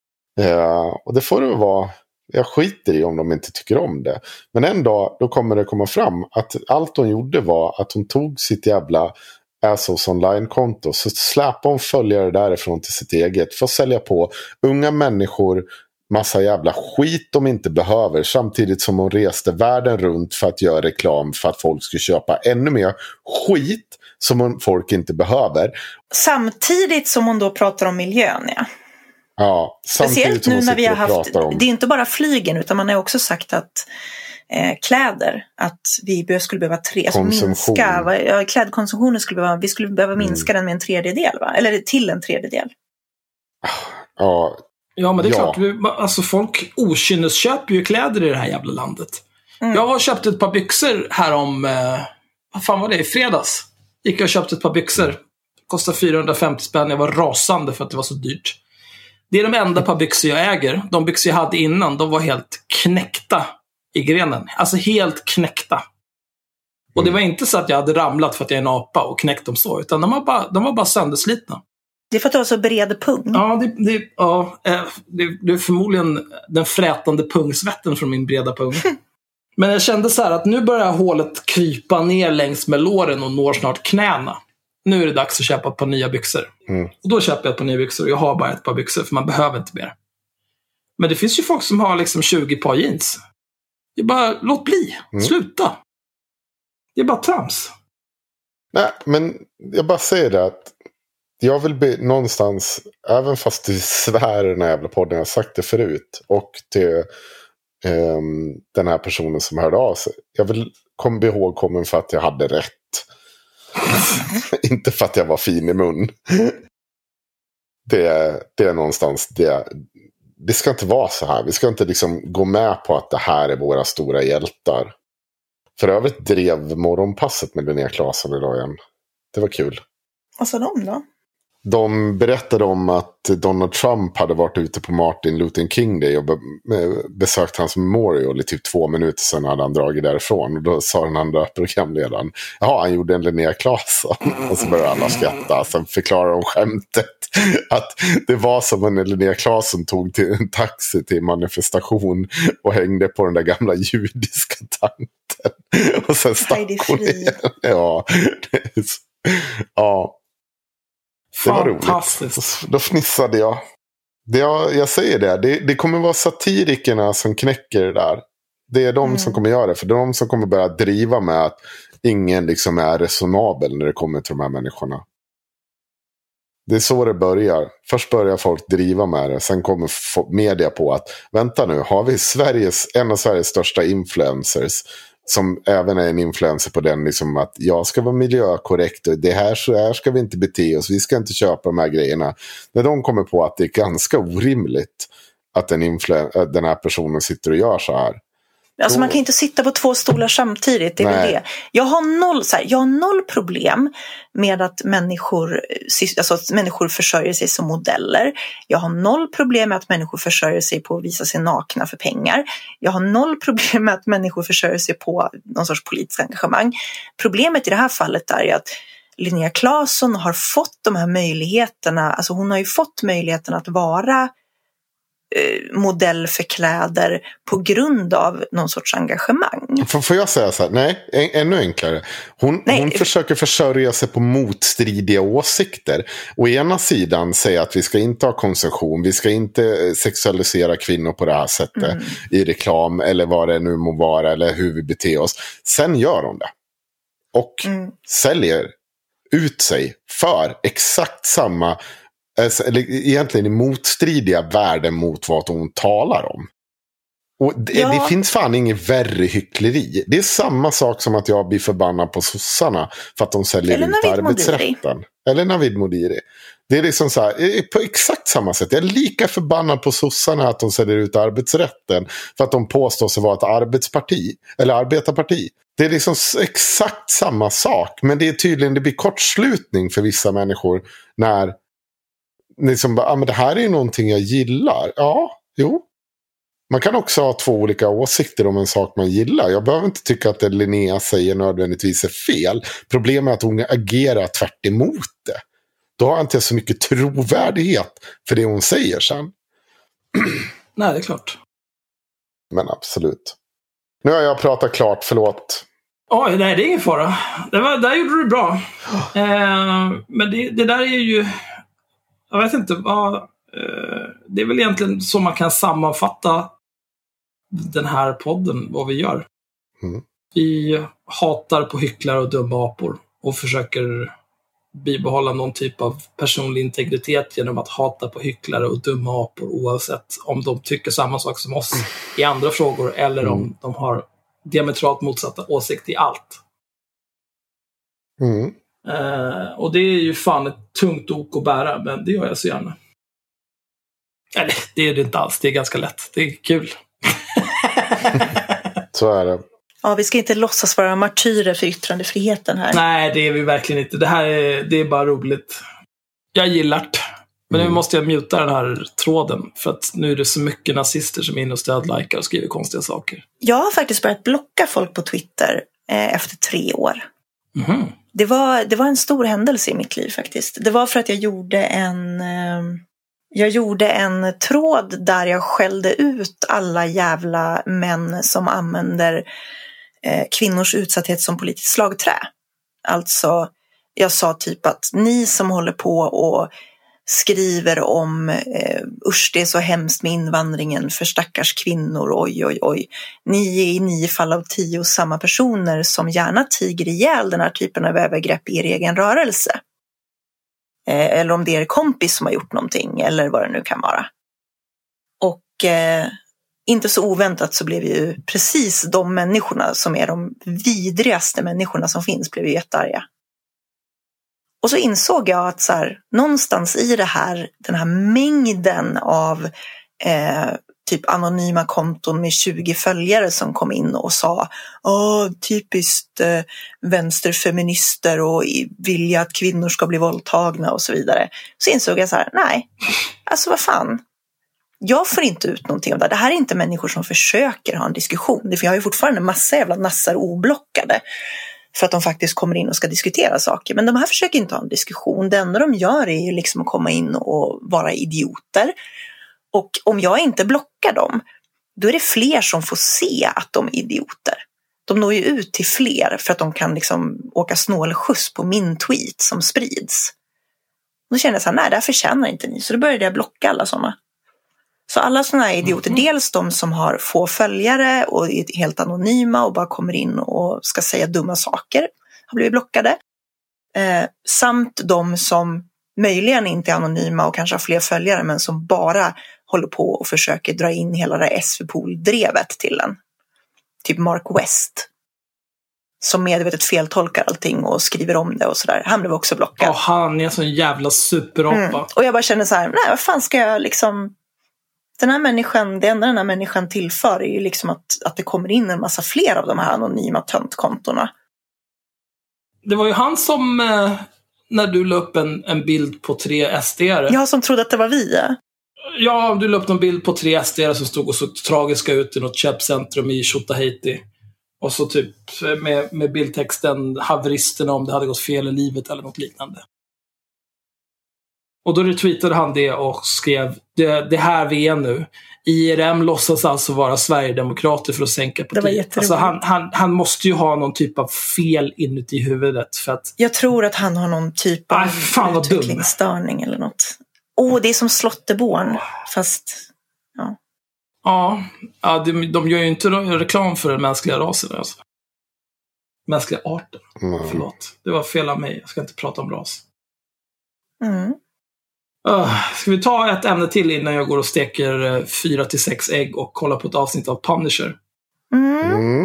Uh, och det får det vara, jag skiter i om de inte tycker om det. Men en dag då kommer det komma fram att allt hon gjorde var att hon tog sitt jävla Assos online-konto så släpade hon följare därifrån till sitt eget för att sälja på unga människor massa jävla skit de inte behöver, samtidigt som hon reste världen runt för att göra reklam för att folk ska köpa ännu mer skit som folk inte behöver. Samtidigt som hon då pratar om miljön, ja. Ja, speciellt nu när vi har haft, om... det är inte bara flygen utan man har också sagt att eh, kläder, att vi skulle behöva tre, alltså minska, va, ja, klädkonsumtionen skulle behöva, vi skulle behöva minska mm. den med en tredjedel, va? Eller till en tredjedel. Ja. Ja, men det är ja. klart, alltså folk okynnesköper ju kläder i det här jävla landet. Mm. Jag har köpt ett par byxor här om, eh, vad fan var det, i fredags. Gick jag och köpte ett par byxor. Kostade fyrahundrafemtio spänn, jag var rasande för att det var så dyrt. Det är de enda par byxor jag äger. De byxor jag hade innan, de var helt knäckta i grenen. Alltså helt knäckta. Och det var inte så att jag hade ramlat för att jag är en apa och knäckt dem så, utan de var bara, de var bara sönderslitna. Det är för att du har så bred pung. Ja, det, det, ja det, det är förmodligen den frätande pungsvetten från min breda pung. Men jag kände så här att nu börjar hålet krypa ner längs med låren och når snart knäna. Nu är det dags att köpa ett par nya byxor. Mm. Och då köper jag ett par nya byxor och jag har bara ett par byxor för man behöver inte mer. Men det finns ju folk som har liksom tjugo par jeans. Det är bara, låt bli. Mm. Sluta. Det är bara trams. Nej, men jag bara säger det att jag vill be någonstans, även fast du svär i den här jävla podden, jag har sagt det förut, och till um, den här personen som hörde av sig. Jag vill komma ihåg kommen för att jag hade rätt. Inte för att jag var fin i mun. det, det är någonstans, det, det ska inte vara så här. Vi ska inte liksom gå med på att det här är våra stora hjältar. För övrigt drev morgonpasset med Linnea Claesson idag igen. Det var kul. Vad sa de då? De berättade om att Donald Trump hade varit ute på Martin Luther King Day och besökt hans memorial i typ två minuter sedan hade han dragit därifrån. Och då sa den andra programledaren, jaha, han gjorde en Linnea Claesson. Och så började alla skratta. Sen förklarade de skämtet att det var som en Linnea Claesson tog till en taxi till manifestation och hängde på den där gamla judiska tanten. Och sen stack hon igen. Ja, ja. Det var roligt. Då fnissade jag. Det jag, jag säger det, det, det kommer vara satirikerna som knäcker det där. Det är de mm. som kommer göra det. För det är de som kommer börja driva med att ingen liksom är resonabel när det kommer till de här människorna. Det är så det börjar. Först börjar folk driva med det. Sen kommer media på att vänta nu, har vi Sveriges, en av Sveriges största influencers som även är en influencer på den liksom att jag ska vara miljökorrekt och det här, så här ska vi inte bete oss, vi ska inte köpa de här grejerna. När de kommer på att det är ganska orimligt att en influ- den här personen sitter och gör så här. Alltså man kan inte sitta på två stolar samtidigt, det är väl det. Jag har noll, så här, jag har noll problem med att människor, alltså att människor försörjer sig som modeller. Jag har noll problem med att människor försörjer sig på att visa sig nakna för pengar. Jag har noll problem med att människor försörjer sig på någon sorts politisk engagemang. Problemet i det här fallet är att Linnea Claesson har fått de här möjligheterna, alltså hon har ju fått möjligheten att vara modell för kläder på grund av någon sorts engagemang. Får, får jag säga så här? Nej, en, ännu enklare. Hon, hon försöker försörja sig på motstridiga åsikter. Å ena sidan säger att vi ska inte ha konsumtion, vi ska inte sexualisera kvinnor på det här sättet mm. i reklam eller vad det nu må vara eller hur vi beter oss. Sen gör hon det. Och mm. säljer ut sig för exakt samma, eller egentligen i motstridiga värden mot vad hon talar om. Och det, ja. det finns fan inget värre hyckleri. Det är samma sak som att jag blir förbannad på sossarna för att de säljer eller ut arbetsrätten. Modiri. Eller Navid Modiri. Det är liksom så här, på exakt samma sätt. Jag är lika förbannad på sossarna att de säljer ut arbetsrätten för att de påstår sig vara ett arbetsparti eller arbetarparti. Det är liksom exakt samma sak. Men det är tydligen, det blir kortslutning för vissa människor när liksom, ah, men det här är ju någonting jag gillar. Ja, jo. Man kan också ha två olika åsikter om en sak man gillar. Jag behöver inte tycka att det Linnea säger nödvändigtvis är fel. Problemet är att hon agerar tvärt emot det. Då har jag inte så mycket trovärdighet för det hon säger sen. Nej, det är klart. Men absolut. Nu har jag pratat klart, förlåt. Oj, nej, det är ingen fara. Det var, där gjorde du bra. eh, men det, det där är ju... Jag vet inte vad... Eh, det är väl egentligen så man kan sammanfatta den här podden, vad vi gör. Mm. Vi hatar på hycklare och dumma apor och försöker bibehålla någon typ av personlig integritet genom att hata på hycklare och dumma apor oavsett om de tycker samma sak som oss mm. i andra frågor eller mm. om de har diametralt motsatta åsikter i allt. Mm. Uh, och det är ju fan ett tungt ok att bära, men det gör jag så gärna. Eller, det är det inte alls, det är ganska lätt. Det är kul. Så är det. Ja, vi ska inte låtsas vara martyrer för yttrandefriheten här. Nej, det är vi verkligen inte. Det här är, det är bara roligt. Jag gillar det. Men mm. nu måste jag muta den här tråden. För att nu är det så mycket nazister som är inne och stödlikar och skriver konstiga saker. Jag har faktiskt börjat blocka folk på Twitter eh, efter tre år. Mm. Det var, det var en stor händelse i mitt liv faktiskt. Det var för att jag gjorde en... Eh, jag gjorde en tråd där jag skällde ut alla jävla män som använder eh, kvinnors utsatthet som politiskt slagträ. Alltså, jag sa typ att ni som håller på och skriver om eh, usch, det är så hemskt med invandringen för stackars kvinnor, oj oj oj. Ni är i nio fall av tio samma personer som gärna tiger ihjäl den här typen av övergrepp i er egen rörelse. Eh, eller om det är er kompis som har gjort någonting, eller vad det nu kan vara. Och eh, inte så oväntat så blev ju precis de människorna som är de vidrigaste människorna som finns blev ju jättearga. Och så insåg jag att så här, någonstans i det här, den här mängden av eh, typ anonyma konton med tjugo följare som kom in och sa åh, typiskt eh, vänsterfeminister och vilja att kvinnor ska bli våldtagna och så vidare. Så insåg jag så här, nej, alltså vad fan. Jag får inte ut någonting av det. Det här är inte människor som försöker ha en diskussion. För jag har ju fortfarande en massa jävla nassar oblockade. För att de faktiskt kommer in och ska diskutera saker. Men de här försöker inte ha en diskussion. Det enda de gör är ju liksom att komma in och vara idioter. Och om jag inte blockar dem, då är det fler som får se att de är idioter. De når ju ut till fler för att de kan liksom åka snålskjuts på min tweet som sprids. Då känner jag så här, nej, det här förtjänar inte ni. Så då började jag blocka alla sådana. Så alla sådana här idioter, mm. dels de som har få följare och är helt anonyma och bara kommer in och ska säga dumma saker, har blivit blockade. Eh, samt de som möjligen inte är anonyma och kanske har fler följare, men som bara håller på och försöker dra in hela det här S V-pool-drevet till en. Typ Mark West. Som medvetet feltolkar allting och skriver om det och sådär. Han blev också blockad. Ja, han är en sån jävla superapa. Mm. Och jag bara känner så här, nej, vad fan ska jag liksom... Den här människan, det enda den här människan tillför är ju liksom att, att det kommer in en massa fler av de här anonyma töntkontorna. Det var ju han som, eh, när du la upp en, en bild på tre S D-are. Ja, som trodde att det var vi. Ja, ja du la upp en bild på tre S D-are som stod och så tragiska ut i något köpcentrum i Tjotahejti. Och så typ med, med bildtexten haveristerna om det hade gått fel i livet eller något liknande. Och då retweetade han det och skrev det, det här vi är nu. I R M låtsas alltså vara Sverigedemokrater för att sänka partiet. Det var jätteroligt. Alltså han, han, han måste ju ha någon typ av fel inuti huvudet. För att... Jag tror att han har någon typ av Aj, utvecklingsstörning eller något. Åh, oh, det är som Slotterborn. Oh. Fast, ja. Ja, ja de, de gör ju inte reklam för den mänskliga rasen. Alltså. Mänskliga arten. Mm. Förlåt, det var fel av mig. Jag ska inte prata om ras. Mm. Uh, ska vi ta ett ämne till innan jag går och steker uh, fyra till sex ägg och kollar på ett avsnitt av Punisher? Mm. Mm.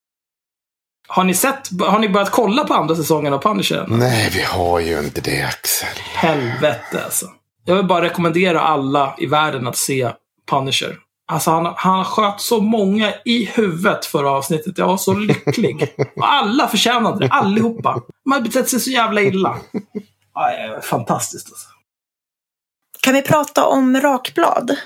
Har ni sett, har ni börjat kolla på andra säsongen av Punisher? Nej, vi har ju inte det, Axel. Helvete alltså. Jag vill bara rekommendera alla i världen att se Punisher. Alltså han, han sköt så många i huvudet förra avsnittet. Jag var så lycklig. Och alla förtjänade det, allihopa. Man har betett sig så jävla illa. Aj, fantastiskt alltså. Kan vi prata om rakblad?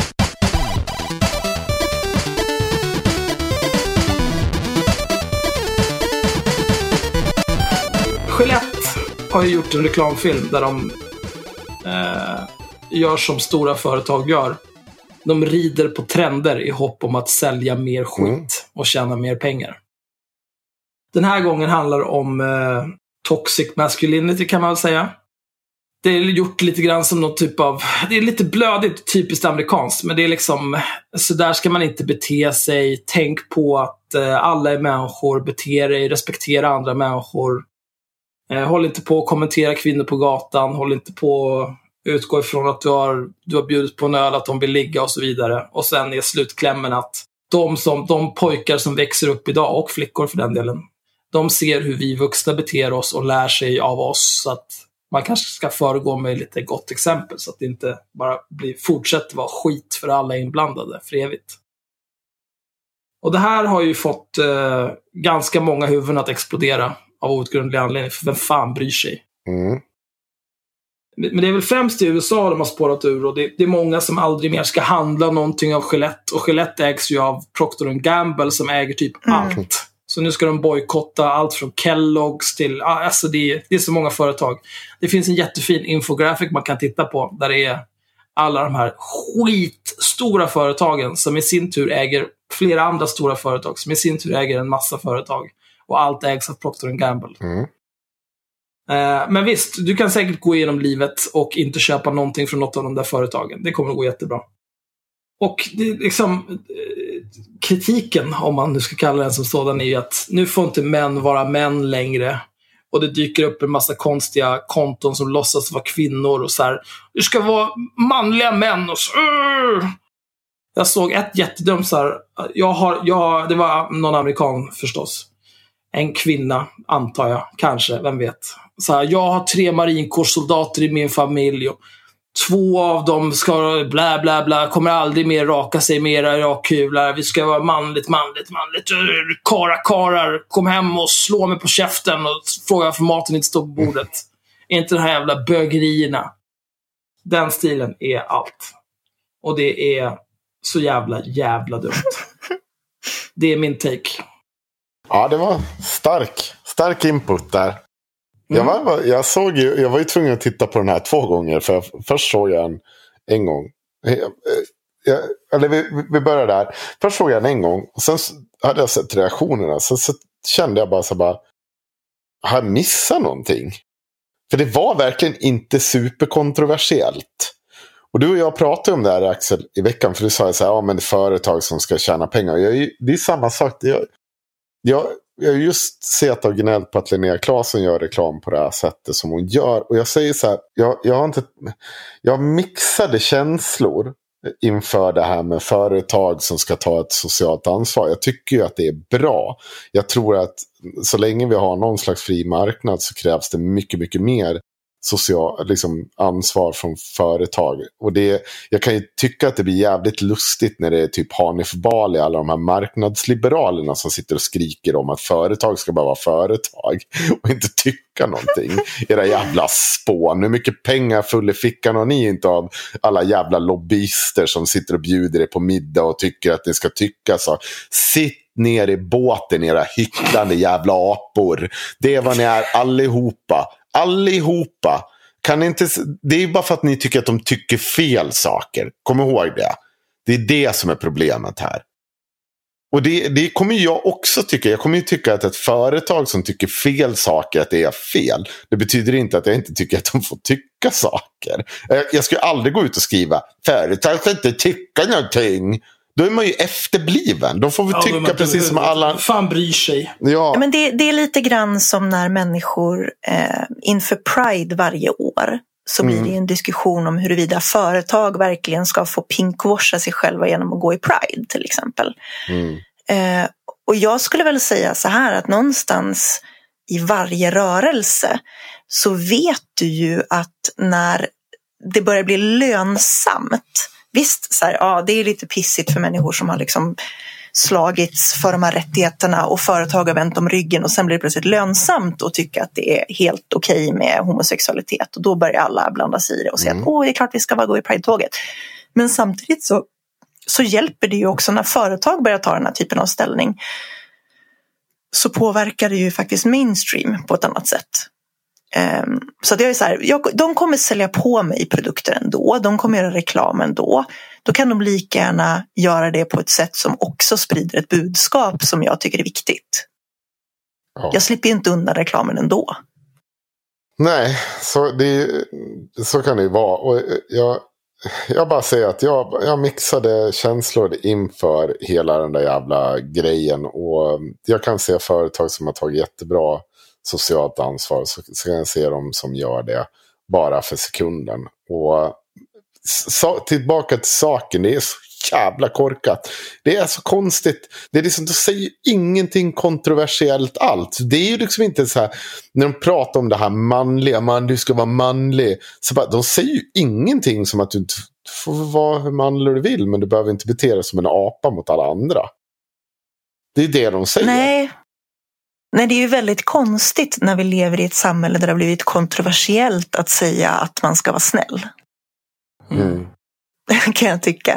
Gillette har ju gjort en reklamfilm där de eh, gör som stora företag gör. De rider på trender i hopp om att sälja mer skit mm. och tjäna mer pengar. Den här gången handlar det om eh, toxic masculinity, kan man väl säga. Det är gjort lite grann som någon typ av... Det är lite blödigt, typiskt amerikanskt. Men det är liksom... Så där ska man inte bete sig. Tänk på att eh, alla är människor. Bete dig, respektera andra människor. Eh, håll inte på att kommentera kvinnor på gatan. Håll inte på att utgå ifrån att du har, du har bjudit på en öl, att de vill ligga och så vidare. Och sen är slutklämmen att de, som, de pojkar som växer upp idag, och flickor för den delen, de ser hur vi vuxna beter oss och lär sig av oss. Så att man kanske ska föregå med lite gott exempel så att det inte bara blir, fortsätter vara skit för alla inblandade för evigt. Och det här har ju fått eh, ganska många huvuden att explodera av outgrundlig anledning, för vem fan bryr sig? Mm. Men det är väl främst i U S A de har spårat ur, och det, det är många som aldrig mer ska handla någonting av Gillette, och Gillette ägs ju av Procter and Gamble som äger typ mm. allt. Så nu ska de bojkotta allt från Kellogg's till... Alltså det är, det är så många företag. Det finns en jättefin infografik man kan titta på. Där det är alla de här skitstora företagen som i sin tur äger flera andra stora företag. Som i sin tur äger en massa företag. Och allt ägs av Procter and Gamble. Mm. Eh, men visst, du kan säkert gå igenom livet och inte köpa någonting från något av de där företagen. Det kommer att gå jättebra. Och det är liksom... kritiken, om man nu ska kalla den som sådan, är ju att nu får inte män vara män längre. Och det dyker upp en massa konstiga konton som låtsas vara kvinnor och så här, det ska vara manliga män och så. Jag såg ett jättedumt så här, jag har, jag, det var någon amerikan förstås. En kvinna, antar jag, kanske, vem vet. Så här, jag har tre marinkårssoldater i min familj och två av dem ska bla bla bla, kommer aldrig mer raka sig, mera rakkular, vi ska vara manligt, manligt, manligt, kara, karar, kom hem och slå mig på käften och fråga varför maten inte står på bordet. Mm. Inte de här jävla bögerierna. Den stilen är allt. Och det är så jävla, jävla dumt. Det är min take. Ja, det var stark, stark input där. Mm. Jag, var, jag, såg ju, jag var ju tvungen att titta på den här två gånger. För jag, först såg jag en en gång. Jag, jag, eller vi, vi börjar där. Först såg jag den en gång. Och sen hade jag sett reaktionerna. Sen så kände jag bara så bara. Har jag missat någonting? För det var verkligen inte superkontroversiellt. Och du och jag pratade om det här, Axel, i veckan. För du sa så här, ja men det är företag som ska tjäna pengar. Jag, det är samma sak. Jag, jag, jag har just sett och gnällt på att Linnea Claesson gör reklam på det här sättet som hon gör. Och jag säger så här, jag, jag har inte... Jag mixade känslor inför det här med företag som ska ta ett socialt ansvar. Jag tycker ju att det är bra. Jag tror att så länge vi har någon slags fri marknad så krävs det mycket, mycket mer social, liksom, ansvar från företag. Och det, jag kan ju tycka att det blir jävligt lustigt när det är typ Hanif Bali, alla de här marknadsliberalerna som sitter och skriker om att företag ska bara vara företag och inte tycka någonting. Era jävla spån. Hur mycket pengar full i fickan har ni inte av alla jävla lobbyister som sitter och bjuder er på middag och tycker att ni ska tycka så. Sitt ner i båten, era hycklande jävla apor. Det är vad ni är allihopa. Allihopa. Kan ni inte, det är ju bara för att ni tycker att de tycker fel saker. Kom ihåg det. Det är det som är problemet här. Och det, det kommer jag också tycka. Jag kommer ju tycka att ett företag som tycker fel saker, att det är fel. Det betyder inte att jag inte tycker att de får tycka saker. Jag, jag ska ju aldrig gå ut och skriva företag ska inte tycka någonting. Då är man ju efterbliven. Då får vi ja, tycka precis som alla... Fan bryr sig. Ja. Men det, det är lite grann som när människor eh, inför Pride varje år så blir mm. det en diskussion om huruvida företag verkligen ska få pinkwasha sig själva genom att gå i Pride till exempel. Mm. Eh, och jag skulle väl säga så här att någonstans i varje rörelse så vet du ju att när det börjar bli lönsamt. Visst, så här, ja, det är lite pissigt för människor som har liksom slagits för de här rättigheterna och företag har vänt om ryggen och sen blir det plötsligt lönsamt att tycka att det är helt okej med homosexualitet och då börjar alla blanda sig i det och säga mm. att åh, det är klart vi ska bara gå i Pride-tåget. Men samtidigt så, så hjälper det ju också när företag börjar ta den här typen av ställning så påverkar det ju faktiskt mainstream på ett annat sätt. Um, så att jag är så här, jag, de kommer sälja på mig produkter ändå, de kommer göra reklam ändå. Då kan de lika gärna göra det på ett sätt som också sprider ett budskap som jag tycker är viktigt. Ja. Jag slipper ju inte undan reklamen ändå. Nej, så, det, så kan det ju vara. Och jag, jag bara säger att jag, jag mixade känslor inför hela den där jävla grejen. Och jag kan se företag som har tagit jättebra socialt ansvar, så, så kan jag se dem som gör det bara för sekunden. Och så, tillbaka till saken, det är så jävla korkat. Det är så konstigt. Det är liksom, de säger ingenting kontroversiellt allt. Det är ju liksom inte så här, när de pratar om det här manliga, man, du ska vara manlig, så bara, de säger ju ingenting som att du inte får vara hur manlig du vill, men du behöver inte bete dig som en apa mot alla andra. Det är det de säger. Nej. Nej, det är ju väldigt konstigt när vi lever i ett samhälle där det har blivit kontroversiellt att säga att man ska vara snäll. Mm. Kan jag tycka.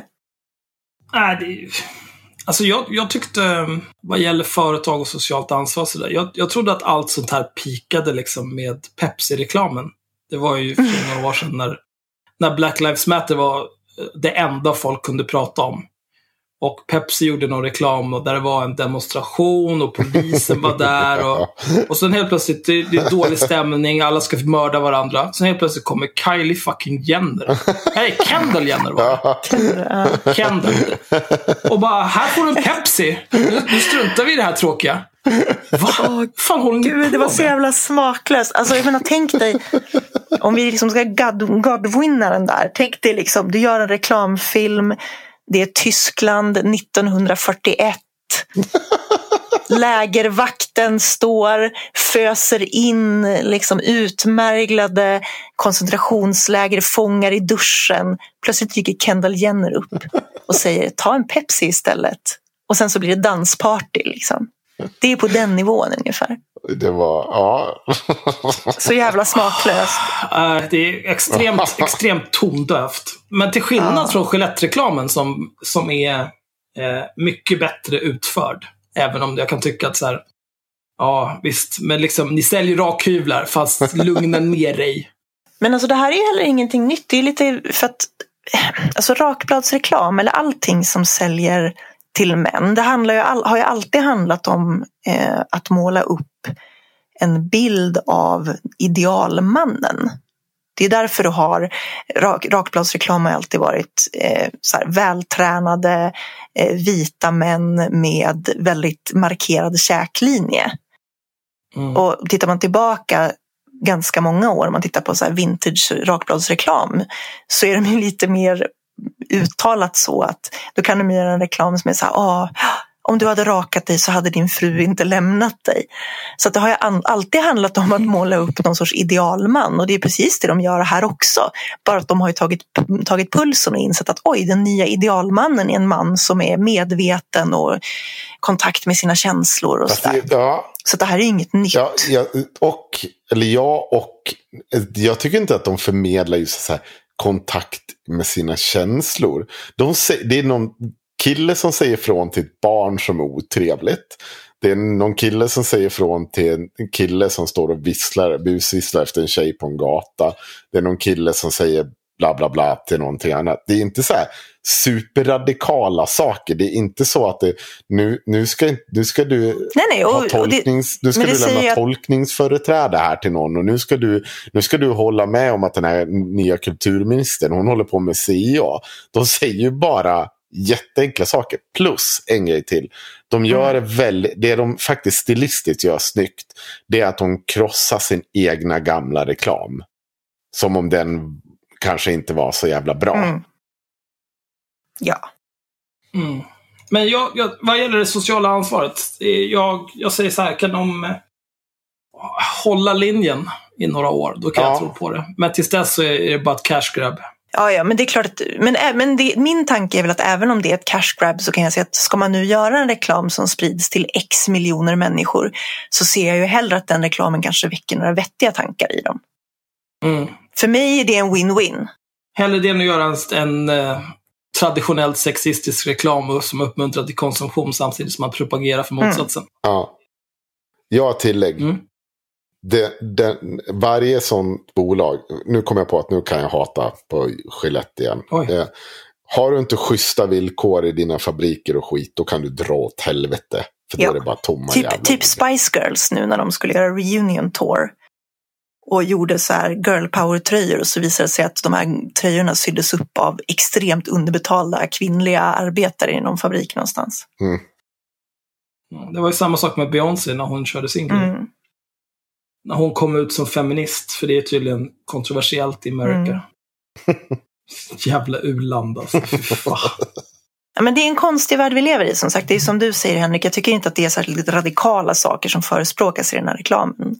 Nej, det är ju... Alltså jag, jag tyckte, vad gäller företag och socialt ansvar så där, jag, jag trodde att allt sånt här pikade liksom med Pepsi-reklamen. Det var ju för några mm. år sedan när, när Black Lives Matter var det enda folk kunde prata om. Och Pepsi gjorde någon reklam och där det var en demonstration och polisen var där. Och, och sen helt plötsligt, det, det är dålig stämning, alla ska mörda varandra. Sen helt plötsligt kommer Kylie fucking Jenner. Nej, Kendall Jenner var det. Kendall. Och bara, här får du en Pepsi. Nu, nu struntar vi i det här tråkiga. Vad fan håller ni Gud, det var så jävla smaklöst. Alltså jag menar, tänk dig om vi liksom ska God, Godwinna den där. Tänk dig liksom, du gör en reklamfilm. Det är Tyskland nittonhundrafyrtioett. lägervakten står, föser in liksom utmärglade koncentrationslägerfångar i duschen. Plötsligt dyker Kendall Jenner upp och säger ta en Pepsi istället. Och sen så blir det dansparty liksom. Det är på den nivån ungefär. Det var, ja. Så jävla smaklöst. Uh, det är extremt, extremt tondövt. Men till skillnad uh. från Gillette-reklamen som, som är eh, mycket bättre utförd. Även om jag kan tycka att så här, ja visst, men liksom ni säljer rakhyvlar fast lugna ner dig. Men alltså det här är heller ingenting nytt. Det är lite för att alltså rakbladsreklam eller allting som säljer till män, det handlar ju, har ju alltid handlat om eh, att måla upp en bild av idealmannen. Det är därför du har rak, rakbladsreklam har alltid varit eh, så här, vältränade eh, vita män med väldigt markerad käklinje. Mm. Och tittar man tillbaka ganska många år, om man tittar på så här vintage rakbladsreklam, så är de ju lite mer uttalat så att då kan de göra en reklam som är så här, ah, om du hade rakat dig så hade din fru inte lämnat dig. Så att det har ju alltid handlat om att måla upp någon sorts idealman, och det är precis det de gör här också. Bara att de har ju tagit, tagit pulsen och insett att oj, den nya idealmannen är en man som är medveten och kontakt med sina känslor och sådär. Ja. Så det här är inget nytt. Ja, ja, och, eller ja, och jag tycker inte att de förmedlar just så här kontakt med sina känslor. De säger, det är någon kille som säger från till ett barn som är otrevligt. Det är någon kille som säger från till en kille som står och visslar, busvisslar efter en tjej på en gata. Det är någon kille som säger bla bla bla till någonting annat. Det är inte så här superradikala saker. Det är inte så att det, nu, nu, ska, nu ska du nej, nej, och, ha tolknings, det, nu ska du lämna att... tolkningsföreträde här till någon, och nu ska, du, nu ska du hålla med om att den här nya kulturministern, hon håller på med C I A. De säger ju bara jätteenkla saker. Plus en grej till. De gör mm. det väldigt, det de faktiskt stilistiskt gör snyggt, det är att de krossar sin egna gamla reklam. Som om den kanske inte var så jävla bra. Mm. Ja. Mm. Men jag, jag, vad gäller det sociala ansvaret, jag, jag säger så här, kan de hålla linjen i några år, då kan ja. jag tro på det. Men tills dess så är det bara ett cash grab. Ja, ja, men det är klart att, men, men det, min tanke är väl att även om det är ett cash grab, så kan jag säga att ska man nu göra en reklam som sprids till x miljoner människor, så ser jag ju hellre att den reklamen kanske väcker några vettiga tankar i dem. Mm. För mig är det en win-win. Hellre det än att göra en, en eh, traditionellt sexistisk reklam som uppmuntrar till konsumtion samtidigt som man propagerar för motsatsen. Mm. Ja. Jag har tillägg. Mm. Det, det, varje sånt bolag, nu kommer jag på att nu kan jag hata på Gillette igen. Eh, har du inte schyssta villkor i dina fabriker och skit, då kan du dra åt helvete. För ja. då är det bara tomma typ, jävla typ Spice Girls nu när de skulle göra reunion tour och gjorde så här girl power tröjor, och så visade det sig att de här tröjorna syddes upp av extremt underbetalda kvinnliga arbetare i någon fabrik någonstans. Mm. Det var ju samma sak med Beyoncé när hon körde sin grej. Mm. När hon kom ut som feminist, för det är tydligen kontroversiellt i Amerika. Mm. Jävla u-land alltså. Ja, men det är en konstig värld vi lever i, som sagt. Det är som du säger, Henrik. Jag tycker inte att det är särskilt radikala saker som förespråkas i den här reklamen.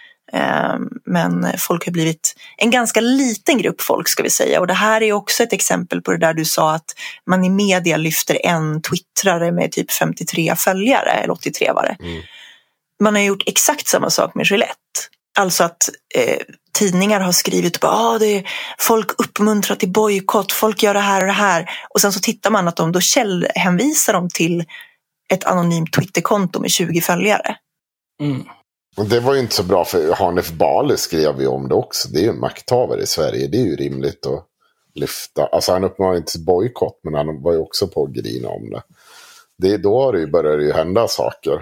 Men folk har blivit en ganska liten grupp folk, ska vi säga. Och det här är också ett exempel på det där du sa, att man i media lyfter en twittrare med typ femtiotre följare, eller åttiotre var det. Mm. Man har gjort exakt samma sak med Gillette. Alltså att eh, tidningar har skrivit att ah, folk uppmuntrar till bojkott, folk gör det här och det här. Och sen så tittar man att de då källhänvisar dem till ett anonymt Twitterkonto med tjugo följare. Mm. Och det var ju inte så bra, för Hanif Bali skrev ju om det också. Det är ju en makthavare i Sverige. Det är ju rimligt att lyfta. Alltså han uppmanade inte till bojkott, men han var ju också på att grina om det. det då har det ju börjat ju hända saker.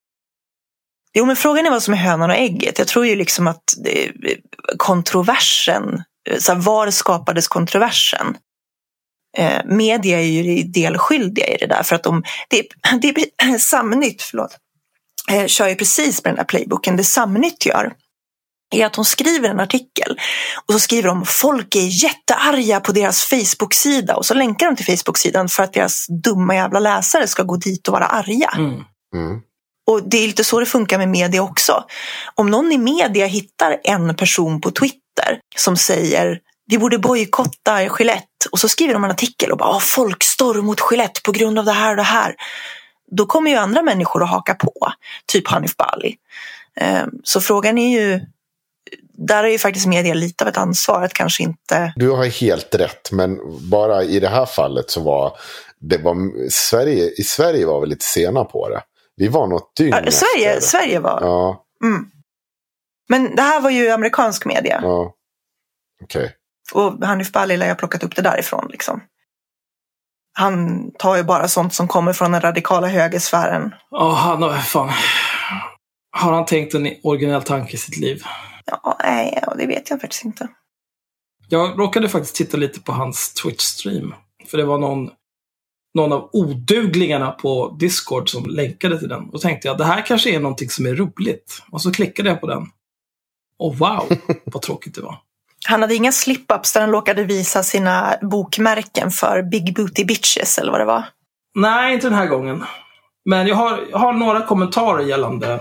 Jo, men frågan är vad som är hönan och ägget. Jag tror ju liksom att det, kontroversen, så här, var skapades kontroversen? Eh, media är ju delskyldiga i det där, för att de, det, det är Samnytt, förlåt, eh, kör ju precis med den här playbooken. Det Samnytt gör är att de skriver en artikel och så skriver de folk är jättearga på deras Facebook-sida, och så länkar de till Facebook-sidan för att deras dumma jävla läsare ska gå dit och vara arga. Mm. Mm. Och det är lite så det funkar med media också. Om någon i media hittar en person på Twitter som säger vi borde bojkotta Gillette, och så skriver de en artikel och bara folkstorm mot Gillette på grund av det här och det här. Då kommer ju andra människor att haka på, typ Hanif Bali. Så frågan är ju, där är ju faktiskt media lite av ett ansvar att kanske inte... Du har helt rätt, men bara i det här fallet så var det var Sverige, i Sverige var vi lite sena på det. Vi var något dygn ja, Sverige, Sverige var... Ja. Mm. Men det här var ju amerikansk media. Ja, okej. Okay. Och Hanif Bali har jag plockat upp det därifrån liksom. Han tar ju bara sånt som kommer från den radikala högersfären. Ja, oh, han har fan... Har han tänkt en originell tanke i sitt liv? Ja, nej, det vet jag faktiskt inte. Jag råkade faktiskt titta lite på hans Twitch-stream. För det var någon, någon av oduglingarna på Discord som länkade till den. Och tänkte jag, det här kanske är någonting som är roligt. Och så klickade jag på den. Och wow, vad tråkigt det var. Han hade inga slip-ups där han råkade visa sina bokmärken för Big Booty Bitches, eller vad det var? Nej, inte den här gången. Men jag har, jag har några kommentarer gällande...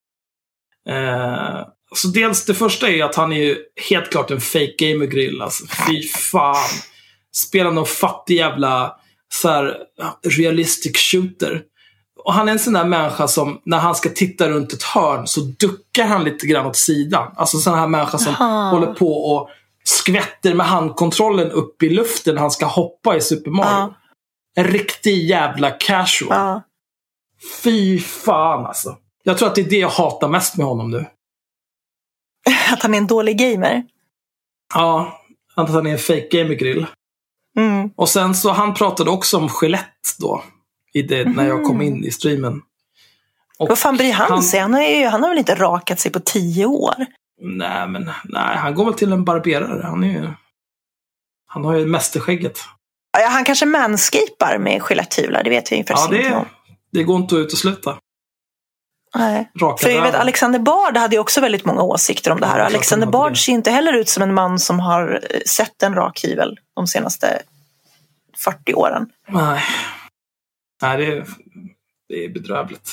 Eh, så dels det första är att han är ju helt klart en fake gamer-grill. Alltså, fy fan. Spelar någon fattig jävla så här, realistic shooter. Och han är en sån där människa som när han ska titta runt ett hörn så duckar han lite grann åt sidan. Alltså sån här människa som Aha. håller på och skvätter med handkontrollen upp i luften när han ska hoppa i Super Mario. Ja. En riktig jävla casual. Ja. Fy fan alltså. Jag tror att det är det jag hatar mest med honom nu. Att han är en dålig gamer. Ja, att han är en fake gamer-grill. Mm. Och sen så han pratade också om Gillette då. I det, när jag kom in i streamen. Och vad fan bryr han, han sig? Han har, ju, han har väl inte rakat sig på tio år? Nej, men nej, han går väl till en barberare. Han är ju, han har ju mästerskägget. Ja, han kanske manscapar med Gillette-hyvlar, det vet jag ju faktiskt ja, det, inte om. det går inte att utesluta. Nej. Raka för jag vet, Alexander Bard hade ju också väldigt många åsikter om det här. Ja, Alexander Bard ser inte heller ut som en man som har sett en rakhyvel de senaste fyrtio åren. Nej, Nej det, är, det är bedrövligt.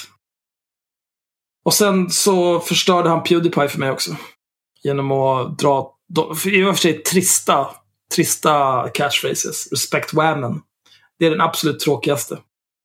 Och sen så förstörde han PewDiePie för mig också. Genom att dra, för i och för sig trista, trista catchphrases. Respect women. Det är den absolut tråkigaste.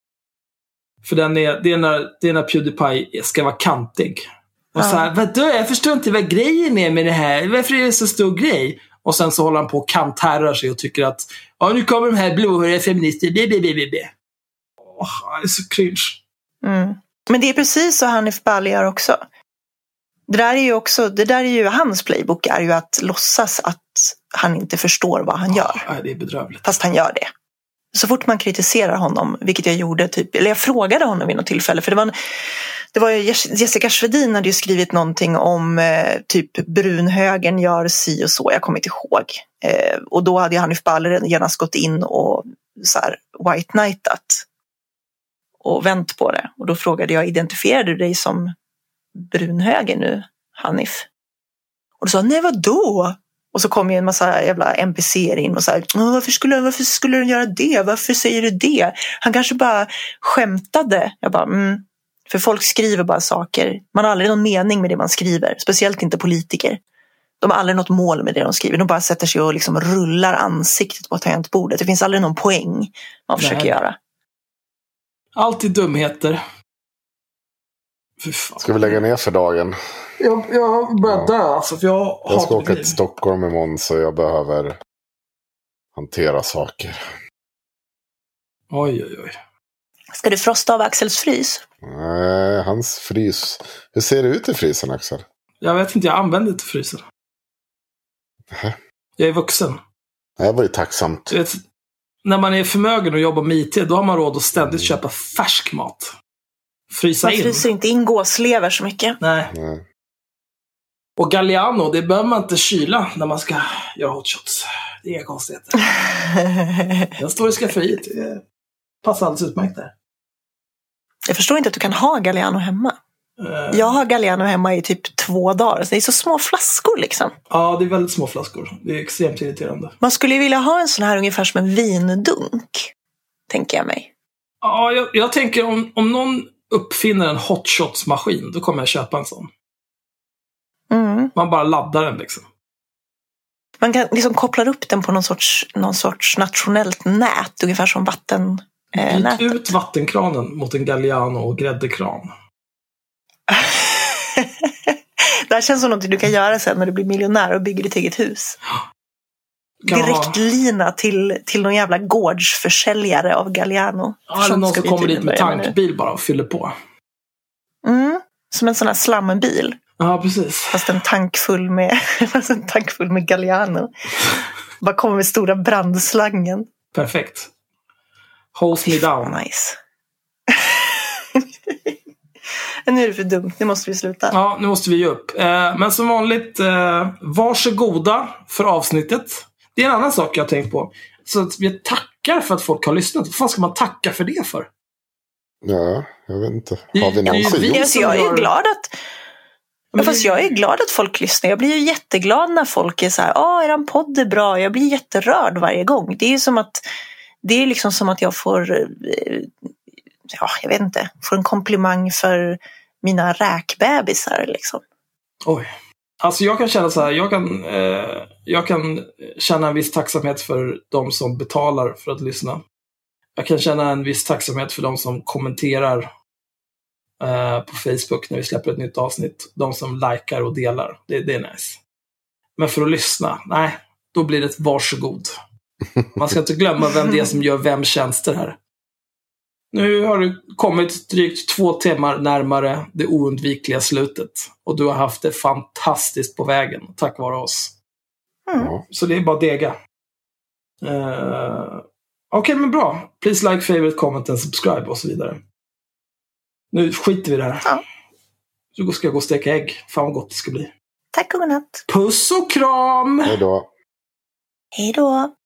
För den är, det, är när, det är när PewDiePie ska vara kantig. Och ja. Så här, vadå? Jag förstår inte vad grejen är med det här. Varför är det så stor grej? Och sen så håller han på och kantärrar sig och tycker att ja, nu kommer de här blåhåriga feminister. Blablabla. Åh, det är så cringe. Mm. Men det är precis så Hanif Bali gör också. Det där är ju också, det där är ju hans playbook är ju att låtsas att han inte förstår vad han gör. Ja, det är bedrövligt. Fast han gör det. Så fort man kritiserar honom, vilket jag gjorde typ, eller jag frågade honom vid något tillfälle, för det var en, det var ju Jessica Svedin hade ju skrivit någonting om eh, typ brunhögern gör si och så, jag kommer inte ihåg. Eh, och då hade Hanif Bali genast gått in och så här white knightat och vänt på det. Och då frågade jag, identifierar du dig som brunhöger nu, Hanif? Och då sa nej, vadå? Och så kom ju en massa jävla N P C in och så här, varför skulle, varför skulle du göra det? Varför säger du det? Han kanske bara skämtade. Jag bara, mm. För folk skriver bara saker. Man har aldrig någon mening med det man skriver. Speciellt inte politiker. De har aldrig något mål med det de skriver. De bara sätter sig och liksom rullar ansiktet på tangentbordet. Det finns aldrig någon poäng man försöker Nej. göra. Alltid dumheter. Ska vi lägga ner för dagen? Jag, jag börjar dö. Alltså, för jag jag ska åka till Stockholm imorgon så jag behöver hantera saker. Oj, oj, oj. Ska du frosta av Axels frys? Nej, hans frys. Hur ser det ut i frysen, Axel? Jag vet inte, jag använder inte frysen. Nähä. Jag är vuxen. Det var ju tacksamt. Du vet, när man är förmögen och jobbar med I T, då har man råd att ständigt mm. köpa färsk mat. Frysa man in. Man fryser inte in gåslever så mycket. Nej. Nej. Och Galliano, det behöver man inte kyla när man ska göra hot shots. Det är inga konstigheter. Den står i skafferiet. Det passar alldeles utmärkt där. Jag förstår inte att du kan ha Galliano hemma. Uh, jag har Galliano hemma i typ två dagar. Så det är så små flaskor liksom. Ja, det är väldigt små flaskor. Det är extremt irriterande. Man skulle ju vilja ha en sån här ungefär som en vindunk. Tänker jag mig. Ja, jag, jag tänker om, om någon uppfinner en hotshots-maskin, då kommer jag köpa en sån. Mm. Man bara laddar den liksom. Man kan liksom koppla upp den på någon sorts, någon sorts nationellt nät, ungefär som vatten. Eh, Byt nätet. ut vattenkranen mot en Galliano och gräddekran. Det här känns som något du kan göra sen när du blir miljonär och bygger ditt eget hus. Direktlina ha... till, till någon jävla gårdsförsäljare av Galliano. Ja, eller någon som kommer dit med tankbil bara och fyller på. Mm, som en sån här slammenbil. Ja, precis. Fast en tank full med, fast en tank full med Galliano. Bara kommer med stora brandslangen. Perfekt. Hose me down. Nice. Nu är det för dumt, nu måste vi sluta. Ja, nu måste vi ge upp. Eh, men som vanligt, eh, varsågoda för avsnittet. Det är en annan sak jag har tänkt på. Så att vi tackar för att folk har lyssnat. Vad fan ska man tacka för det för? Ja, jag vet inte. Har vi någon jag, jag är ju glad att... Men fast jag är glad att folk lyssnar. Jag blir ju jätteglad när folk är så här, åh, eran podd är bra. Jag blir jätterörd varje gång. Det är ju som att... Det är liksom som att jag får... Ja, jag vet inte. Får en komplimang för mina räkbebisar liksom. Oj. Alltså jag kan känna så här, jag kan, eh, jag kan känna en viss tacksamhet för de som betalar för att lyssna. Jag kan känna en viss tacksamhet för de som kommenterar eh, på Facebook när vi släpper ett nytt avsnitt. De som likar och delar. Det, det är nice. Men för att lyssna, nej, då blir det ett varsågod. Man ska inte glömma vem det är som gör vem tjänster här. Nu har du kommit drygt två timmar närmare det oundvikliga slutet. Och du har haft det fantastiskt på vägen, tack vare oss. Mm. Så det är bara dega. Uh, Okej, okay, men bra. Please like, favorite, comment and subscribe och så vidare. Nu skiter vi i det här. Ja. Så ska jag gå och steka ägg. Fan vad gott det ska bli. Tack och godnatt. Puss och kram! Hej då. Hej då.